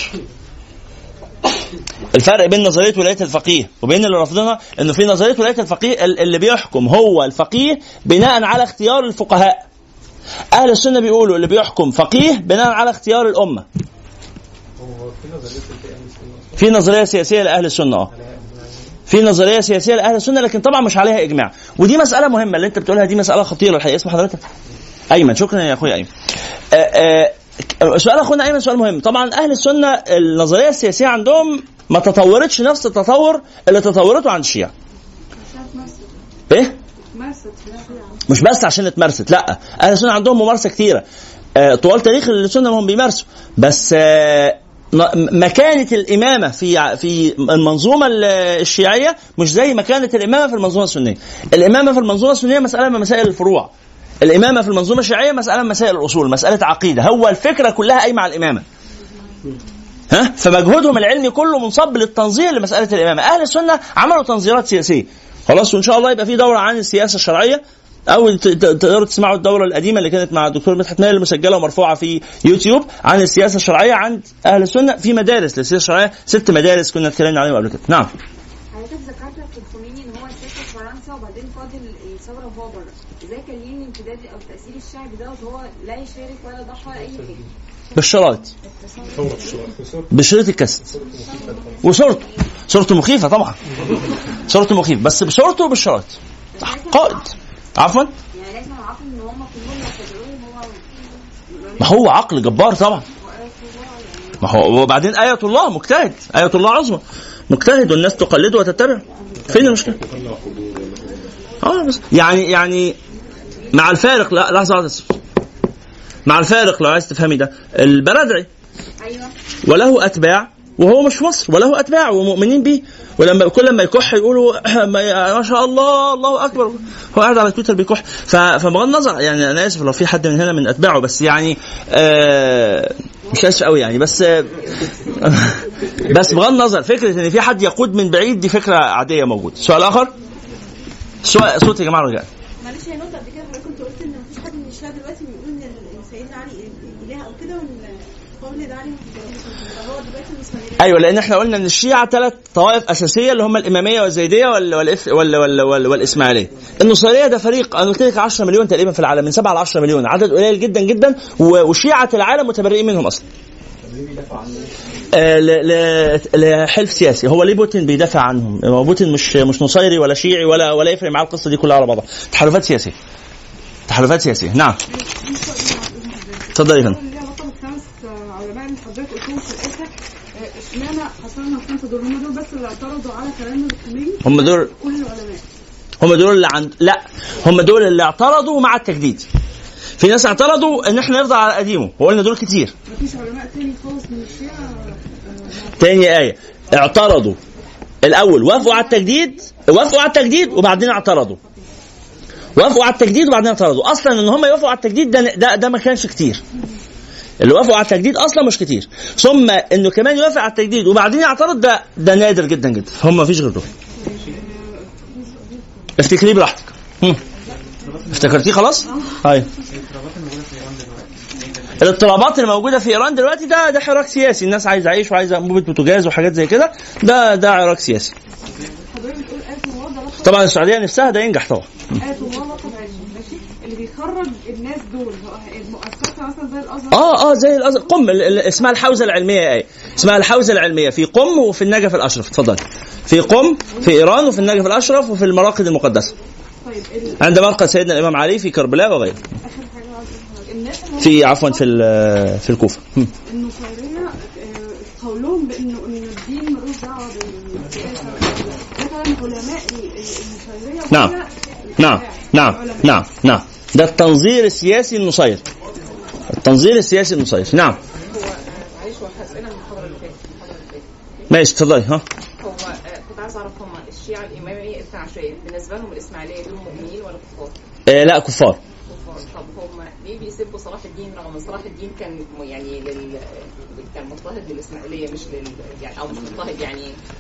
الفرق بين نظريه ولايه الفقيه وبين اللي رافضينها انه في نظريه ولايه الفقيه اللي بيحكم هو الفقيه بناء على اختيار الفقهاء. اهل السنه بيقولوا اللي بيحكم فقيه بناء على اختيار الامه. في نظريه سياسيه لاهل السنه، في نظريه سياسيه لاهل السنه، لكن طبعا مش عليها اجماع. ودي مساله مهمه اللي انت بتقولها، دي مساله خطيره الحقيقه. اسم حضرتك ايمن. شكرا يا اخويا ايمن. سؤال اخونا ايمن سؤال مهم. طبعا اهل السنه النظريه السياسيه عندهم ما تطورتش نفس التطور اللي تطورته عند الشيعة. ايه مش بس عشان اتمارست، لا، اهل السنه عندهم ممارسه كتيره طوال تاريخ السنه هم بيمارسوا، بس مكانه الامامه في المنظومه الشيعيه مش زي مكانه الامامه في المنظومه السنيه. الامامه في المنظومه السنيه مساله من مسائل الفروع، الامامه في المنظومه الشيعيه مساله من مسائل الاصول، مساله عقيده. هو الفكره كلها قايمه على الامامه، فمجهودهم العلمي كله منصب للتنظير لمساله الامامه. اهل السنه عملوا تنظيرات سياسيه خلاص، وان شاء الله يبقى في دوره عن السياسه الشرعيه، او تقدروا تسمعوا الدوره القديمه اللي كانت مع الدكتور مدحت ماهر المسجله ومرفوعه في يوتيوب عن السياسه الشرعيه عند اهل السنه. في مدارس للسياسه الشرعيه 6 مدارس كنا اتكلمنا عليهم قبل كده. نعم. حضرتك ذكرت في الخميني ان هو سافر فرنسا وبعدين فاضل الثوره وهو بره، ازاي كان ليه الامتداد او التاثير الشعبي دوت وهو لا يشارك ولا ضحى اي حاجه؟ بالشرايط، بشريط الكاسيت، وصورته مخيفه طبعا، صورته مخيفه، بس بصورته وبالشرايط قائد. عفوا يعني لازم اعرف ان هم كلهم يتبعوه هو، ما هو عقل جبار طبعا، ما هو وبعدين آية الله مجتهد، آية الله عظمى مجتهد والناس تقلده وتتبع. فين المشكله؟ بس يعني مع الفارق، لا لحظه، مع الفارق لو عايز تفهمي ده، البرادعي وله أتباع، وهو مش في مصر وله أتباع ومؤمنين به، ولما كل ما يكح يقولوا ما شاء الله الله أكبر، هو قاعد على تويتر بيكح. فبغض النظر يعني أنا آسف لو في حد من هنا من أتباعه، بس يعني مش آسف قوي يعني، بس بغض النظر فكرة إن في حد يقود من بعيد دي فكرة عادية موجودة. سؤال آخر، صوت يا جماعة رجال. معلش هي نقطة قبل كده حضرتك كنت قلت إن مفيش حد من الشيعة دلوقتي بيقول إن سيدنا علي إله أو كده، وإن قول ده علي هو دلوقتي المسلمين. ايوه، لان احنا قلنا ان الشيعة 3 طوائف اساسيه اللي هم الاماميه والزيديه والاسماعيليه. النصيريه ده فريق انا قلت لك 10 مليون تقريبا في العالم، من 7 ل 10 مليون، عدد قليل جدا جدا، وشيعة العالم متبرئين منهم اصلا. لحلف سياسي. هو ليه بوتين بيدافع عنهم؟ بوتين مش نصيري ولا شيعي ولا يفرق معاه القصه دي كلها على بعضها. تحالفات سياسيه. نعم اتفضل يا فندم. علماء من حضرتك قلتهم في الاخر اشمعنى حصلنا خمسه دول؟ هم دول بس اللي اعترضوا على كلام الخميني؟ هم دول كل العلماء؟ هم دول اللي اعترضوا مع التجديد. في ناس اعترضوا ان احنا نرضى على قديمه، وقلنا دول كتير. مفيش علماء تاني خالص من الشيعة؟ تاني آية اعترضوا الاول، وافقوا على التجديد وبعدين اعترضوا. اصلا ان هم يوافقوا على التجديد ده ما كانش كتير. اللي وافقوا على التجديد اصلا مش كتير، ثم انه كمان يوافق على التجديد وبعدين يعترض ده نادر جدا جدا. هم مفيش غير دول. افتكريه براحتك. افتكرتيه خلاص؟ هاي الاضطرابات اللي موجوده في ايران دلوقتي ده حراك سياسي. الناس عايزه عيش وعايزه انبوبه بوتاجاز وحاجات زي كده. ده حراك سياسي. طبعا السعوديه نفسها ده ينجح طبعا. اللي بيخرج الناس دول المؤسسات مثلا زي الازهر. زي الازهر. قم اسمها الحوزه العلميه. اسمها الحوزه العلميه في قم وفي النجف الاشرف. اتفضل. في قم في ايران وفي النجف الاشرف وفي المراقد المقدسه. عند مرقد سيدنا الامام علي في كربلاء وغيره. في عفوا في الكوفه. النصيريه قولهم بانه الدين ملوش دعوه بالسياسه. مثلا علماء النصيريه نعم ده التنظير السياسي النصيري. نعم. معلش هسألها من الحضره اللي فاتت. ماشي اتفضلي. هو كنت عايز اعرف هم الشيعة الاماميه العشريه بالنسبه لهم الاسماعيليه دول مؤمنين ولا كفار؟ لا كفار. طب هم ليه بيسبوا صلاح الدين رغم صلاح الدين كان يعني كان مضطهد للاسماعيليه مش يعني او مش مضطهد يعني؟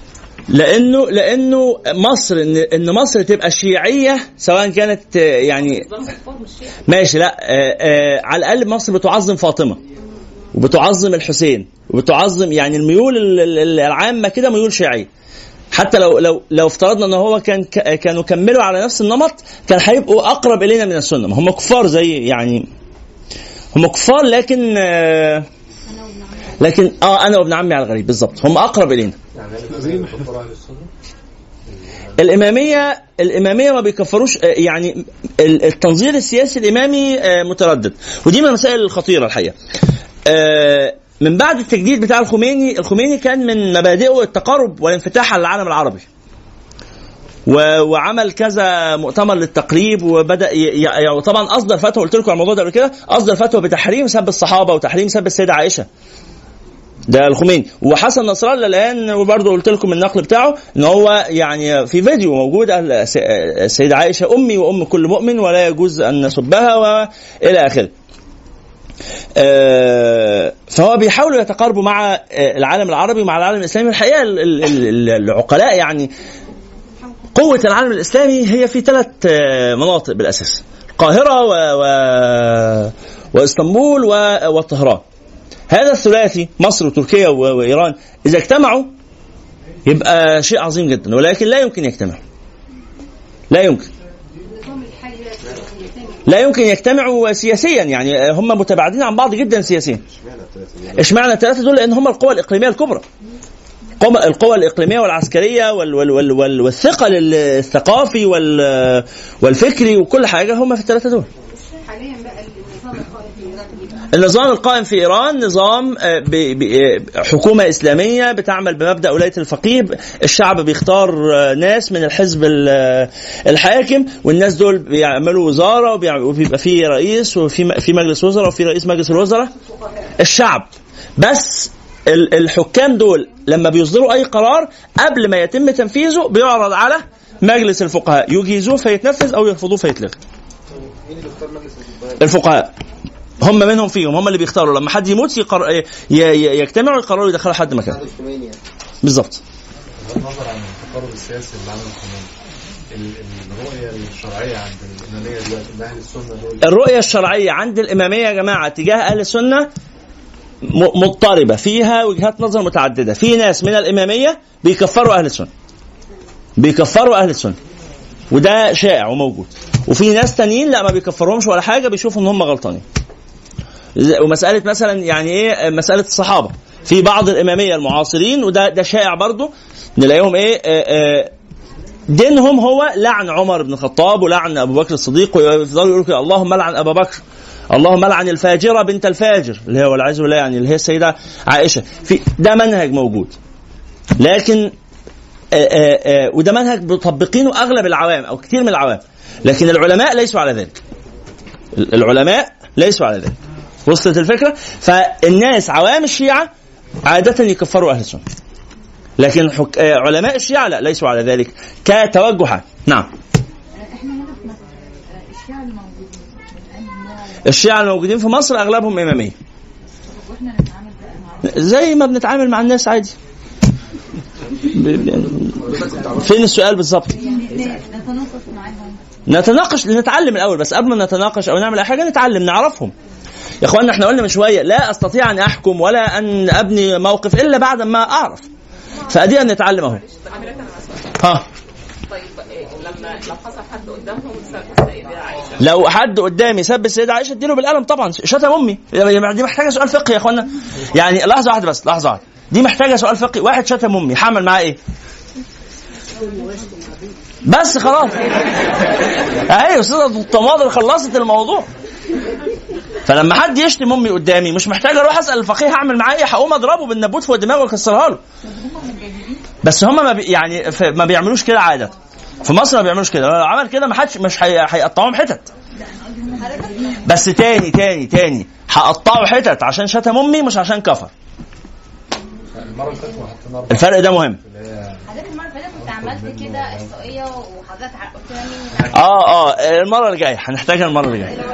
لانه مصر ان مصر تبقى شيعيه سواء كانت يعني ماشي، لا على الاقل مصر بتعظم فاطمه وبتعظم الحسين وبتعظم يعني الميول العامه كده ميول شيعيه. حتى لو افترضنا ان هو كانوا كملوا على نفس النمط كان هيبقوا اقرب الينا من السنه. هم كفار زي يعني هم كفار لكن انا وابن عمي على الغريب بالظبط. هم اقرب الينا. الإمامية ما بيكفروش يعني. التنظير السياسي الإمامي متردد، ودي من المسائل الخطيرة الحقيقة. من بعد التجديد بتاع الخميني كان من مبادئه التقارب والانفتاح على العالم العربي، وعمل كذا مؤتمر للتقريب، وبدأ طبعا أصدر فتوى. قلت لكم على الموضوع ده قبل كده. أصدر فتوى بتحريم سب الصحابة وتحريم سب السيدة عائشة. ده الخميني. وحسن نصر الله الآن وبرضه قلت لكم النقل بتاعه ان هو يعني في فيديو موجود السيدة عائشة أمي وأم كل مؤمن ولا يجوز أن نسبها وإلى آخره. فهو بيحاولوا يتقاربوا مع العالم العربي ومع العالم الإسلامي. الحقيقة العقلاء يعني قوة العالم الإسلامي هي في 3 مناطق بالأساس: القاهرة وإسطنبول وطهران. هذا الثلاثي مصر وتركيا وإيران إذا اجتمعوا يبقى شيء عظيم جدا، ولكن لا يمكن يجتمعوا. لا يمكن يجتمعوا سياسيا. يعني هم متباعدين عن بعض جدا سياسيا. اشمعنى الثلاثة دول؟ لأن هم القوى الإقليمية الكبرى. القوى الإقليمية والعسكرية والثقل الثقافي والفكري وكل حاجة هم في الثلاثة دول. حاليا بقى النظام القائم في إيران نظام حكومة إسلامية بتعمل بمبدأ ولاية الفقيه. الشعب بيختار ناس من الحزب الحاكم، والناس دول بيعملوا وزارة وبيبقى فيه رئيس وفي مجلس وزراء وفي رئيس مجلس الوزراء. بس الحكام دول لما بيصدروا اي قرار قبل ما يتم تنفيذه بيعرض على مجلس الفقهاء، يجيزوه فيتنفذ او يرفضوه فيتلغي. الفقهاء هم منهم فيهم، هم اللي بيختاروا لما حد يموت يجتمعوا يقرروا يدخلوا حد مكانه. بالظبط. بغض النظر عن التقارب السياسي اللي عمله القانون، الرؤيه الشرعيه عند الاماميه دلوقتي اهل السنه دول، الرؤيه الشرعيه عند الاماميه يا جماعه تجاه اهل السنه مضطربه، فيها وجهات نظر متعدده. في ناس من الاماميه بيكفروا اهل السنه، بيكفروا اهل السنه، وده شائع وموجود. وفي ناس تانيين لا ما بيكفرهمش ولا حاجه، بيشوفوا ان هم غلطانين. ومساله مثلا يعني ايه مساله الصحابه في بعض الاماميه المعاصرين، وده شائع برضو، نلاقيهم ايه دينهم هو لعن عمر بن الخطاب ولعن ابو بكر الصديق، ويفضلوا يقولوا اللهم لعن ابا بكر، اللهم لعن الفاجره بنت الفاجر اللي هي والعياذ بالله يعني اللي هي السيده عائشه. في ده منهج موجود، لكن وده منهج مطبقينه اغلب العوام او كثير من العوام، لكن العلماء ليسوا على ذلك. العلماء ليسوا على ذلك. وصلت الفكره؟ فالناس عوام الشيعه عاده يكفروا اهل السنه، لكن علماء الشيعه لا، ليسوا على ذلك كتوجه. نعم. احنا هنا في مصر الشيعه الموجودين الشيعه الموجودين في مصر اغلبهم اماميه، واحنا نتعامل زي ما بنتعامل مع الناس عادي. فين السؤال بالظبط؟ نتناقش معاهم، نتناقش، نتعلم الاول، بس قبل ما نتناقش او نعمل اي حاجه نتعلم نعرفهم. يا اخوانا احنا قلنا من شويه لا استطيع ان احكم ولا ان ابني موقف الا بعد ما اعرف، فادي ان نتعلم اهو. طيب لو حصل حد قدامهم سب السيدة عائشة، لو حد قدامي سب السيدة عائشة اديله بالقلم طبعا، شتم امي. دي محتاجه سؤال فقهي يا اخوانا، يعني لحظه واحده بس، لحظه واحده، دي محتاجه سؤال فقهي. واحد شتم امي حمل معاه ايه؟ بس خلاص اهي استاذه الطماطم خلصت الموضوع. فلما حد يشتم امي قدامي مش محتاج اروح اسال الفقيه هعمل معاه ايه، هقوم اضربه بالنبوت فوق دماغه واكسرها له. بس هم ما بيعملوش كده عاده، في مصر ما بيعملوش كده. لو عمل كده ما حدش مش هيقطعوهم حتت، بس تاني هقطعه حتت عشان شتم امي مش عشان كفر. الفرق ده مهم. حضرتك المره اللي فاتت كنت عملت كده احصائيه وحضرتك قلت لي المره اللي جايه هنحتاجها. المره اللي جايه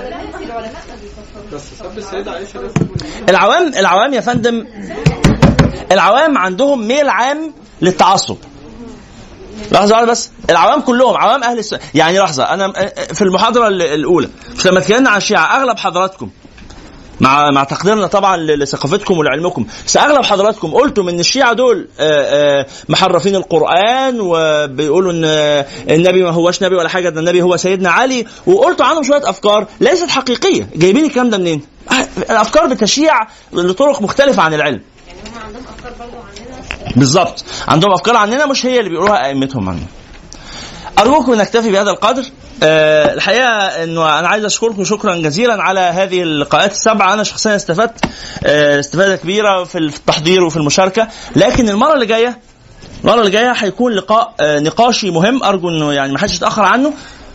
العوام يا فندم، العوام عندهم ميل عام للتعصب. لحظه بس، العوام كلهم عوام اهل السنه. يعني لحظه، انا في المحاضره الاولى لما اتكلمنا عن الشيعه اغلب حضراتكم مع تقديرنا طبعا لثقافتكم ولعلمكم، بس اغلب حضراتكم قلتم ان الشيعه دول محرفين القران وبيقولوا ان النبي ما هوش نبي ولا حاجه، ده النبي هو سيدنا علي، وقلتوا عنهم شويه افكار ليست حقيقيه. جايبين الكلام ده منين؟ الافكار بتشيع لطرق مختلفه عن العلم. يعني هم عندهم افكار برضو عننا. بالظبط، عندهم افكار عننا مش هي اللي بيقولوها ائمتهم عننا. أرجوكم نكتفي بهذا القدر. الحقيقة أنه أنا عايز أشكركم شكرا جزيلا على هذه اللقاءات السبعة. أنا شخصيا استفدت استفادة كبيرة في التحضير وفي المشاركة، لكن المرة اللي جاية هيكون لقاء نقاشي مهم، أرجو أنه يعني ما حدش يتأخر عنه.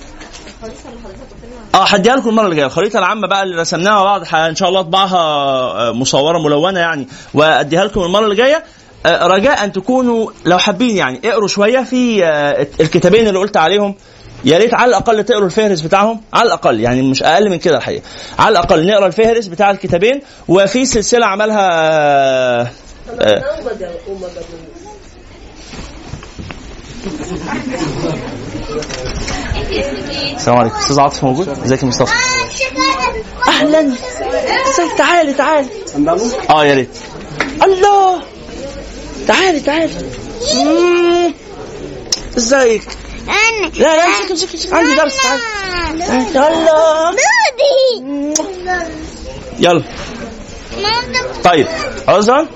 هديها لكم المرة اللي جاية، الخريطة العامة بقى اللي رسمناها بعض إن شاء الله أطبعها مصورة ملونة يعني، وأديها لكم المرة اللي جاية. رجاء أن تكونوا لو حابين يعني اقروا شوية في الكتابين اللي قلت عليهم. يا ريت على الأقل تقروا الفهرس بتاعهم، على الأقل يعني مش أقل من كده الحقيقة، على الأقل نقرأ الفهرس بتاع الكتابين. وفي سلسلة عملها السلام عليكم. أستاذ عاطف موجود؟ ازيك يا مصطفى؟ أهلا. تعالي يا ريت. الله تعالي ازيك؟ لا امسك عندي درس. يلا طيب عذرا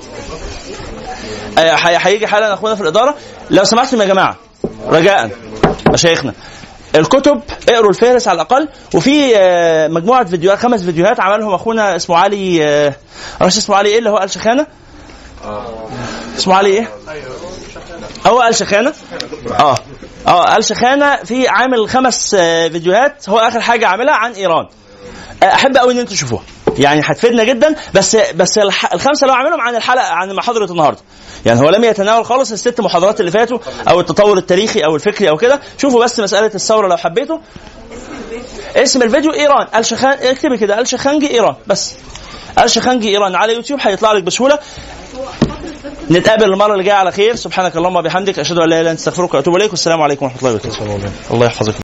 هيجي حالا اخونا في الاداره. لو سمحتم يا جماعه رجاء مشايخنا، الكتب اقروا الفهرس على الاقل. وفي مجموعه فيديوهات، 5 فيديوهات عملهم اخونا اسمه علي، اسمه علي ايه اللي هو الشخانه، اسمه علي ايه؟ هو الشخانه. الشخانه في عامل 5 فيديوهات، هو اخر حاجه عاملها عن ايران. احب قوي ان انتم تشوفوها، يعني هتفيدنا جدا. بس الخمسه اللي هعملهم عن الحلقه عن محاضره النهارده، يعني هو لم يتناول خالص الست محاضرات اللي فاتوا او التطور التاريخي او الفكري او كده. شوفوا بس مساله الثوره لو حبيتوا. اسم الفيديو ايران اكتبي كده الشخنجي ايران، بس الشخنجي ايران على يوتيوب هيطلع لك بسهوله. نتقابل المره اللي جايه على خير. سبحانك اللهم وبحمدك اشهد ان لا اله الا انت استغفرك واتوب اليك، والسلام عليكم ورحمه الله وبركاته. الله يحفظك.